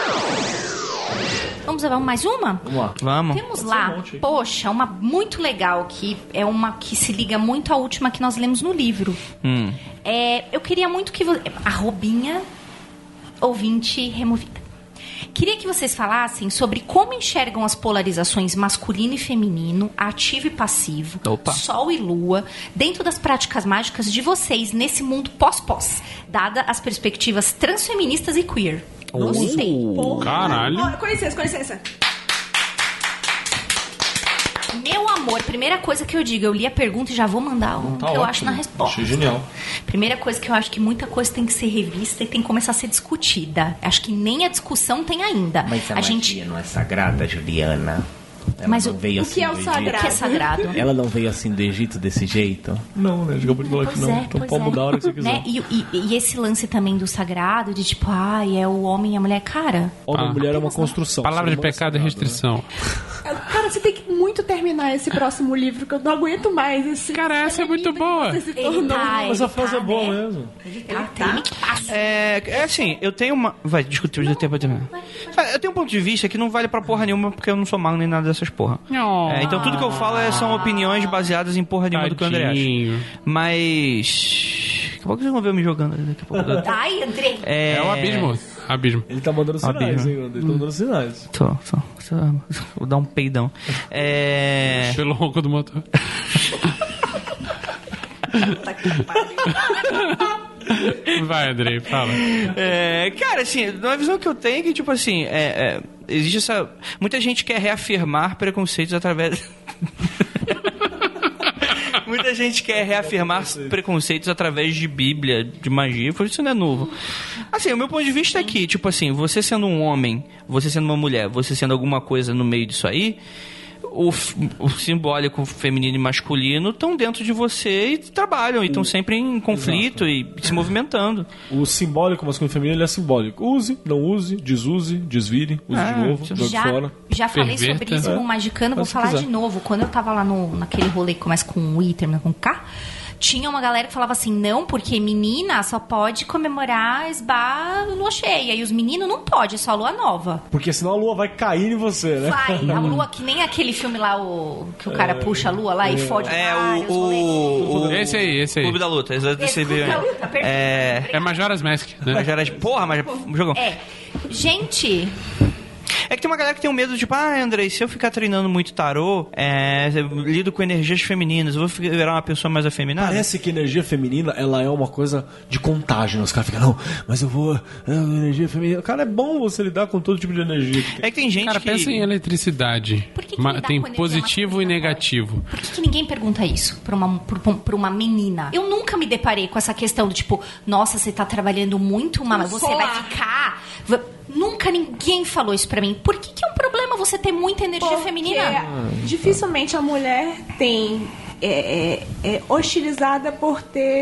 Vamos levar mais uma? Vamos lá. Vamos. Temos lá, poxa, uma muito legal, que é uma que se liga muito à última que nós lemos no livro. Eu queria muito que você... Arrobinha, ouvinte removida. Queria que vocês falassem sobre como enxergam as polarizações masculino e feminino, ativo e passivo, Opa. sol e lua, dentro das práticas mágicas de vocês nesse mundo pós-pós, dada as perspectivas transfeministas e queer. Gostei. Caralho. Ó, com licença. Meu amor, primeira coisa que eu digo, eu li a pergunta e já vou mandar o que eu acho na resposta. Achei genial. Primeira coisa que eu acho que muita coisa tem que ser revista e tem que começar a ser discutida. Acho que nem a discussão tem ainda. Mas a magia não é sagrada, Juliana. Ela Mas não veio o assim que é o do sagrado? Egito. que é sagrado. Ela não veio assim do Egito desse jeito? Não, né? Acabou de falar que não. Então pode mudar a hora que você quiser. Né? E esse lance também do sagrado, de tipo, é o homem e a mulher. Cara, Homem e mulher é uma construção. Palavra de Ser humano é pecado e sagrado, restrição. Cara, você tem que muito terminar esse próximo livro, que eu não aguento mais. Esse Cara, essa é muito boa. Você se ele tornou... tá... Mas ele a frase tá, é boa né? mesmo. Ele tá trementaço. É assim, eu tenho uma... Vai, discutir o tempo pra terminar. Eu tenho um ponto de vista que não vale pra porra nenhuma, porque eu não sou mago nem nada dessas porra. Então tudo que eu falo são opiniões baseadas em porra nenhuma do que o André acha. Tadinho. Mas... Daqui a pouco vocês vão ver eu me jogando. Daqui a pouco. Ai, André. É o abismo. Abismo. Ele tá mandando sinais, Abismo. hein, André? Ele tá mandando sinais. Tô. Vou dar um peidão. Pelo ronco do motor. Vai, Andrei, fala. Cara, assim, uma visão que eu tenho é que, tipo assim, existe essa... Muita gente quer reafirmar preconceitos através... Muita gente quer reafirmar preconceitos através de Bíblia, de magia, por isso não é novo. Assim, o meu ponto de vista é que, tipo assim, você sendo um homem, você sendo uma mulher, você sendo alguma coisa no meio disso aí, o simbólico feminino e masculino estão dentro de você e trabalham, e estão sempre em conflito e se movimentando. O simbólico masculino e feminino ele é simbólico. Use, não use, desuse, desvire, use de novo, jogue fora. Já falei Perverta. sobre isso com o Magicano, vou se falar quiser. de novo. Quando eu tava lá naquele rolê que começa com I e termina com K, tinha uma galera que falava assim, não, porque menina só pode comemorar Esbá lua cheia, e os meninos não pode, é só lua nova. Porque senão a lua vai cair em você, né? Vai, a lua, que nem aquele filme lá, que o cara puxa a lua lá e fode vários rolês. Esse aí. Clube da Luta, exatamente. Esse Clube da Luta, perfeito. É Majora's Mask, né? Porra, mas jogão. Gente, É que tem uma galera que tem um medo, tipo, Andrei, se eu ficar treinando muito tarô, eu lido com energias femininas, eu vou virar uma pessoa mais afeminada? Parece que energia feminina, ela é uma coisa de contágio. Os caras ficam, não, mas eu vou... energia feminina... Cara, é bom você lidar com todo tipo de energia que tem. É que tem gente Cara, pensa em eletricidade. Por que lidar Tem com energia positivo e masculina negativo. Por que ninguém pergunta isso pra uma menina? Eu nunca me deparei com essa questão do tipo, nossa, você tá trabalhando muito, mas você vai ficar... Nunca ninguém falou isso pra mim. Por que é um problema você ter muita energia feminina? Dificilmente a mulher tem... É hostilizada por ter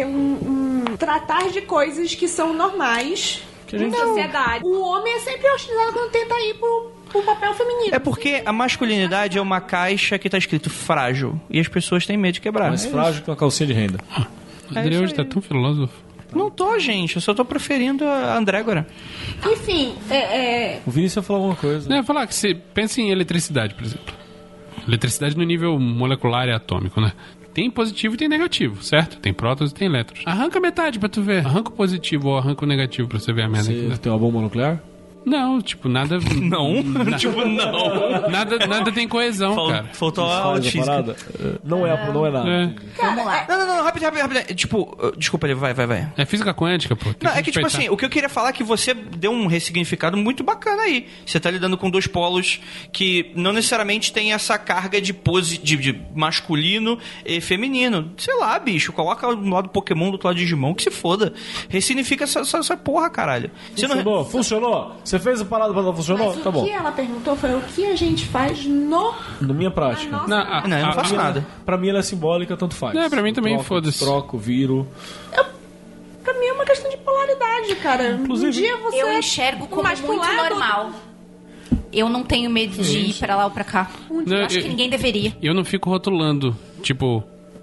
tratar de coisas que são normais na sociedade. O homem é sempre hostilizado quando tenta ir pro papel feminino. É porque a masculinidade é uma caixa que tá escrito frágil. E as pessoas têm medo de quebrar. Mais frágil que uma calcinha de renda. André hoje tá tão filósofo. Não tô, gente. Eu só tô preferindo a Andrégora. Enfim, O Vinícius ia falar alguma coisa. Não, eu ia falar que você pensa em eletricidade, por exemplo. Eletricidade no nível molecular e atômico, né? Tem positivo e tem negativo, certo? Tem prótons e tem elétrons. Arranca metade pra tu ver. Arranca o positivo ou arranca o negativo pra você ver a merda. Você tem uma bomba nuclear? Não, tipo, nada... Não? Tipo, não. Nada tem coesão, cara. Faltou a Faz aula a de física. parada? Não é nada. É. Vamos lá. Não, rápido. Tipo, desculpa, vai. É física quântica, pô. Tem Não, é que, tipo respeitar. assim, o que eu queria falar é que você deu um ressignificado muito bacana aí. Você tá lidando com dois polos que não necessariamente tem essa carga de masculino e feminino. Sei lá, bicho, coloca um lado Pokémon do outro lado Digimon, que se foda. Ressignifica essa porra, caralho. Funcionou. Você fez a parada pra ela funcionou? mas Tá o bom. que ela perguntou foi o que a gente faz Na minha prática. na nossa... Não, eu não faço nada. Pra mim ela é simbólica, tanto faz. Não, pra mim também, Troco, foda-se. Troco, viro. Pra mim é uma questão de polaridade, cara. Inclusive, um dia você Eu enxergo como mais pro muito lado, normal. Eu não tenho medo de ir pra lá ou pra cá. Não, Eu acho que ninguém deveria. Eu não fico rotulando, tipo...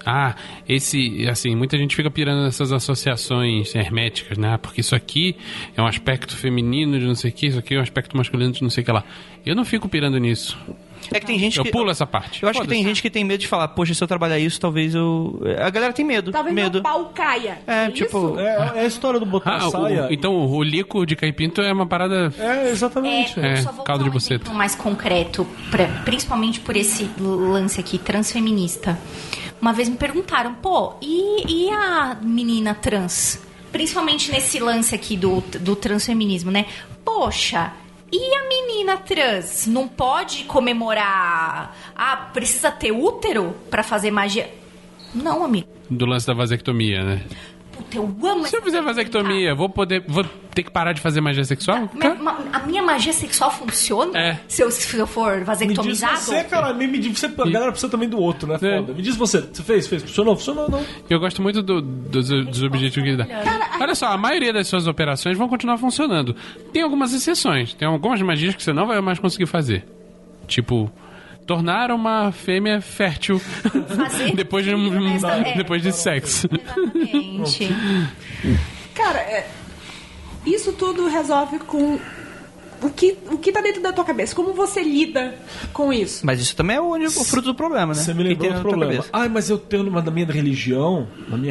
muita gente fica pirando nessas associações herméticas, né? Porque isso aqui é um aspecto feminino de não sei o que, isso aqui é um aspecto masculino de não sei o que lá. Eu não fico pirando nisso. É que tem gente Eu que... pulo essa parte. Eu acho que tem gente que tem medo de falar, poxa, se eu trabalhar isso, talvez eu... A galera tem medo. Talvez medo. meu pau caia. É, tipo... Isso? É a história do botar saia. Então o lico de caipinto é uma parada... Exatamente. Eu só vou caldo dar de um buceta. exemplo mais concreto, principalmente por esse lance aqui, transfeminista. Uma vez me perguntaram, e a menina trans? Principalmente nesse lance aqui do transfeminismo, né? Poxa, e a menina trans não pode comemorar... precisa ter útero pra fazer magia? Não, amigo. Do lance da vasectomia, né? Puta, eu amo Se eu fizer vasectomia, vou ter que parar de fazer magia sexual? A minha magia sexual funciona? É. Se eu for Me diz vasectomizado? você, cara. Me diz você. A galera precisa também do outro, né? É. Foda. Me diz você. Você fez? Funcionou? Funcionou, não. Eu gosto muito dos objetivos que ele dá. Olha só, a maioria das suas operações vão continuar funcionando. Tem algumas exceções. Tem algumas magias que você não vai mais conseguir fazer. Tipo... tornar uma fêmea fértil depois de sexo. Exatamente. Cara, isso tudo resolve com o que tá dentro da tua cabeça. Como você lida com isso? Mas isso também é o fruto do problema, né? Você me lembrou outro problema. Mas eu tenho na minha religião,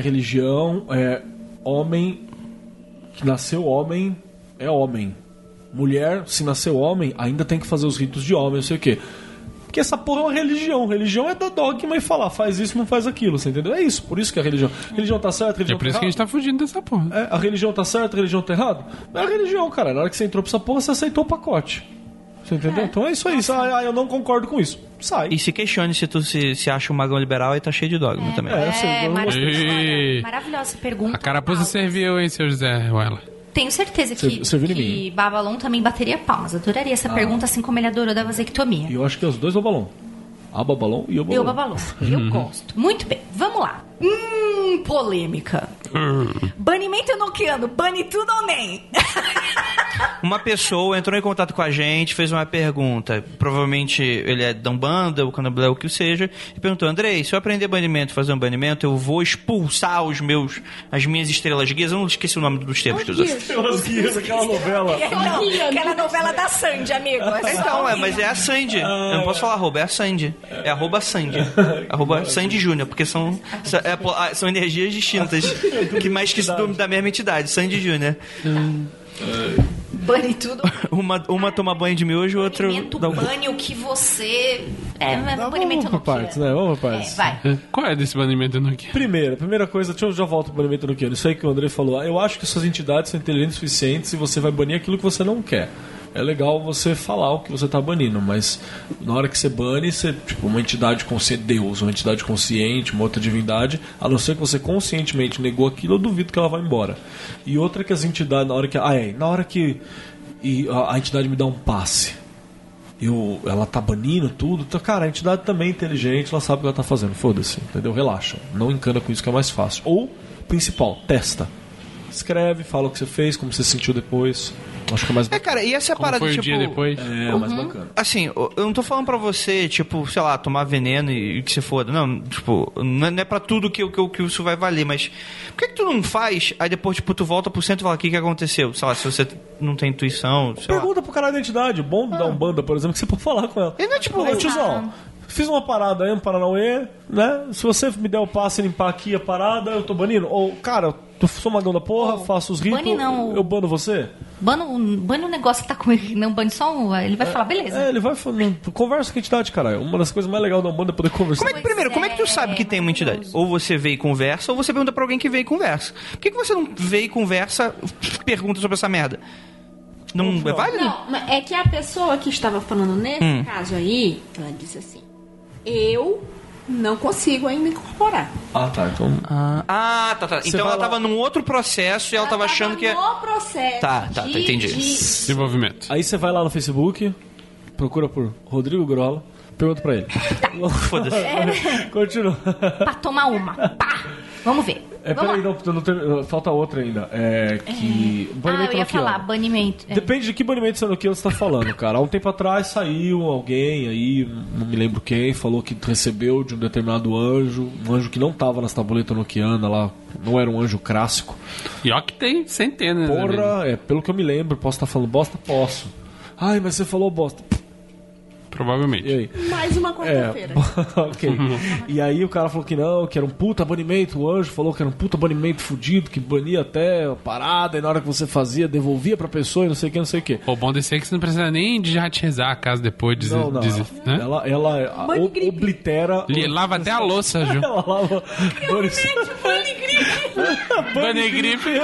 homem que nasceu homem é homem. Mulher, se nasceu homem, ainda tem que fazer os ritos de homem, não sei o quê. Porque essa porra é uma religião. Religião é dar dogma e falar, faz isso, não faz aquilo, você entendeu? É isso, por isso que é a religião. A religião tá certa, a religião É por tá isso que a gente tá fugindo dessa porra. a religião tá certa, a religião tá errada? Não é a religião, cara. Na hora que você entrou pra essa porra, você aceitou o pacote. Você entendeu? Então é isso aí. Eu não concordo com isso. Sai. E se questione se tu se acha um magão liberal e tá cheio de dogma também. Maravilhosa essa pergunta. A carapuça serviu, hein, seu José Ruela? Tenho certeza que Babalon também bateria palmas. Adoraria essa pergunta, assim como ele adorou da vasectomia. E eu acho que é os dois Babalon. A Babalon e o Babalon. Eu Babalon. Eu gosto. Muito bem, vamos lá. Polêmica. Banimento enoquiano, bane tudo ou nem? Uma pessoa entrou em contato com a gente, fez uma pergunta. Provavelmente ele é da Umbanda, o Candomblé, o que seja, e perguntou: Andrei, se eu aprender banimento, fazer um banimento, eu vou expulsar as minhas estrelas guias. Eu não esqueci o nome dos termos que eu usei. Estrelas guias, aquela novela. Aquela novela da Sandy, amigo. Então, mas é a Sandy. Eu não posso falar arroba, é a Sandy. É arroba Sandy. Arroba Sandy Júnior, porque são energias distintas, mas que da mesma entidade, Sandy Júnior. Bane tudo. Uma toma banho de miojo, outra... Banimento, bane o que você... banimento Vamos por partes, né? Vamos por partes. vai. Qual é desse banimento noquiano? Primeira coisa, eu já volto pro banimento noquiano. Isso aí que o André falou. Eu acho que suas entidades são inteligentes o suficiente e você vai banir aquilo que você não quer. É legal você falar o que você tá banindo, mas na hora que você bane, você, tipo, uma entidade consciente, Deus, uma entidade consciente, uma outra divindade, a não ser que você conscientemente negou aquilo, eu duvido que ela vá embora. E outra que as entidades, na hora que a entidade me dá um passe, ela tá banindo tudo, então, cara, a entidade também é inteligente, ela sabe o que ela tá fazendo, foda-se, entendeu? Relaxa, não encana com isso que é mais fácil. Ou, principal, testa. Escreve, fala o que você fez, como você se sentiu depois. Acho que é mais bacana. Cara, e essa Como parada, foi tipo... o dia depois? É, mais bacana. Assim, eu não tô falando pra você, tipo, sei lá, tomar veneno e que se foda. Não, tipo, não é pra tudo que isso vai valer, mas por que tu não faz, aí depois, tipo, tu volta pro centro e fala, o que aconteceu? Sei lá, se você não tem intuição, sei lá. Pergunta pro cara da identidade. Bom dar um banda, por exemplo, que você pode falar com ela. Ele não é tipo... Ô, tiozão, fiz uma parada aí, um Paranauê, né? Se você me der o passe e limpar aqui a parada, eu tô banindo. Ou, cara, eu sou magão da porra, faço os ritos, eu bano você? Bane o negócio que tá com ele, não bane só um. Ele vai falar, beleza. Ele vai falando, conversa com a entidade, caralho. Uma das coisas mais legais da Umbanda é poder conversar. Como é que tu sabe que tem uma entidade? Ou você vê e conversa, ou você pergunta pra alguém que vê e conversa. Por que você não vê e conversa, pergunta sobre essa merda? Não é válido? Não, mas é que a pessoa que estava falando nesse caso aí, ela disse assim, eu não consigo ainda incorporar. Ah, tá. Então... Tá. Então ela tava num outro processo e ela tava achando que... no processo Tá, entendi. Desenvolvimento. Aí você vai lá no Facebook, procura por Rodrigo Grola, pergunta pra ele. Foda-se. Continua. Pra tomar uma. Pá! Vamos ver. Peraí, não, falta outra ainda. Banimento eu ia noquiano. falar, banimento. Depende de que banimento noquiano você tá falando, cara. Há um tempo atrás saiu alguém aí, não me lembro quem, falou que recebeu de um determinado anjo, um anjo que não tava nas tabuletas noquianas lá, não era um anjo clássico. E ó que tem centenas. Né, Porra, pelo que eu me lembro, posso estar falando bosta? Posso. Ai, mas você falou bosta. Provavelmente. E aí? Mais uma quarta-feira. Ok. E aí o cara falou que não, que era um puta banimento. O anjo falou que era um puta banimento fudido, que bania até a parada, e na hora que você fazia, devolvia pra pessoa e não sei o que. O bom desse é que você não precisa nem de ratizar a casa depois de Não. né? Ela oblitera. Lava até a louça, Ju. Ela lava. Banegripe.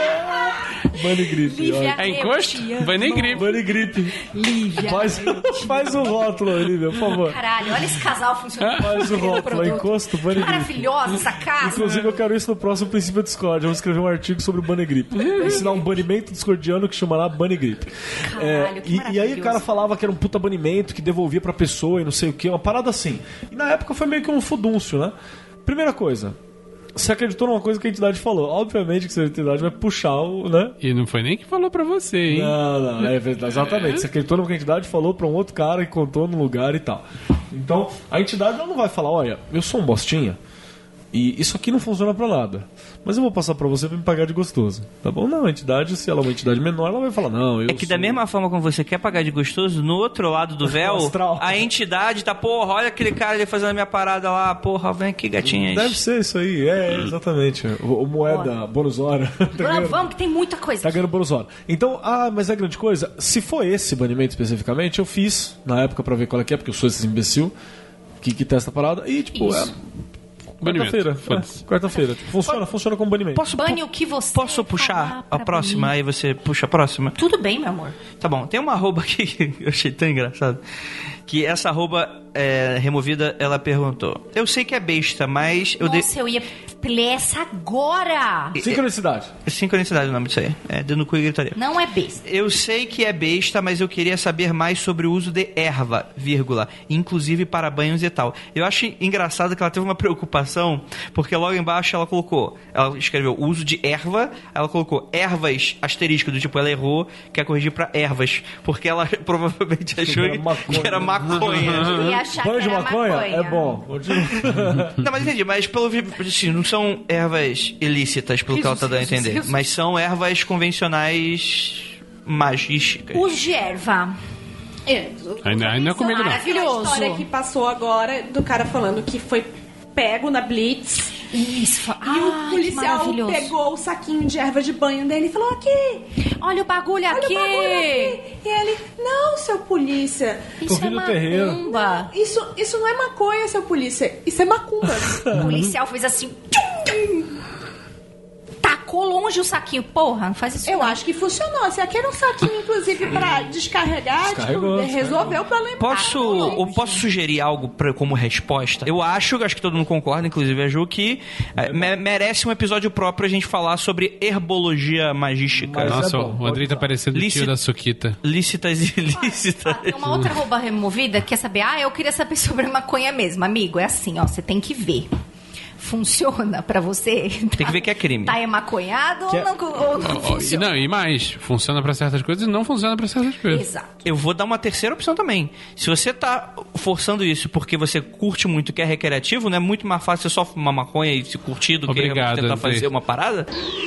Banegripe. É encosto? Banegripe. Banegripe. Lívia. Faz o rótulo, Olivia, por favor. Caralho, olha esse casal funcionando. Faz o rótulo, encosto, Banegripe. Maravilhosa essa casa. Inclusive, eu quero isso no próximo Princípio Discord. Eu vou escrever um artigo sobre o Banegripe. Ensinar um banimento discordiano que chamará Banegripe. Caralho, que e aí o cara falava que era um puta banimento, que devolvia pra pessoa e não sei o que, uma parada assim. E na época foi meio que um fudúncio, né? Primeira coisa, você acreditou numa coisa que a entidade falou. Obviamente que essa entidade vai puxar o, né? E não foi nem que falou pra você, hein? Não, é verdade, exatamente. Você acreditou numa que a entidade falou pra um outro cara que contou no lugar e tal. Então, a entidade não vai falar, olha, eu sou um bostinha e isso aqui não funciona pra nada, mas eu vou passar pra você pra me pagar de gostoso, tá bom? Não, a entidade, se ela é uma entidade menor, ela vai falar, não, eu É que da mesma forma como você quer pagar de gostoso, no outro lado do véu, astral. a entidade tá, porra, olha aquele cara ali fazendo a minha parada lá, porra, vem aqui, gatinhas. Deve ser isso aí, exatamente. O moeda, bônus hora. Vamos, que tem muita coisa. Tá ganhando bônus hora. Então, mas é grande coisa. Se for esse banimento especificamente, eu fiz na época pra ver qual é que é, porque eu sou esse imbecil que testa a parada. E, tipo, quarta-feira. Quarta-feira. Funciona como banimento. Bane o que você Posso puxar a próxima? Aí você puxa a próxima? Tudo bem, meu amor. Tá bom, tem uma arroba aqui que eu achei tão engraçado. Que essa arroba removida, ela perguntou: eu sei que é besta, mas eu ia ler essa agora. Sincronicidade. Sincronicidade é o nome disso aí. É dando cu e gritaria. Não é besta. Eu sei que é besta, mas eu queria saber mais sobre o uso de erva, inclusive para banhos e tal. Eu acho engraçado que ela teve uma preocupação, porque logo embaixo ela escreveu uso de erva, ela colocou ervas, asterisco, do tipo, ela errou, quer corrigir para ervas, porque ela provavelmente achou que era maconha. Eu ia achar Banho que de era maconha? É bom. Não, mas entendi, mas pelo assim, não são ervas ilícitas, pelo que ela tá dando a entender, mas são ervas convencionais magísticas. Uso de erva. Ainda é comigo, não. A história que passou agora do cara falando que foi pego na Blitz Isso. E o policial pegou o saquinho de erva de banho dele e falou: aqui, olha o bagulho aqui. E ele: não, seu polícia, Isso é macumba. Isso não é maconha, seu polícia. Isso é macumba. O policial fez assim... Tacou longe o saquinho. Porra, não faz isso Eu não. acho que funcionou. Esse aqui era um saquinho, inclusive, pra descarregar. Resolveu o problema. Posso sugerir algo como resposta? Eu acho que todo mundo concorda, inclusive a Ju, que merece um episódio próprio a gente falar sobre herbologia magística. Nossa, o Andrei tá parecendo o tio da Suquita. Lícitas e ilícitas. Tem uma outra rouba removida, quer saber? Eu queria saber sobre a maconha mesmo. Amigo, é assim, ó, você tem que ver. Funciona pra você? Tem que ver que é crime. Tá emaconhado ou não funciona? E mais, funciona pra certas coisas e não funciona pra certas coisas. Exato. Eu vou dar uma terceira opção também. Se você tá forçando isso porque você curte muito, quer recreativo, não é muito mais fácil você só fumar maconha e se curtir do que tentar fazer uma parada?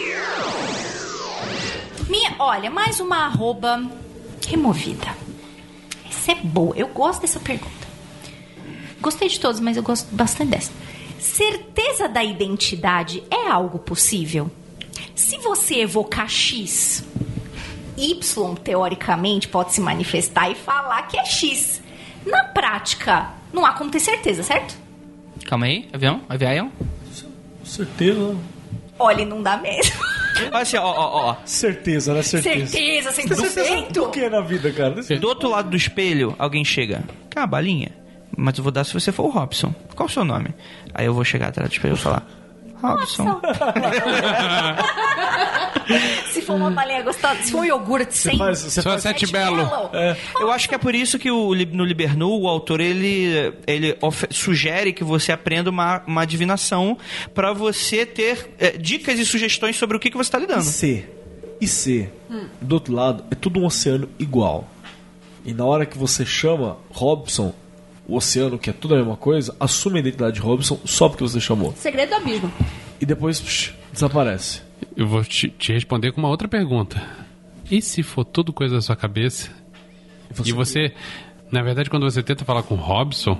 Olha, mais uma arroba removida. Essa é boa. Eu gosto dessa pergunta. Gostei de todos, mas eu gosto bastante dessa. Certeza da identidade é algo possível? Se você evocar X, Y, teoricamente, pode se manifestar e falar que é X. Na prática, não há como ter certeza, certo? Calma aí, avião? Certeza. Olha, não dá mesmo. Assim, ó. Certeza, né? Certeza, 100%. Por que na vida, cara? Do outro lado do espelho, alguém chega. Quer uma balinha? Mas eu vou dar se você for o Robson. Qual o seu nome? Aí eu vou chegar atrás do espelho e falar: Robson. Se for uma balinha gostosa, se for um iogurte sem... Só Sete Belo. Eu acho que é por isso que no Libernu, o autor, ele sugere que você aprenda uma divinação pra você ter dicas e sugestões sobre o que você tá lidando. E C, do outro lado, é tudo um oceano igual. E na hora que você chama Robson, o oceano, que é tudo a mesma coisa, assume a identidade de Robson só porque você chamou. Segredo do abismo. E depois desaparece. Eu vou te responder com uma outra pergunta. E se for tudo coisa da sua cabeça? E você, na verdade, quando você tenta falar com o Robson,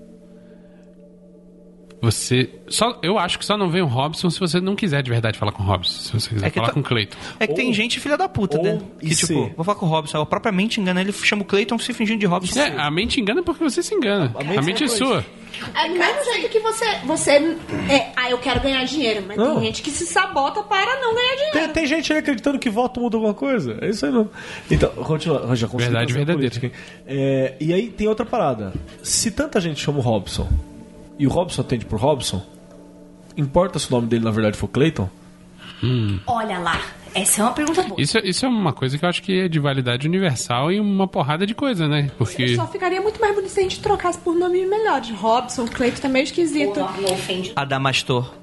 eu acho que só não vem o Robson se você não quiser de verdade falar com o Robson. Se você quiser falar com o Clayton. É que tem gente filha da puta, né? Que tipo, vou falar com o Robson. A própria mente engana ele, chama o Clayton se fingindo de Robson. A mente engana porque você se engana. A mente é sua. É do mesmo jeito que você eu quero ganhar dinheiro, mas tem gente que se sabota para não ganhar dinheiro. Tem gente aí acreditando que voto muda alguma coisa. É isso aí mesmo. Então, continua. Já consegui verdade verdadeira. E aí tem outra parada. Se tanta gente chama o Robson e o Robson atende por Robson, importa se o nome dele na verdade for Clayton? Olha lá, essa é uma pergunta boa. Isso é uma coisa que eu acho que é de validade universal e uma porrada de coisa, né? Porque... Só ficaria muito mais bonito se a gente trocasse por nome melhor. De Robson, Clayton tá meio esquisito. Adamastor.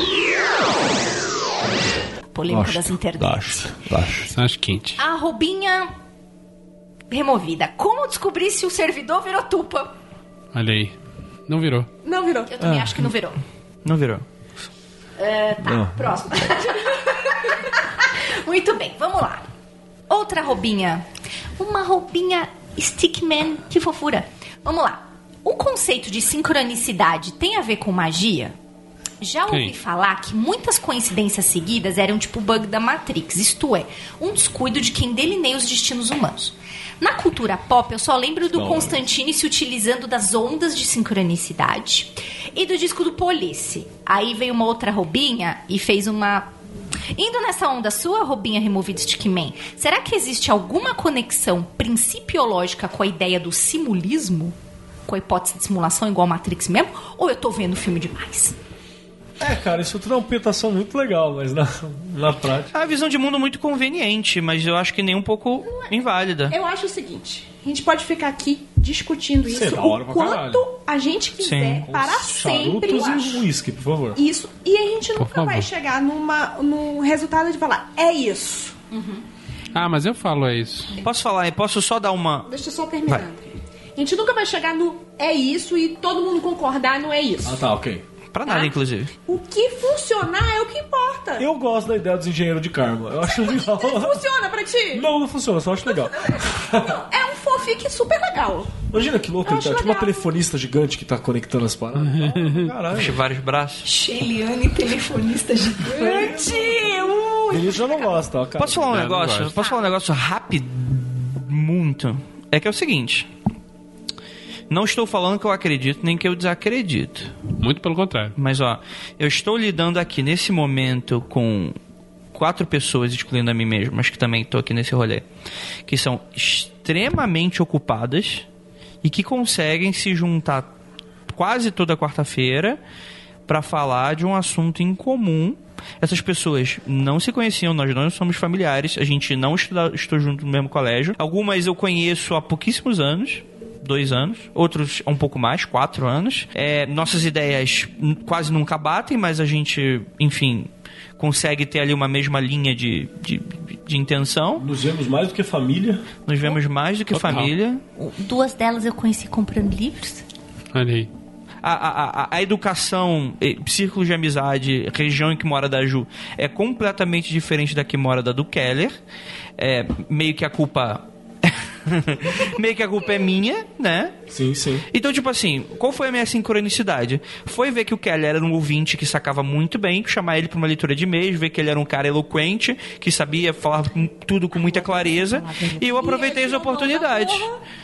Polêmica das internets. São as quentes. A arrobinha removida. Como descobrir se o servidor virou tupa? Olha aí. Não virou. Não virou. Eu também acho que não virou. Não virou. Próximo. Muito bem, vamos lá. Outra roupinha. Uma roupinha Stickman, que fofura. Vamos lá. O conceito de sincronicidade tem a ver com magia? Já ouvi falar que muitas coincidências seguidas eram tipo o bug da Matrix, isto é, um descuido de quem delineia os destinos humanos. Na cultura pop, eu só lembro do Constantine se utilizando das ondas de sincronicidade e do disco do Police. Aí veio uma outra roubinha e fez uma... Indo nessa onda sua, roubinha removida Stickman, será que existe alguma conexão principiológica com a ideia do simulismo? Com a hipótese de simulação igual Matrix mesmo? Ou eu tô vendo filme demais? Cara, isso tudo é uma interpretação muito legal, mas na prática... É uma visão de mundo muito conveniente, mas eu acho que nem um pouco inválida. Eu acho o seguinte, a gente pode ficar aqui discutindo isso o quanto a gente quiser, para sempre. Charutos e uísque, por favor. Isso, e a gente nunca vai chegar num resultado de falar, é isso. Mas eu falo é isso. Posso falar? Posso só dar uma... Deixa eu só terminar, André. A gente nunca vai chegar no é isso e todo mundo concordar no é isso. Tá, ok. Pra nada, inclusive. O que funcionar é o que importa. Eu gosto da ideia dos engenheiros de karma. Eu acho legal. Funciona pra ti? Não funciona, só acho legal. Não, é um fanfic super legal. Imagina que louco, ele tá tipo uma telefonista gigante que tá conectando as paradas. Caralho. Vários braços. Sheliane, telefonista gigante. Vinícius já não gosta, ó, cara. Posso falar um Não, negócio? não gosto. Posso falar um negócio rápido? Muito. É que é o seguinte. Não estou falando que eu acredito, nem que eu desacredito. Muito pelo contrário. Mas, ó, eu estou lidando aqui nesse momento com 4 pessoas, excluindo a mim mesmo, mas que também estou aqui nesse rolê, que são extremamente ocupadas e que conseguem se juntar quase toda quarta-feira para falar de um assunto em comum. Essas pessoas não se conheciam, nós não somos familiares, a gente não estou junto no mesmo colégio. Algumas eu conheço há pouquíssimos anos, 2 anos, outros um pouco mais, 4 anos. Nossas ideias quase nunca batem, mas a gente, enfim, consegue ter ali uma mesma linha de intenção. Nos vemos mais do que família. Nos vemos mais do que Total. família. 2 delas eu conheci comprando livros. Olha aí. A educação, círculo de amizade, região em que mora da Ju é completamente diferente da que mora da do Keller. Meio que a culpa é minha, né? Sim, sim. Então, tipo assim, qual foi a minha sincronicidade? Foi ver que o Keller era um ouvinte que sacava muito bem, chamar ele pra uma leitura de e-mails, ver que ele era um cara eloquente, que sabia falar tudo com muita clareza, e eu aproveitei as oportunidades.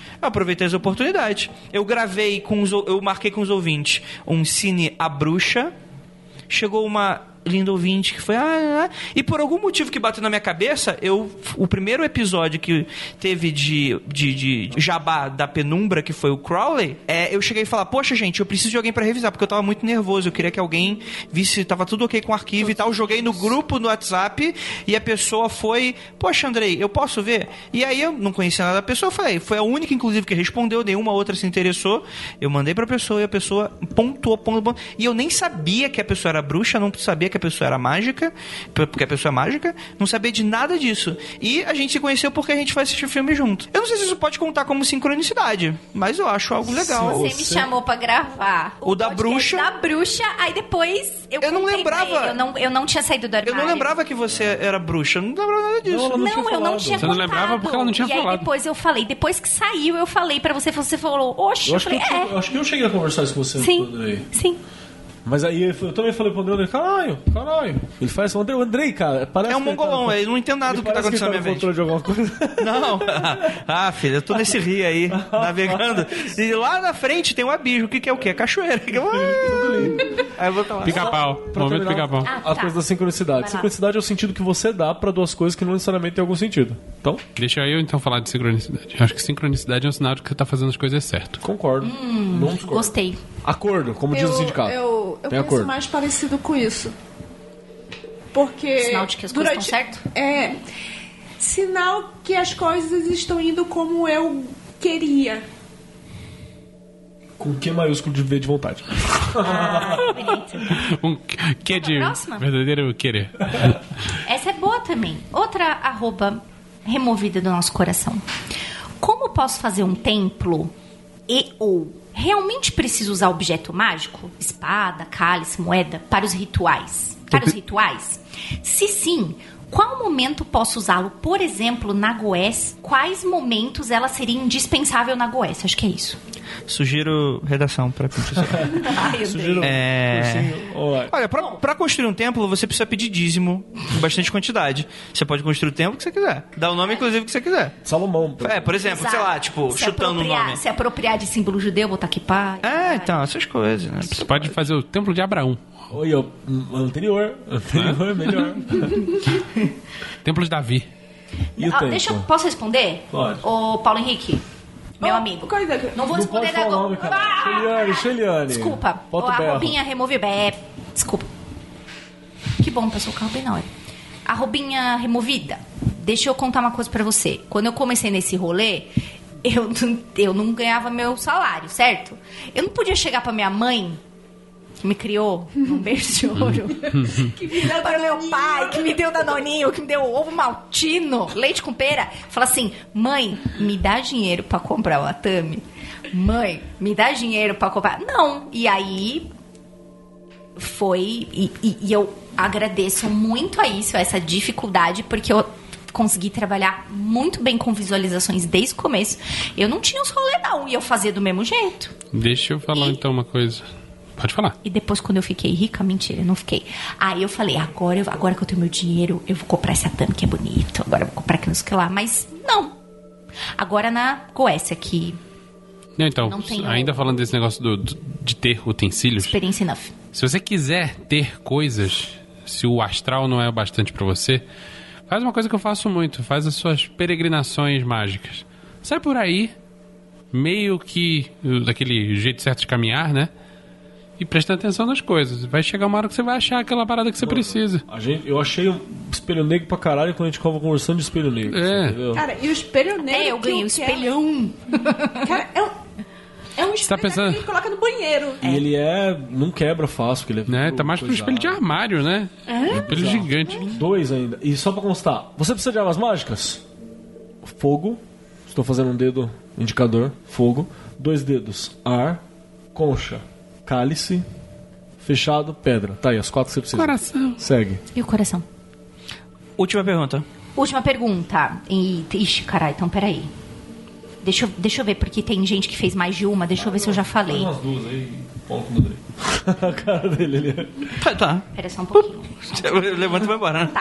Eu gravei eu marquei com os ouvintes um Cine A Bruxa. Chegou uma linda ouvinte que foi... E por algum motivo que bateu na minha cabeça, o primeiro episódio que teve de jabá da Penumbra, que foi o Crowley, eu cheguei a falar, poxa, gente, eu preciso de alguém pra revisar, porque eu tava muito nervoso, eu queria que alguém visse se tava tudo ok com o arquivo e tal. Joguei no grupo, no WhatsApp, e a pessoa foi, poxa, Andrei, eu posso ver? E aí eu não conhecia nada da pessoa, eu falei, foi a única, inclusive, que respondeu, nenhuma outra se interessou. Eu mandei pra pessoa e a pessoa pontuou. E eu nem sabia que a pessoa era bruxa, não sabia que a pessoa era mágica, porque a pessoa é mágica, não sabia de nada disso. E a gente se conheceu porque a gente foi assistir o filme junto. Eu não sei se isso pode contar como sincronicidade, mas eu acho algo legal. Você me chamou pra gravar O da podcast bruxa. da bruxa, aí depois eu não contei lembrava. pra ele. Eu não tinha saído do Eu armário. não lembrava que você era bruxa, eu não lembrava nada disso. Não, Não, eu não tinha Você não contado. lembrava porque ela não tinha e aí falado. depois eu falei, depois que saiu, eu falei pra você falou, oxe, Eu eu acho, que falei, eu acho que eu cheguei a conversar isso com você, Sim, Andrei. sim. Mas aí eu também falei pro Andrei, caralho. Ele faz o Andrei, cara, parece É um que ele tá mongolão, no- ele não entende nada do que tá parece acontecendo na ele minha tá no mente. controle de alguma coisa. Não. Filho, eu tô nesse rio aí, navegando. E lá na frente tem um abismo. O que é o quê? É cachoeira. Tudo lindo. Aí eu vou estar lá. Pica-pau. Pra Momento terminar, pica-pau. Ah, As tá. coisas da sincronicidade. Vai lá. Sincronicidade é o sentido que você dá pra 2 coisas que não necessariamente têm algum sentido. Então, Deixa eu então falar de sincronicidade. Eu acho que sincronicidade é um sinal de que você tá fazendo as coisas certo. concordo. Não discordo. Gostei. Acordo, como diz o sindicato. Eu Tem penso acordo. mais parecido com isso. Porque... Sinal de que as coisas estão certo? Sinal que as coisas estão indo como eu queria. Com Q maiúsculo de V de vontade. Um que de próxima? verdadeiro querer. Essa é boa também. Outra arroba removida do nosso coração. Como posso fazer um templo ou realmente preciso usar objeto mágico? Espada, cálice, moeda, para os rituais? Se sim, qual momento posso usá-lo? Por exemplo, na Goés, quais momentos ela seria indispensável na Goés? Acho que é isso. Sugiro redação pra continuar. Ai, Sugiro cursinho online. Olha, pra construir um templo, você precisa pedir dízimo em bastante quantidade. Você pode construir o templo que você quiser. Dá o nome, inclusive, que você quiser. Salomão. Por exemplo, sei lá, tipo, chutando o nome. Se apropriar de símbolo judeu, botar aqui pá. Então, essas coisas, né? Você pode fazer o templo de Abraão. Oi, anterior. Anterior, melhor. Templo de Davi. E o tempo? Posso responder? Pode. Ô, Paulo Henrique, meu amigo. Não vou Não pode responder falar o nome, agora. cara. Sheliane. Desculpa. Bota o a berro. roupinha removível. Desculpa. Que bom, passou o carro bem na hora. A roupinha removida. Deixa eu contar uma coisa pra você. Quando eu comecei nesse rolê, eu não ganhava meu salário, certo? Eu não podia chegar pra minha mãe, que me criou num berço de ouro, que me deu para o meu pai, que me deu danoninho, que me deu ovo maltino, leite com pera, falar assim: mãe, me dá dinheiro pra comprar o Atami. Mãe, me dá dinheiro pra comprar. Não. E aí foi. E eu agradeço muito a isso, a essa dificuldade, porque eu consegui trabalhar muito bem com visualizações desde o começo. Eu não tinha os rolê não, e eu fazia do mesmo jeito. Deixa eu falar então uma coisa. Pode falar. E depois, quando eu fiquei rica, mentira, eu não fiquei. Aí eu falei, agora que eu tenho meu dinheiro, eu vou comprar esse tatame que é bonito. Agora eu vou comprar aquilo que lá. Mas não. Agora na Goécia, que então, não tenho ainda falando desse negócio de ter utensílios. experiência enough. Se você quiser ter coisas, se o astral não é o bastante pra você, faz uma coisa que eu faço muito. Faz as suas peregrinações mágicas. Sai por aí, meio que daquele jeito certo de caminhar, né? E prestando atenção nas coisas. Vai chegar uma hora que você vai achar aquela parada que você precisa. Eu achei um espelho negro pra caralho quando a gente ficava conversando de espelho negro. É. Cara, e o espelho negro. Eu ganhei o espelhão. Cara, é um espelho tá pensando- que a gente coloca no banheiro. E ele não quebra fácil, porque ele é Né? Tá mais pro espelho de armário, né? Espelho gigante. 2 ainda. E só pra constar, você precisa de armas mágicas? Fogo. Estou fazendo um dedo indicador. Fogo. 2 dedos. Ar. Concha. Cálice. Fechado. Pedra. Tá aí, as 4 que você precisa. Coração. Segue. E o coração? Última pergunta. Última pergunta. Ixi, caralho, então peraí. Deixa eu ver, porque tem gente que fez mais de uma. Deixa eu ver se eu já falei. Umas 2 aí. Ponto no dele. A cara dele ali. Tá. Pera só um pouquinho. Levanta e vai embora, né? Tá.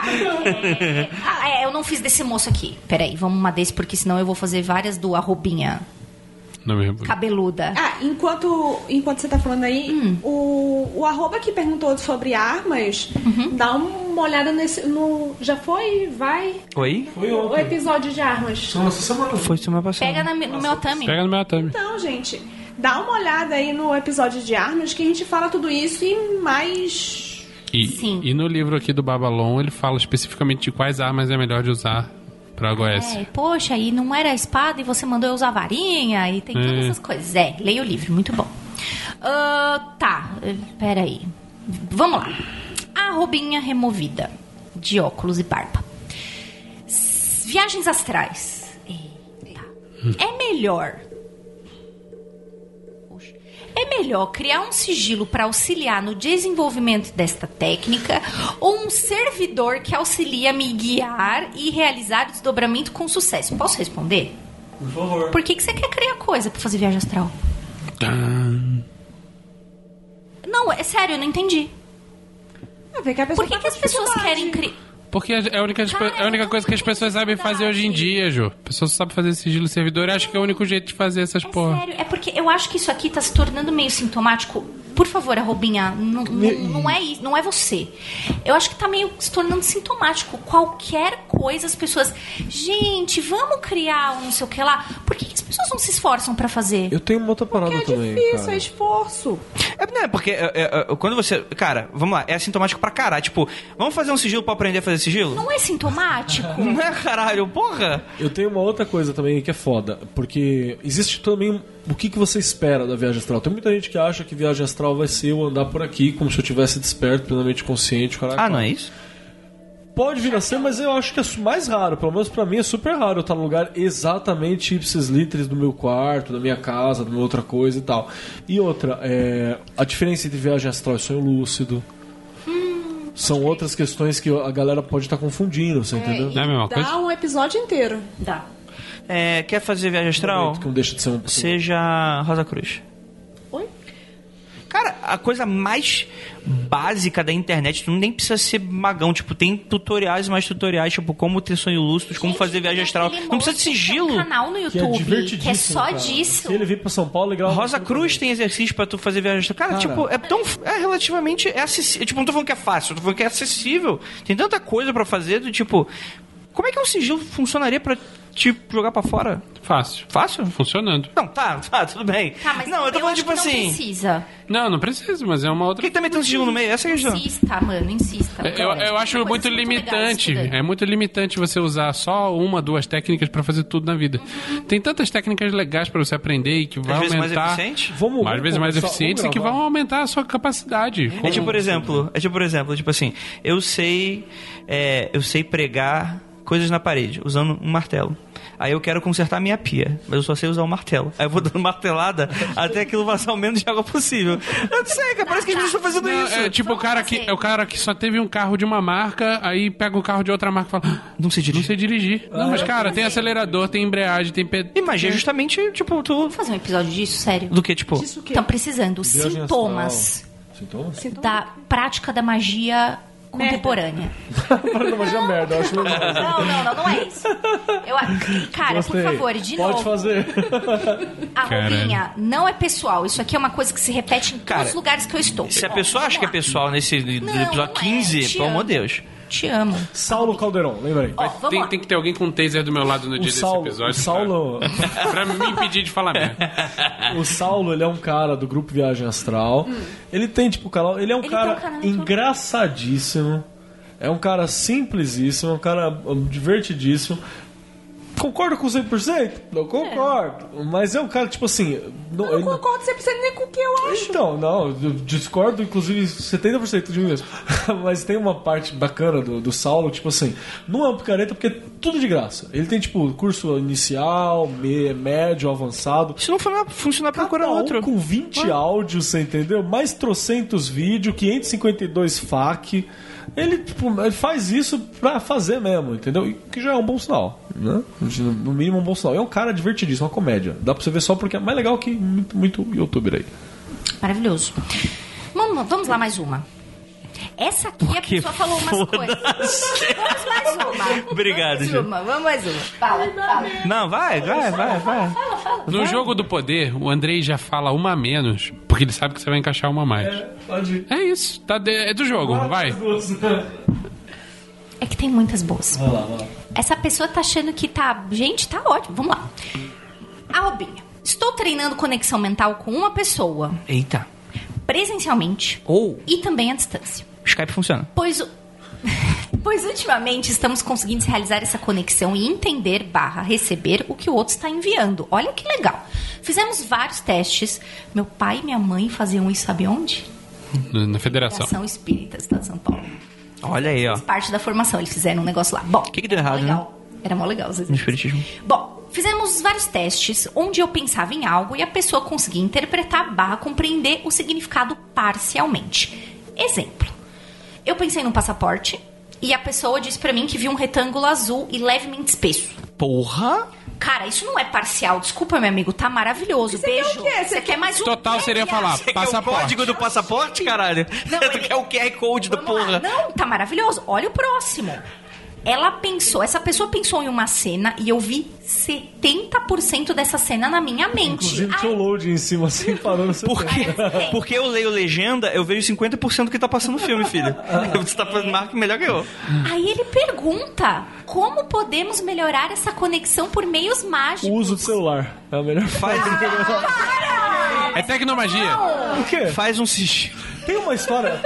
Eu não fiz desse moço aqui. Peraí, vamos uma desse, porque senão eu vou fazer várias do arrobinha Não me lembro. cabeluda. Enquanto você tá falando aí, o arroba que perguntou sobre armas, dá uma olhada já foi? Vai? Oi? Foi O ontem. episódio de armas. Nossa, semana. Foi semana passada. Pega no meu atame. Pega no meu atame. Então, gente, dá uma olhada aí no episódio de armas que a gente fala tudo isso e mais... Sim. E no livro aqui do Babalon, ele fala especificamente de quais armas é melhor de usar pra Goécia. Poxa, e não era espada e você mandou eu usar varinha e tem todas essas coisas. Leia o livro, muito bom. Peraí. Vamos lá. A roubinha removida de óculos e barba. Viagens astrais. Eita. É melhor criar um sigilo para auxiliar no desenvolvimento desta técnica ou um servidor que auxilia a me guiar e realizar o desdobramento com sucesso? Posso responder? Por favor. Por que você quer criar coisa para fazer viagem astral? Não, é sério, eu não entendi. Por que as pessoas querem criar... Porque é a única coisa que as pessoas sabem fazer hoje em dia, Jô. A pessoa só sabe fazer sigilo servidor e acha que é o único jeito de fazer essas porra. Sério, é porque eu acho que isso aqui tá se tornando meio sintomático. Por favor, Arrobinha, não é isso, não é você. Eu acho que tá meio se tornando sintomático. Qualquer coisa, as pessoas... Gente, vamos criar um não sei o que lá. Por que as pessoas não se esforçam pra fazer? Eu tenho uma outra parada É também. difícil, cara. é esforço. Porque quando você... Cara, vamos lá, é assintomático pra caralho. Tipo, vamos fazer um sigilo pra aprender a fazer sigilo? Não é sintomático? Não é, caralho, porra? Eu tenho uma outra coisa também que é foda, porque existe também o que você espera da viagem astral. Tem muita gente que acha que viagem astral vai ser eu andar por aqui como se eu tivesse desperto, plenamente consciente. Caraca. Não é isso? Pode vir a ser, mas eu acho que é mais raro. Pelo menos pra mim é super raro eu estar no lugar exatamente ipsis literis do meu quarto, da minha casa, da minha outra coisa e tal. E outra, a diferença entre viagem astral e sonho lúcido. São outras questões que a galera pode estar confundindo, você entendeu? Não é a mesma coisa? Dá um episódio inteiro. Dá. Quer fazer viagem astral? Que não deixa de ser um... Seja Rosa Cruz. Oi? Cara, a coisa mais básica da internet, tu nem precisa ser magão. Tipo, tem tutoriais e mais tutoriais, tipo, como ter sonho lúcidos, como fazer viagem astral. Não precisa de sigilo. Tem um canal no Que é YouTube que é divertidíssimo, só cara. disso. Se ele vir pra São Paulo, legal. Rosa Cruz tem exercício pra tu fazer viagem astral. Cara, tipo, relativamente acessível. Tipo, não tô falando que é fácil, tô falando que é acessível. Tem tanta coisa pra fazer do tipo... Como é que um sigilo funcionaria pra te jogar pra fora? Fácil. Fácil? Funcionando. Não, tá, tudo bem. Tá, mas não, eu tô falando acho tipo que não assim... precisa. Não precisa, mas é uma Por outra... que também tem um sigilo no meio? Essa é a questão. Insista, mano, insista. Eu acho Coisas muito limitante. É muito limitante você usar só uma, 2 técnicas pra fazer tudo na vida. Tem tantas técnicas legais pra você aprender e que vai Às vezes mais aumentar... eficiente? Mais vezes mais eficientes e que vão aumentar a sua capacidade. É tipo, por exemplo, tipo assim, eu sei pregar coisas na parede, usando um martelo. Aí eu quero consertar minha pia, mas eu só sei usar um martelo. Aí eu vou dando martelada até aquilo vazar o menos de água possível. Eu não sei, cara, parece que as pessoas estão fazendo isso. É tipo o cara que só teve um carro de uma marca, aí pega o carro de outra marca e fala... Não sei dirigir. Não sei dirigir. Não, mas cara, tem acelerador, tem embreagem, tem... Imagina justamente, tipo, tu... Vamos fazer um episódio disso, sério? Do que, tipo... Estão precisando sintomas da prática da magia contemporânea. Magia merda, eu acho legal. Não é isso. Cara, Gostei. por favor, de Pode novo. fazer. A roupinha não é pessoal. Isso aqui é uma coisa que se repete em todos os lugares que eu estou. Se a pessoa acha que é pessoal nesse episódio 15, pelo amor de Deus. Te amo. Saulo Calderon, lembra aí. Ó, vamos lá. Tem que ter alguém com um taser do meu lado no dia desse episódio. O Saulo... Pra me impedir de falar merda. O Saulo, ele é um cara do grupo Viagem Astral. Ele tem, tipo, canal. Ele é um cara engraçadíssimo. É um cara simplesíssimo, um cara divertidíssimo. Concordo com 100%? Não concordo. Mas é um cara, tipo assim... Eu não concordo 100% nem com o que eu acho. Então, não, eu discordo, inclusive, 70% de mim mesmo. Mas tem uma parte bacana do Saulo, tipo assim, não é um picareta porque é tudo de graça. Ele tem, tipo, curso inicial, médio, avançado. Se não funcionar, procura outro. Com 20 áudios, você entendeu? Mais trocentos vídeos, 552 FAQ. Ele, tipo, ele faz isso pra fazer mesmo, entendeu? E que já é um bom sinal, né? No mínimo um bom sinal. E é um cara divertidíssimo, uma comédia. Dá pra você ver só porque é mais legal que muito youtuber aí. Maravilhoso. Vamos lá, mais uma. Essa aqui a pessoa falou umas coisas. Vamos mais uma. Obrigado, gente. Vamos mais uma. Fala. Não, vai. Fala. No jogo do poder, o Andrei já fala uma a menos, porque ele sabe que você vai encaixar uma a mais. Pode ir. É isso. É do jogo, vai. É que tem muitas boas. Vai lá. Essa pessoa tá achando que tá... Gente, tá ótimo. Vamos lá. A Robinha. Estou treinando conexão mental com uma pessoa. Eita. Presencialmente. E também à distância. Skype funciona. Pois ultimamente estamos conseguindo realizar essa conexão e entender / receber o que o outro está enviando. Olha que legal. Fizemos vários testes. Meu pai e minha mãe faziam isso, sabe onde? Na Federação. Federação Espírita, Estado de São Paulo. Olha aí, ó. Faz parte da formação, eles fizeram um negócio lá. Bom, O que deu errado, né? Era mó legal, às vezes. No espiritismo. Bom, fizemos vários testes onde eu pensava em algo e a pessoa conseguia interpretar / compreender o significado parcialmente. Exemplo. Eu pensei num passaporte e a pessoa disse pra mim que viu um retângulo azul e levemente espesso. Porra! Cara, isso não é parcial. Desculpa, meu amigo, tá maravilhoso. Você Beijo. quer o quê? Você quer mais um? Total seria falar Você quer o passaporte. código do passaporte, caralho? Não, Tu quer o QR Code do Vamos lá. porra? Não, tá maravilhoso. Olha o próximo. Essa pessoa pensou em uma cena e eu vi 70% dessa cena na minha mente. Inclusive tinha um load em cima assim, parando. Porque eu leio legenda, eu vejo 50% do que tá passando no filme, filho. Você tá fazendo marca melhor que eu. Aí ele pergunta, como podemos melhorar essa conexão por meios mágicos? O uso do celular é a melhor Faz, É tecnomagia. O quê? faz um sigilo. Tem uma história.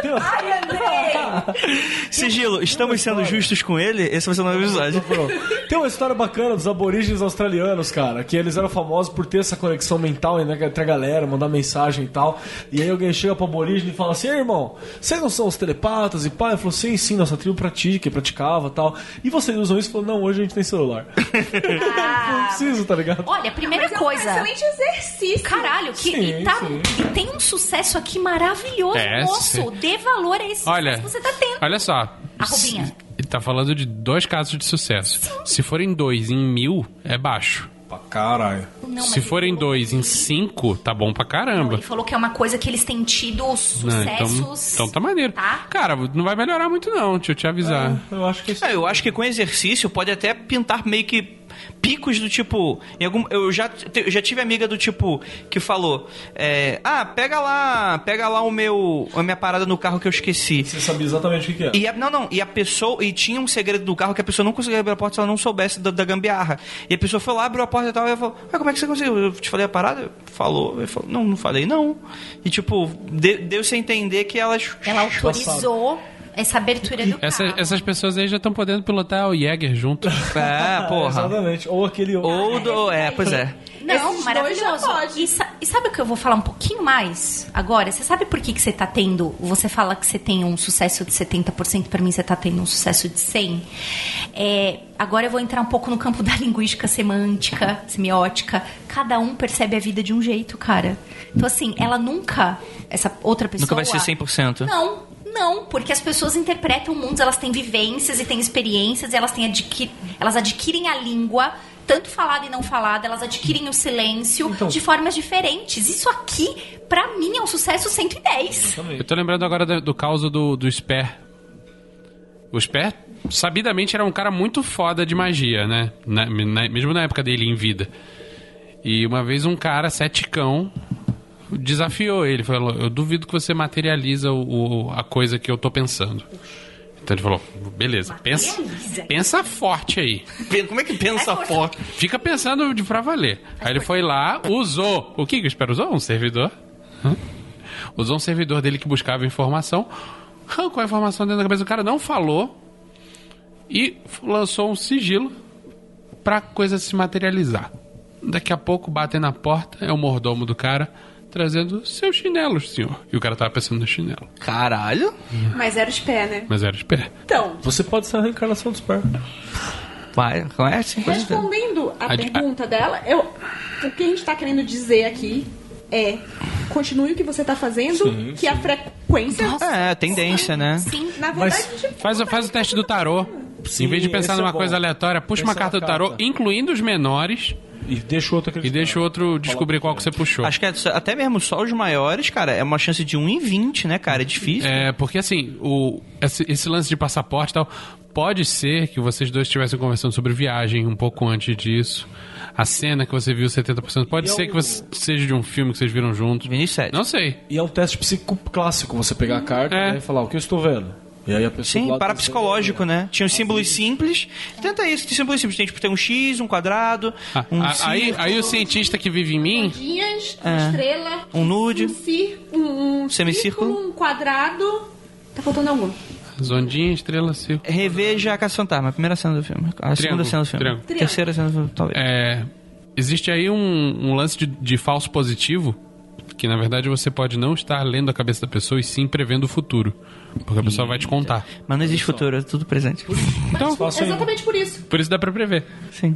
Sigilo, estamos sendo justos com ele? Esse vai ser o nome do episódio. Tem uma história bacana dos aborígenes australianos, cara, que eles eram famosos por ter essa conexão mental entre a galera, mandar mensagem e tal. E aí alguém chega pro aborígene e fala assim: ei, irmão, vocês não são os telepatas? E pai, ele falou: sim, nossa tribo praticava e tal. E vocês usam isso? Ele falou: não, hoje a gente tem celular. Não preciso, tá ligado? Olha, a primeira coisa. É um excelente exercício. Caralho, que Sim, e tem um sucesso aqui maravilhoso, moço. sim. Dê valor a esse Olha, sucesso que você tá tendo. olha só. Arrobinha. Ele tá falando de 2 casos de sucesso. Se forem 2 em 1000, é baixo. Pra caralho. Não, Se mas forem ele falou- 2 em 5, tá bom pra caramba. Ele falou que é uma coisa que eles têm tido Não, sucessos. então tá maneiro. Tá? Cara, não vai melhorar muito não, deixa eu te avisar. Eu acho que isso. Eu acho que com exercício pode até pintar meio que picos do tipo... eu já tive amiga do tipo que falou... pega lá a minha parada no carro que eu esqueci. Você sabia exatamente o que é. E a pessoa... E tinha um segredo do carro que a pessoa não conseguia abrir a porta se ela não soubesse da gambiarra. E a pessoa foi lá, abriu a porta e tal, e ela falou: como é que você conseguiu? Eu te falei a parada? Falou. Ele falou: não falei não. E tipo, deu-se a entender que ela autorizou essa abertura do carro. Essas pessoas aí já estão podendo pilotar o Jäger junto. porra. Exatamente. Ou aquele. Pois é. Não, Esses maravilhoso. dois já pode. E sabe o que eu vou falar um pouquinho mais agora? Você sabe por que você tá tendo... Você fala que você tem um sucesso de 70%, pra mim você tá tendo um sucesso de 100%. agora eu vou entrar um pouco no campo da linguística semântica, semiótica. Cada um percebe a vida de um jeito, cara. Então, assim, ela nunca, essa outra pessoa... Nunca vai ser 100%. Não, porque as pessoas interpretam mundos, elas têm vivências e têm experiências, e elas adquirem a língua, tanto falada e não falada, elas adquirem o silêncio de formas diferentes. Isso aqui, pra mim, é um sucesso 110. Eu tô lembrando agora do caso do Sper. O Sper, sabidamente, era um cara muito foda de magia, né? Mesmo na época dele, em vida. E uma vez um cara, ceticão, desafiou ele. Falou, eu duvido que você materializa a coisa que eu tô pensando. Então ele falou, beleza, pensa forte aí. Como é que pensa forte? Fica pensando pra valer. Aí ele foi lá, usou... O que o Sper usou? Um servidor. Usou um servidor dele que buscava informação... arrancou a informação dentro da cabeça do cara, não falou e lançou um sigilo pra coisa se materializar. Daqui a pouco batem na porta, é o mordomo do cara trazendo seus chinelos, senhor. E o cara tava pensando no chinelo. Caralho. Mas era os pés, né? Mas era Sper. Então, Você pode ser a reencarnação do Sper. Vai, conhece? respondendo a pergunta dela, o que a gente tá querendo dizer aqui é: continue o que você tá fazendo, que a frequência... É, tendência, né? Sim, Na verdade, Faz o teste do tarô. Sim, em vez de pensar esse é numa bom. coisa aleatória, puxa uma Pensa carta na do tarô, carta. incluindo os menores, E deixa o outro e acreditar. deixa o outro descobrir qual que você puxou. Acho que até mesmo só os maiores, cara, é uma chance de 1 em 20, né, cara? É difícil. É, porque assim, esse lance de passaporte e tal, pode ser que vocês dois estivessem conversando sobre viagem um pouco antes disso. A cena que você viu 70%, pode ser que seja de um filme que vocês viram juntos. Vinicius 7. Não sei. E é um teste psíquico clássico, você pegar a carta É. e falar o que eu estou vendo. E aí a pessoa do Sim, lado parapsicológico, né? Tinha os símbolos simples. Tenta isso, tem símbolos simples. Tem, tipo, tem um X, um quadrado, um Aí o cientista que vive em mim, ondinhas, uma estrela, um nude, um semicírculo. círculo, um quadrado. Tá faltando algum? Zondinha, estrela, círculo. reveja a Caça Fantasma, a primeira cena do filme. A segunda cena do filme. triângulo. Terceira cena do filme, talvez. Existe aí um lance de falso positivo, que na verdade você pode não estar lendo a cabeça da pessoa e sim prevendo o futuro. Porque a pessoa vai te contar. Mas não existe futuro, é tudo presente. Então, Exatamente por isso. por isso dá pra prever. Sim.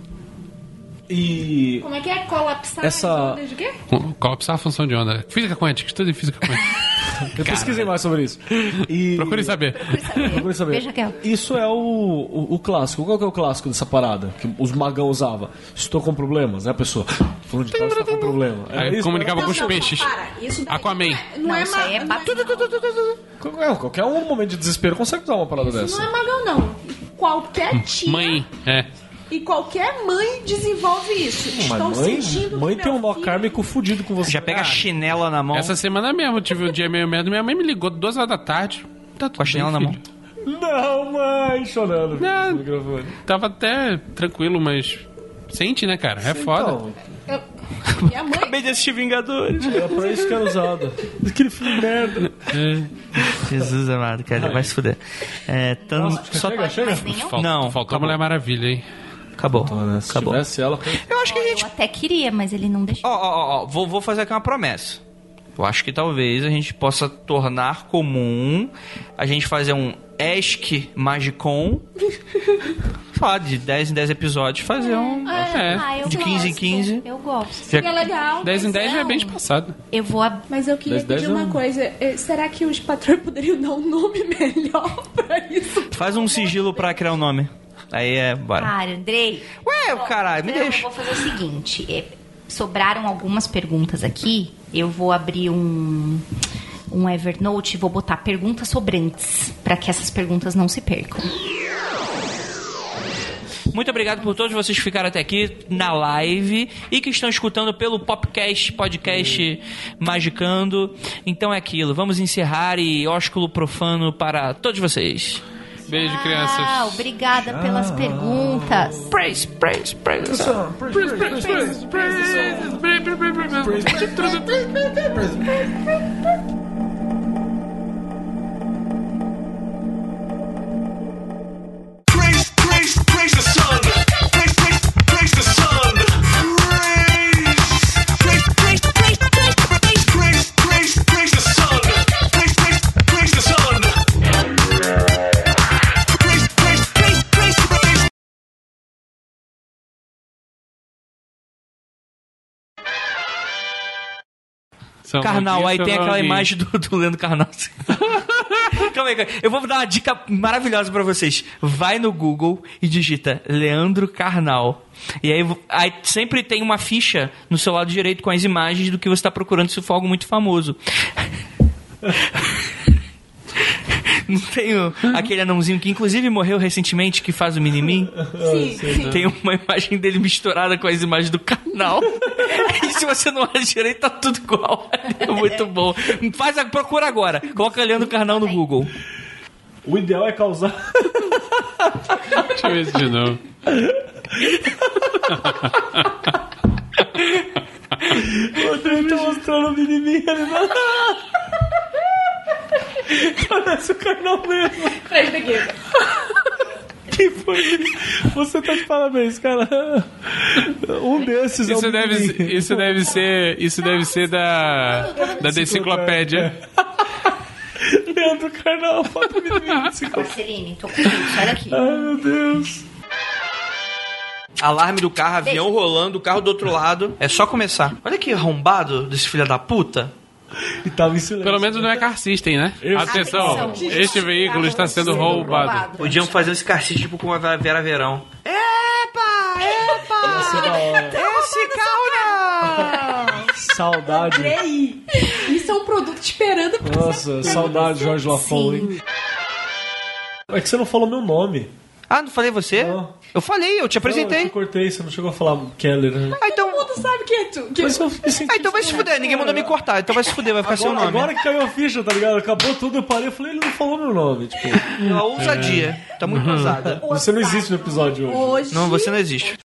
E Como é que é? Colapsar Essa- as ondas de quê? Colapsar a função de onda. Física quântica, estudo em física quântica. pesquisem mais sobre isso. E Procure saber. procurem saber. Beijo, Raquel. Isso é o clássico. Qual que é o clássico dessa parada? Que os magão usavam. Estou com problemas, né, pessoa? Fulano de tal está com problema. Aí comunicava com os peixes. Para, isso daí Aquaman. Não é isso aí é magão. Qualquer um momento de desespero consegue usar uma parada Não dessa. é magão, não. Qualquer tia Mãe, e qualquer mãe desenvolve isso. Estou Mas sentindo mãe que tem um meu nó filho- kármico fudido com você. Já pega a chinela na mão. Essa semana mesmo, eu tive um dia meio merda. Minha mãe me ligou 2 horas da tarde. Tá tudo Com a chinela bem, na mão. filho. Não, mãe, chorando. Não. no microfone. Tava até tranquilo, mas... Sente, né, cara? É foda. Então, Minha mãe Acabei de assistir Vingadores. era pra isso que era usado. Aquele filme merda. Jesus amado, cara, vai se fuder. Só... Chega. Mas nem eu. Não, Faltou a Mulher Maravilha, hein? Acabou. Se Acabou. tivesse ela... Eu acho que a gente... Eu até queria, mas ele não deixou. Ó, vou fazer aqui uma promessa. Eu acho que talvez a gente possa tornar comum a gente fazer um Ask Magicon. Falar de 10 em 10 episódios, fazer um... Eu De 15 em gosto. 15. Eu gosto. seria legal. 10 em mas 10 já é não. bem espaçado. Eu vou Mas eu queria 10 pedir uma não. coisa. Será que os patrões poderiam dar um nome melhor pra isso? Faz um sigilo pra criar um nome. Aí bora. Cara, Andrei. Ué, caralho, me Então, deixa. Eu vou fazer o seguinte. Sobraram algumas perguntas aqui. Eu vou abrir um Evernote e vou botar perguntas sobrantes para que essas perguntas não se percam. Muito obrigado por todos vocês que ficaram até aqui na live e que estão escutando pelo podcast Magicando. Então é aquilo, vamos encerrar e ósculo profano para todos vocês. Beijo, crianças. Obrigada pelas perguntas. Praise. Praise the sun. Carnal, aí tem aquela imagem do Leandro Carnal. Calma aí, eu vou dar uma dica maravilhosa pra vocês. Vai no Google e digita Leandro Carnal. E aí sempre tem uma ficha no seu lado direito com as imagens do que você tá procurando se for algo muito famoso. Não tem aquele anãozinho que inclusive morreu recentemente, que faz o Minimin? Sim. Tem uma imagem dele misturada com as imagens do canal. E se você não olha direito, tá tudo igual. É muito bom. Procura agora. Coloca Leandro Carnal no Google. O ideal é causar... Deixa eu ver isso de novo. O Dave tá mostrando o Minimin ali. Parece o Carnal mesmo. Traz daqui. Que foi? Você tá de parabéns, cara. Um desses Isso é o Minimin. Isso deve ser da enciclopédia. Leandro Carnal, foto Minimin. Marceline, tô com isso, olha aqui. Ai, meu Deus. Alarme do carro, avião rolando, o carro do outro lado. É só começar. Olha que arrombado desse filho da puta. E tava em silêncio. Pelo menos não é car system, né? Atenção, este veículo está sendo roubado. Podiam fazer esse car system tipo com a Vera Verão. Epa! Esse carro não! Saudade. E aí? Isso é um produto esperando pra Nossa, saudade de Jorge Lafon, hein? É que você não falou meu nome. Ah, não falei você? Não. Eu falei, eu te apresentei. Não, eu te cortei, você não chegou a falar Keller, né? Ah, então... todo mundo sabe que é tu. Mas eu me senti então vai se fuder, ninguém mandou me cortar, então vai se fuder, vai ficar seu nome. Agora que caiu a ficha, tá ligado? Acabou tudo, eu parei, eu falei, ele não falou meu nome, tipo... A ousadia, tá muito ousada. Você não existe no episódio hoje. Hoje, Não, você não existe.